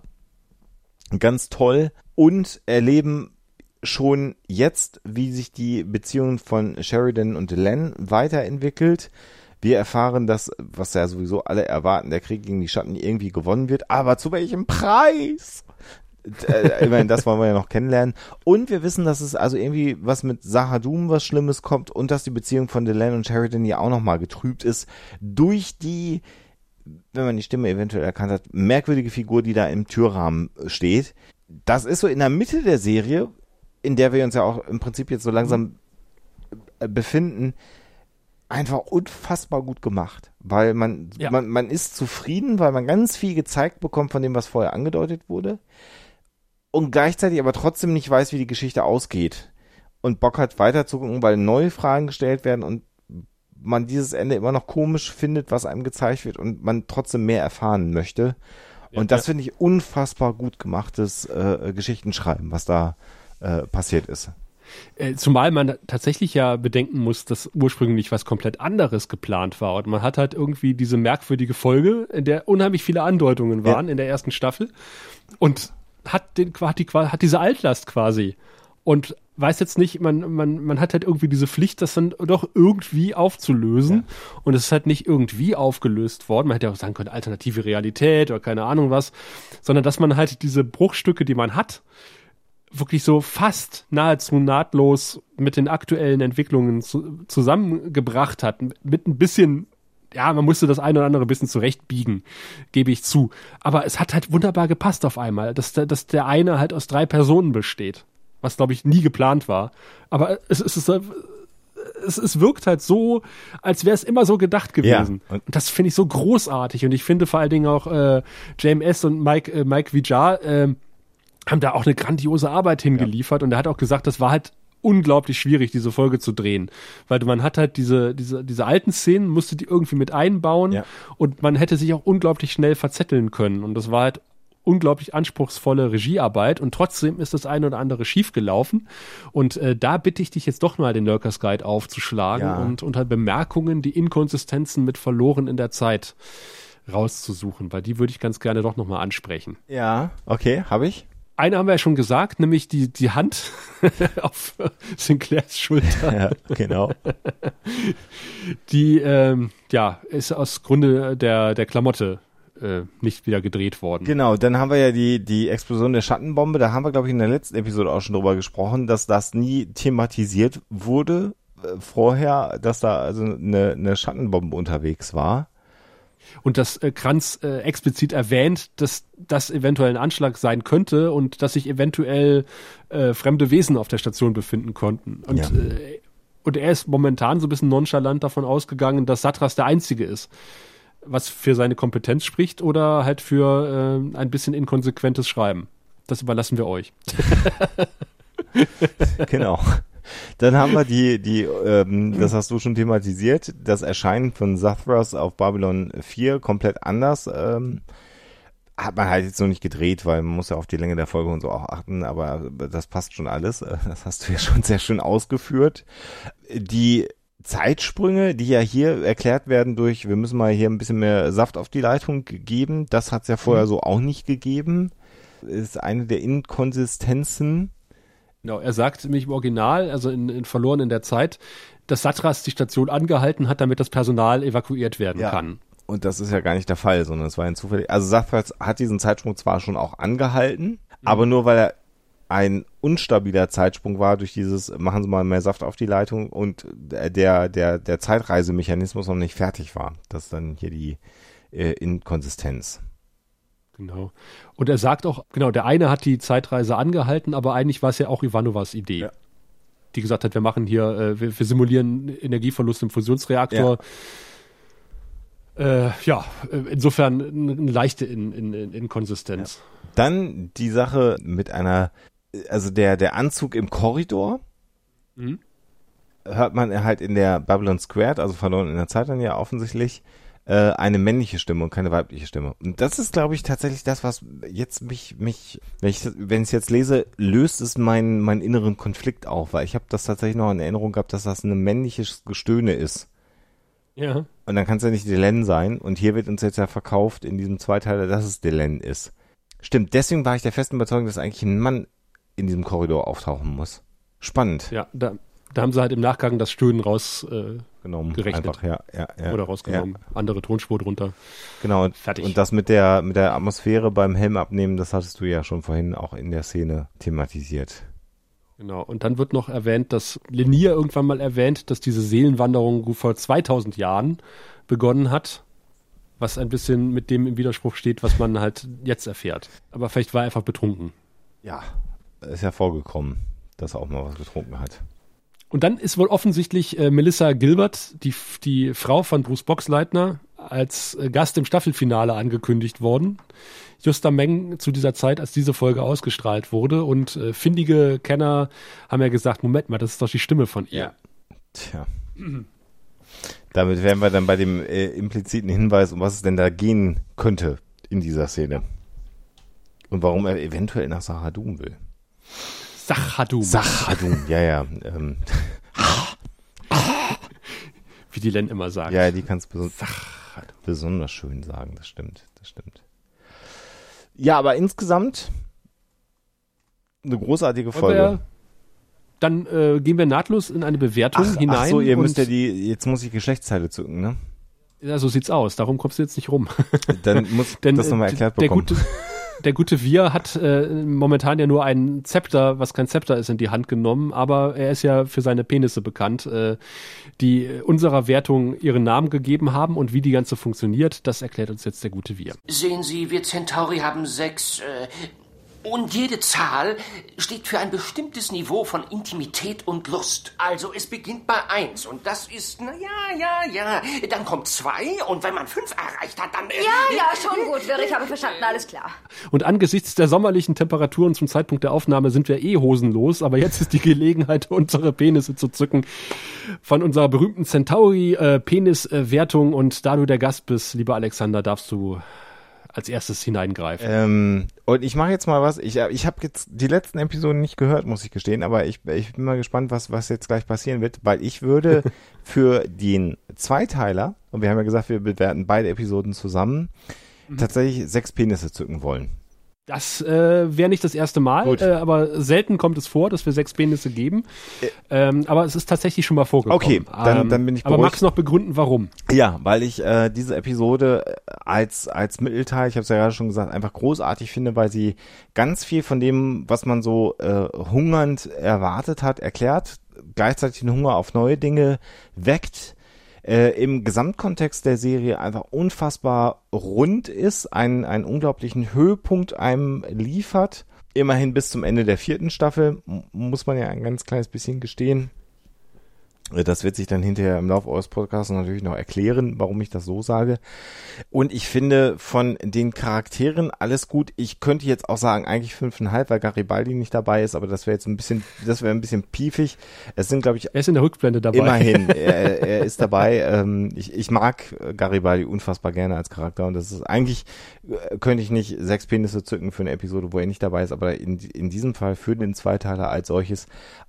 Ganz toll. Und erleben schon jetzt, wie sich die Beziehung von Sheridan und Delenn weiterentwickelt. Wir erfahren, dass, was ja sowieso alle erwarten, der Krieg gegen die Schatten irgendwie gewonnen wird, aber zu welchem Preis? äh, immerhin, das wollen wir ja noch kennenlernen. Und wir wissen, dass es also irgendwie was mit Sahadum was Schlimmes kommt und dass die Beziehung von Delenn und Sheridan ja auch nochmal getrübt ist durch die, wenn man die Stimme eventuell erkannt hat, merkwürdige Figur, die da im Türrahmen steht. Das ist so in der Mitte der Serie, in der wir uns ja auch im Prinzip jetzt so langsam befinden, einfach unfassbar gut gemacht. Weil man, Ja. man, man ist zufrieden, weil man ganz viel gezeigt bekommt von dem, was vorher angedeutet wurde. Und gleichzeitig aber trotzdem nicht weiß, wie die Geschichte ausgeht. Und Bock hat weiterzugucken, weil neue Fragen gestellt werden und man dieses Ende immer noch komisch findet, was einem gezeigt wird und man trotzdem mehr erfahren möchte. Ja, und das ja. finde ich unfassbar gut gemachtes äh, Geschichtenschreiben, was da äh, passiert ist. Äh, Zumal man tatsächlich ja bedenken muss, dass ursprünglich was komplett anderes geplant war. Und man hat halt irgendwie diese merkwürdige Folge, in der unheimlich viele Andeutungen waren Ja. in der ersten Staffel und hat, den, hat, die, hat diese Altlast quasi. Und weiß jetzt nicht, man, man, man hat halt irgendwie diese Pflicht, das dann doch irgendwie aufzulösen. Ja. Und es ist halt nicht irgendwie aufgelöst worden. Man hätte ja auch sagen können, alternative Realität oder keine Ahnung was. Sondern dass man halt diese Bruchstücke, die man hat, wirklich so fast nahezu nahtlos mit den aktuellen Entwicklungen zu, zusammengebracht hat. Mit ein bisschen, ja, man musste das eine oder andere ein bisschen zurechtbiegen, gebe ich zu. Aber es hat halt wunderbar gepasst auf einmal, dass der, dass der eine halt aus drei Personen besteht. Was, glaube ich, nie geplant war. Aber es, es, es, es, es wirkt halt so, als wäre es immer so gedacht gewesen. Ja. Und das finde ich so großartig. Und ich finde vor allen Dingen auch äh, J M S und Mike, äh, Mike Vijar, äh, haben da auch eine grandiose Arbeit hingeliefert. Ja. Und er hat auch gesagt, das war halt unglaublich schwierig, diese Folge zu drehen. Weil man hat halt diese, diese, diese alten Szenen, musste die irgendwie mit einbauen. Ja. Und man hätte sich auch unglaublich schnell verzetteln können. Und das war halt unglaublich anspruchsvolle Regiearbeit und trotzdem ist das eine oder andere schiefgelaufen. Und äh, da bitte ich dich jetzt doch mal den Lurkers Guide aufzuschlagen ja. und unter Bemerkungen die Inkonsistenzen mit verloren in der Zeit rauszusuchen, weil die würde ich ganz gerne doch nochmal ansprechen. Ja, okay, habe ich. Eine haben wir ja schon gesagt, nämlich die, die Hand auf Sinclairs Schulter. Ja, genau. Die, ähm, ja, ist aus Grunde der, der Klamotte äh, nicht wieder gedreht worden. Genau, dann haben wir ja die, die Explosion der Schattenbombe. Da haben wir, glaube ich, in der letzten Episode auch schon drüber gesprochen, dass das nie thematisiert wurde äh, vorher, dass da also eine, eine Schattenbombe unterwegs war. Und dass äh, Kranz äh, explizit erwähnt, dass das eventuell ein Anschlag sein könnte und dass sich eventuell äh, fremde Wesen auf der Station befinden konnten. Und, ja. äh, und er ist momentan so ein bisschen nonchalant davon ausgegangen, dass Satras der Einzige ist. Was für seine Kompetenz spricht oder halt für äh, ein bisschen inkonsequentes Schreiben. Das überlassen wir euch. Genau. Dann haben wir die, die, ähm, das hast du schon thematisiert, das Erscheinen von Zathras auf Babylon vier komplett anders. Ähm, hat man halt jetzt noch nicht gedreht, weil man muss ja auf die Länge der Folge und so auch achten, aber das passt schon alles. Das hast du ja schon sehr schön ausgeführt. Die Zeitsprünge, die ja hier erklärt werden durch, wir müssen mal hier ein bisschen mehr Saft auf die Leitung geben, das hat es ja vorher so auch nicht gegeben. Ist eine der Inkonsistenzen. Genau, er sagt nämlich im Original, also in, in Verloren in der Zeit, dass Satras die Station angehalten hat, damit das Personal evakuiert werden ja. kann. Und das ist ja gar nicht der Fall, sondern es war ein Zufall. Also Satras hat diesen Zeitsprung zwar schon auch angehalten, mhm. aber nur weil er ein unstabiler Zeitsprung war durch dieses, machen Sie mal mehr Saft auf die Leitung und der, der, der Zeitreisemechanismus noch nicht fertig war. Das ist dann hier die äh, Inkonsistenz. Genau. Und er sagt auch, genau, der eine hat die Zeitreise angehalten, aber eigentlich war es ja auch Ivanovas Idee. Ja. Die gesagt hat, wir machen hier, äh, wir, wir simulieren Energieverlust im Fusionsreaktor. Ja, äh, ja insofern eine leichte in, in, in Inkonsistenz. Ja. Dann die Sache mit einer, also der, der Anzug im Korridor, mhm. hört man halt in der Babylon Squared, also verloren in der Zeit dann ja offensichtlich, eine männliche Stimme und keine weibliche Stimme. Und das ist, glaube ich, tatsächlich das, was jetzt mich, mich, wenn ich wenn ich es jetzt lese, löst es meinen meinen inneren Konflikt auf, weil ich habe das tatsächlich noch in Erinnerung gehabt, dass das ein männliches Gestöhne ist. Ja. Und dann kann es ja nicht Delenn sein. Und hier wird uns jetzt ja verkauft in diesem Zweiteiler, dass es Delenn ist. Stimmt, deswegen war ich der festen Überzeugung, dass eigentlich ein Mann in diesem Korridor auftauchen muss. Spannend. Ja, da, da haben sie halt im Nachgang das Stöhnen raus äh, genommen, gerechnet. Einfach, ja, ja, ja. Oder rausgenommen. Ja. Andere Tonspur drunter. Genau. Fertig. Und das mit der, mit der Atmosphäre beim Helm abnehmen, das hattest du ja schon vorhin auch in der Szene thematisiert. Genau. Und dann wird noch erwähnt, dass Lennier irgendwann mal erwähnt, dass diese Seelenwanderung vor zweitausend Jahren begonnen hat, was ein bisschen mit dem im Widerspruch steht, was man halt jetzt erfährt. Aber vielleicht war er einfach betrunken. Ja, ist ja vorgekommen, dass er auch mal was getrunken hat. Und dann ist wohl offensichtlich äh, Melissa Gilbert, die, die Frau von Bruce Boxleitner, als äh, Gast im Staffelfinale angekündigt worden. Just am Meng zu dieser Zeit, als diese Folge ausgestrahlt wurde. Und äh, findige Kenner haben ja gesagt, Moment mal, das ist doch die Stimme von ihr. Ja. Tja. Damit wären wir dann bei dem äh, impliziten Hinweis, um was es denn da gehen könnte in dieser Szene. Und warum er eventuell nach Sahadum will. Sachadum. Sachadum, ja, ja. Ähm. Wie die Len immer sagt. Ja, die kann es beson- besonders schön sagen, das stimmt, das stimmt. Ja, aber insgesamt eine großartige Folge. Wir, dann äh, gehen wir nahtlos in eine Bewertung ach, hinein. Ach so, ihr müsst ja die, jetzt muss ich Geschlechtsteile zücken, ne? Ja, so sieht's aus, darum kommst du jetzt nicht rum. Dann muss Denn, das nochmal erklärt der bekommen. Gute, der gute Wir hat äh, momentan ja nur ein Zepter, was kein Zepter ist, in die Hand genommen, aber er ist ja für seine Penisse bekannt, äh, die unserer Wertung ihren Namen gegeben haben, und wie die ganze funktioniert, das erklärt uns jetzt der gute Wir. Sehen Sie, wir Centauri haben sechs, äh, und jede Zahl steht für ein bestimmtes Niveau von Intimität und Lust. Also es beginnt bei eins und das ist, na ja, ja, ja. Dann kommt zwei und wenn man fünf erreicht hat, dann... Äh, ja, ja, schon gut, Wirr, ich habe verstanden, alles klar. Und angesichts der sommerlichen Temperaturen zum Zeitpunkt der Aufnahme sind wir eh hosenlos, aber jetzt ist die Gelegenheit, unsere Penisse zu zücken von unserer berühmten Centauri-Penis-Wertung, und da du der Gast bist, lieber Alexander, darfst du als erstes hineingreifen. Ähm, und ich mache jetzt mal was, ich, ich habe jetzt die letzten Episoden nicht gehört, muss ich gestehen, aber ich, ich bin mal gespannt, was, was jetzt gleich passieren wird, weil ich würde für den Zweiteiler, und wir haben ja gesagt, wir bewerten beide Episoden zusammen, mhm. tatsächlich sechs Penisse zücken wollen. Das äh, wäre nicht das erste Mal, äh, aber selten kommt es vor, dass wir sechs Penisse geben. Äh, ähm, aber es ist tatsächlich schon mal vorgekommen. Okay, dann, dann bin ich beruhigt. Aber magst du noch begründen, warum? Ja, weil ich äh, diese Episode als als Mittelteil, ich habe es ja gerade schon gesagt, einfach großartig finde, weil sie ganz viel von dem, was man so äh, hungernd erwartet hat, erklärt, gleichzeitig den Hunger auf neue Dinge weckt, Äh, im Gesamtkontext der Serie einfach unfassbar rund ist, einen, einen unglaublichen Höhepunkt einem liefert. Immerhin bis zum Ende der vierten Staffel, m- muss man ja ein ganz kleines bisschen gestehen. Das wird sich dann hinterher im Laufe eures Podcasts natürlich noch erklären, warum ich das so sage. Und ich finde von den Charakteren alles gut. Ich könnte jetzt auch sagen, eigentlich fünfeinhalb, weil Garibaldi nicht dabei ist, aber das wäre jetzt ein bisschen, das wäre ein bisschen piefig. Es sind, glaube ich, er ist in der Rückblende dabei. Immerhin, er, er ist dabei. Ähm, ich, ich mag Garibaldi unfassbar gerne als Charakter und das ist eigentlich, könnte ich nicht sechs Penisse zücken für eine Episode, wo er nicht dabei ist, aber in, in diesem Fall für den Zweiteiler als solches,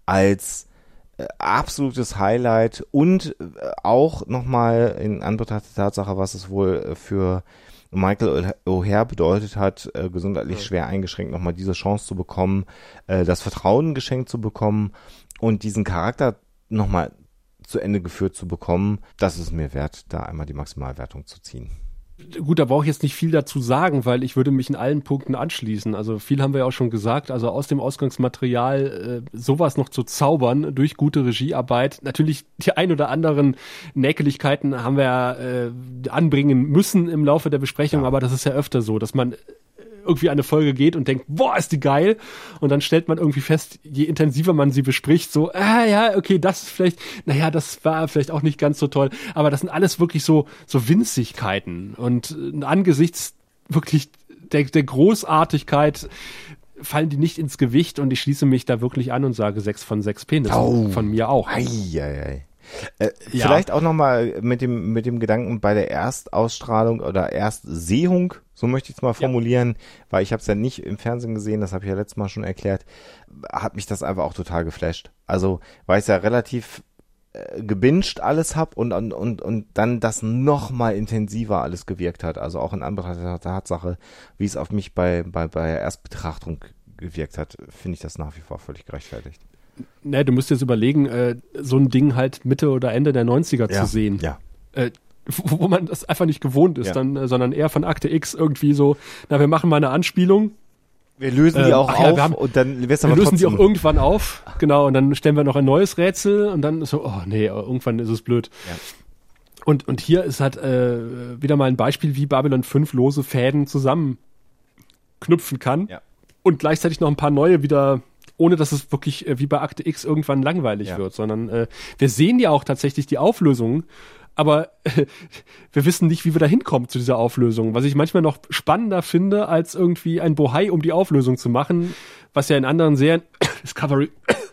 als absolutes Highlight und auch nochmal in Anbetracht der Tatsache, was es wohl für Michael O'Hare bedeutet hat, äh, gesundheitlich ja. schwer eingeschränkt, nochmal diese Chance zu bekommen, äh, das Vertrauen geschenkt zu bekommen und diesen Charakter nochmal zu Ende geführt zu bekommen, das ist mir wert, da einmal die Maximalwertung zu ziehen. Gut, da brauche ich jetzt nicht viel dazu sagen, weil ich würde mich in allen Punkten anschließen. Also viel haben wir ja auch schon gesagt. Also aus dem Ausgangsmaterial äh, sowas noch zu zaubern durch gute Regiearbeit. Natürlich die ein oder anderen Näkeligkeiten haben wir äh, anbringen müssen im Laufe der Besprechung, ja. aber das ist ja öfter so, dass man irgendwie eine Folge geht und denkt, boah, ist die geil. Und dann stellt man irgendwie fest, je intensiver man sie bespricht, so, ah ja, okay, das ist vielleicht, naja, das war vielleicht auch nicht ganz so toll. Aber das sind alles wirklich so so Winzigkeiten. Und angesichts wirklich der, der Großartigkeit fallen die nicht ins Gewicht und ich schließe mich da wirklich an und sage sechs von sechs Penissen. Oh. Von mir auch. Ei, ei, ei. Äh, ja. Vielleicht auch nochmal mit dem mit dem Gedanken bei der Erstausstrahlung oder Erstsehung, so möchte ich es mal formulieren, ja. weil ich habe es ja nicht im Fernsehen gesehen, das habe ich ja letztes Mal schon erklärt, hat mich das einfach auch total geflasht. Also, weil ich es ja relativ äh, gebinged alles hab und, und, und, und dann das nochmal intensiver alles gewirkt hat. Also auch in Anbetracht der Tatsache, wie es auf mich bei, bei, bei der Erstbetrachtung gewirkt hat, finde ich das nach wie vor völlig gerechtfertigt. Ne, du musst jetzt überlegen, äh, so ein Ding halt Mitte oder Ende der neunziger ja, zu sehen. Ja. Äh, wo, wo man das einfach nicht gewohnt ist, ja. dann, äh, sondern eher von Akte X irgendwie so, na, wir machen mal eine Anspielung. Wir lösen die äh, auch auf ja, wir haben, und dann wirst du wir aber lösen trotzdem. die auch irgendwann auf, genau, und dann stellen wir noch ein neues Rätsel und dann so, oh nee, irgendwann ist es blöd. Ja. Und, und hier ist halt äh, wieder mal ein Beispiel, wie Babylon fünf lose Fäden zusammenknüpfen kann ja. und gleichzeitig noch ein paar neue wieder, ohne dass es wirklich äh, wie bei Akte X irgendwann langweilig ja. wird, sondern äh, wir sehen ja auch tatsächlich die Auflösung, aber äh, wir wissen nicht, wie wir da hinkommen zu dieser Auflösung, was ich manchmal noch spannender finde, als irgendwie ein Bohai, um die Auflösung zu machen, was ja in anderen Serien, Discovery,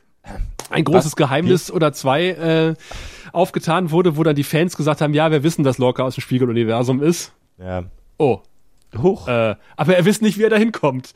ein großes was? Geheimnis Wie? oder zwei äh, aufgetan wurde, wo dann die Fans gesagt haben, ja, wir wissen, dass Lorca aus dem Spiegeluniversum ist. Ja. Oh. Hoch. Äh, aber er wisst nicht, wie er da hinkommt.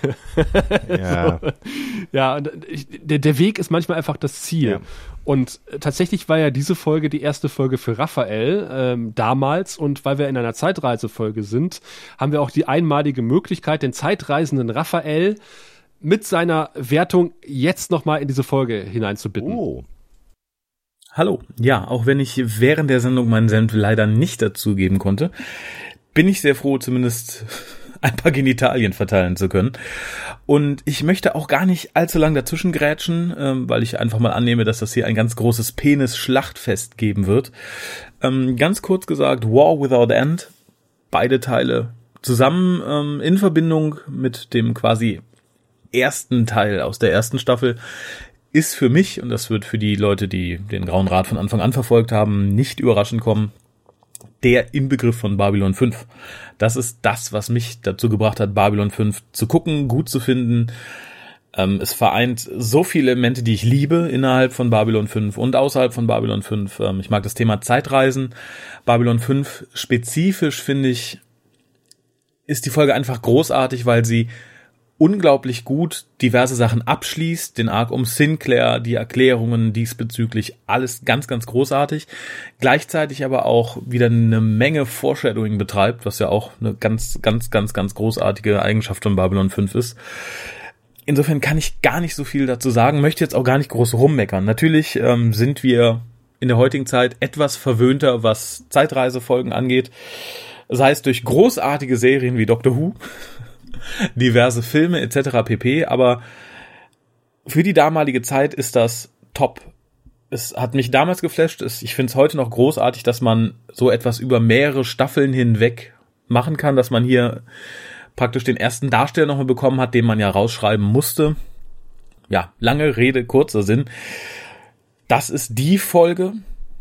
Ja. so. Ja, und ich, der, der Weg ist manchmal einfach das Ziel. Ja. Und äh, tatsächlich war ja diese Folge die erste Folge für Raphael ähm, damals. Und weil wir in einer Zeitreisefolge sind, haben wir auch die einmalige Möglichkeit, den zeitreisenden Raphael mit seiner Wertung jetzt nochmal in diese Folge hineinzubitten. Oh. Hallo. Ja, auch wenn ich während der Sendung meinen Senf leider nicht dazugeben konnte, bin ich sehr froh, zumindest ein paar Genitalien verteilen zu können. Und ich möchte auch gar nicht allzu lang dazwischen grätschen, ähm, weil ich einfach mal annehme, dass das hier ein ganz großes Penis-Schlachtfest geben wird. Ähm, ganz kurz gesagt, War Without End, beide Teile zusammen ähm, in Verbindung mit dem quasi ersten Teil aus der ersten Staffel, ist für mich, und das wird für die Leute, die den Grauen Rat von Anfang an verfolgt haben, nicht überraschend kommen, der Inbegriff von Babylon fünf. Das ist das, was mich dazu gebracht hat, Babylon fünf zu gucken, gut zu finden. Ähm, es vereint so viele Elemente, die ich liebe innerhalb von Babylon fünf und außerhalb von Babylon fünf. Ähm, ich mag das Thema Zeitreisen. Babylon fünf spezifisch, finde ich, ist die Folge einfach großartig, weil sie unglaublich gut diverse Sachen abschließt, den Arc um Sinclair, die Erklärungen diesbezüglich, alles ganz, ganz großartig. Gleichzeitig aber auch wieder eine Menge Foreshadowing betreibt, was ja auch eine ganz, ganz, ganz, ganz großartige Eigenschaft von Babylon fünf ist. Insofern kann ich gar nicht so viel dazu sagen, möchte jetzt auch gar nicht groß rummeckern. Natürlich ähm, sind wir in der heutigen Zeit etwas verwöhnter, was Zeitreisefolgen angeht, sei es durch großartige Serien wie Doctor Who, diverse Filme et cetera pp. Aber für die damalige Zeit ist das top. Es hat mich damals geflasht. Ich finde es heute noch großartig, dass man so etwas über mehrere Staffeln hinweg machen kann, dass man hier praktisch den ersten Darsteller nochmal bekommen hat, den man ja rausschreiben musste. Ja, lange Rede, kurzer Sinn. Das ist die Folge,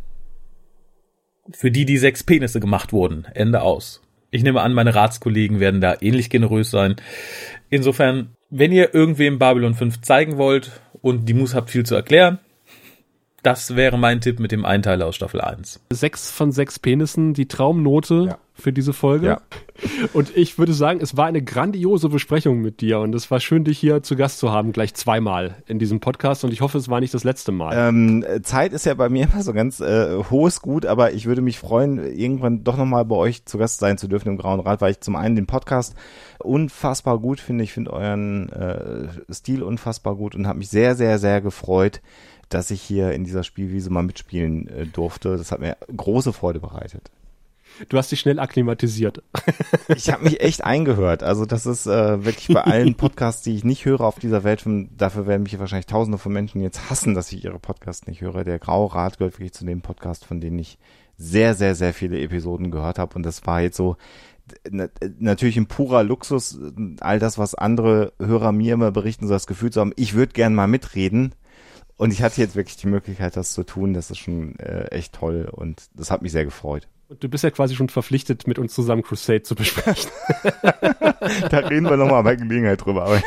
für die die sechs Penisse gemacht wurden. Ende aus. Ich nehme an, meine Ratskollegen werden da ähnlich generös sein. Insofern, wenn ihr irgendwem Babylon fünf zeigen wollt und die Mus habt viel zu erklären, das wäre mein Tipp mit dem Einteiler aus Staffel eins. Sechs von sechs Penissen, die Traumnote ja. für diese Folge. Ja. Und ich würde sagen, es war eine grandiose Besprechung mit dir und es war schön, dich hier zu Gast zu haben, gleich zweimal in diesem Podcast und ich hoffe, es war nicht das letzte Mal. Ähm, Zeit ist ja bei mir immer so ganz äh, hohes Gut, aber ich würde mich freuen, irgendwann doch nochmal bei euch zu Gast sein zu dürfen im Grauen Rat, weil ich zum einen den Podcast unfassbar gut finde. Ich finde euren äh, Stil unfassbar gut und habe mich sehr, sehr, sehr gefreut, dass ich hier in dieser Spielwiese mal mitspielen äh, durfte. Das hat mir große Freude bereitet. Du hast dich schnell akklimatisiert. Ich habe mich echt eingehört. Also das ist äh, wirklich bei allen Podcasts, die ich nicht höre auf dieser Welt, von, dafür werden mich wahrscheinlich tausende von Menschen jetzt hassen, dass ich ihre Podcasts nicht höre. Der Graue Rat gehört wirklich zu dem Podcast, von denen ich sehr, sehr, sehr viele Episoden gehört habe. Und das war jetzt so na, natürlich ein purer Luxus, all das, was andere Hörer mir immer berichten, so das Gefühl zu haben, ich würde gern mal mitreden. Und ich hatte jetzt wirklich die Möglichkeit, das zu tun. Das ist schon äh, echt toll und das hat mich sehr gefreut. Und du bist ja quasi schon verpflichtet, mit uns zusammen Crusade zu besprechen. Da reden wir nochmal bei Gelegenheit drüber.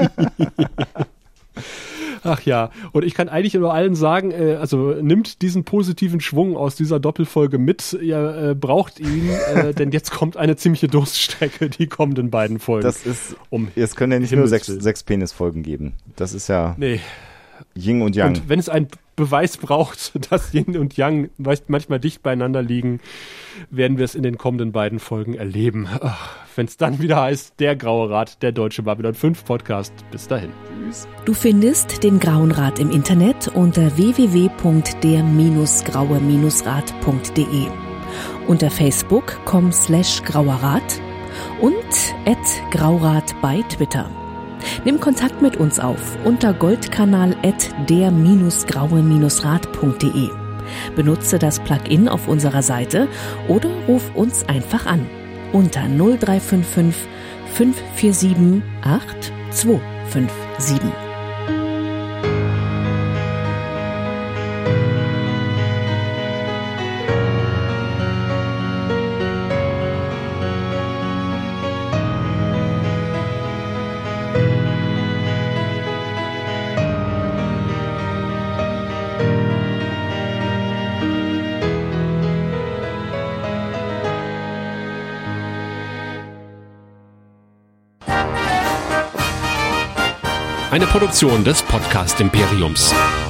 Ach ja, und ich kann eigentlich nur allen sagen, äh, also nimmt diesen positiven Schwung aus dieser Doppelfolge mit, ihr äh, braucht ihn, äh, denn jetzt kommt eine ziemliche Durststrecke, die kommenden beiden Folgen. Das ist, um es können ja nicht nur sechs, sechs Penisfolgen geben. Das ist ja... Nee. Yin und Yang. Und wenn es einen Beweis braucht, dass Yin und Yang manchmal dicht beieinander liegen, werden wir es in den kommenden beiden Folgen erleben. Wenn es dann wieder heißt, der Graue Rat, der deutsche Babylon fünf Podcast. Bis dahin. Tschüss. Du findest den Grauen Rat im Internet unter w w w punkt der graue rat punkt de, unter facebook punkt com slash grauerrat und at graurat bei Twitter. Nimm Kontakt mit uns auf unter goldkanal at der graue rat punkt de. Benutze das Plugin auf unserer Seite oder ruf uns einfach an unter null drei fünf fünf fünf vier sieben acht zwei fünf sieben. Eine Produktion des Podcast Imperiums.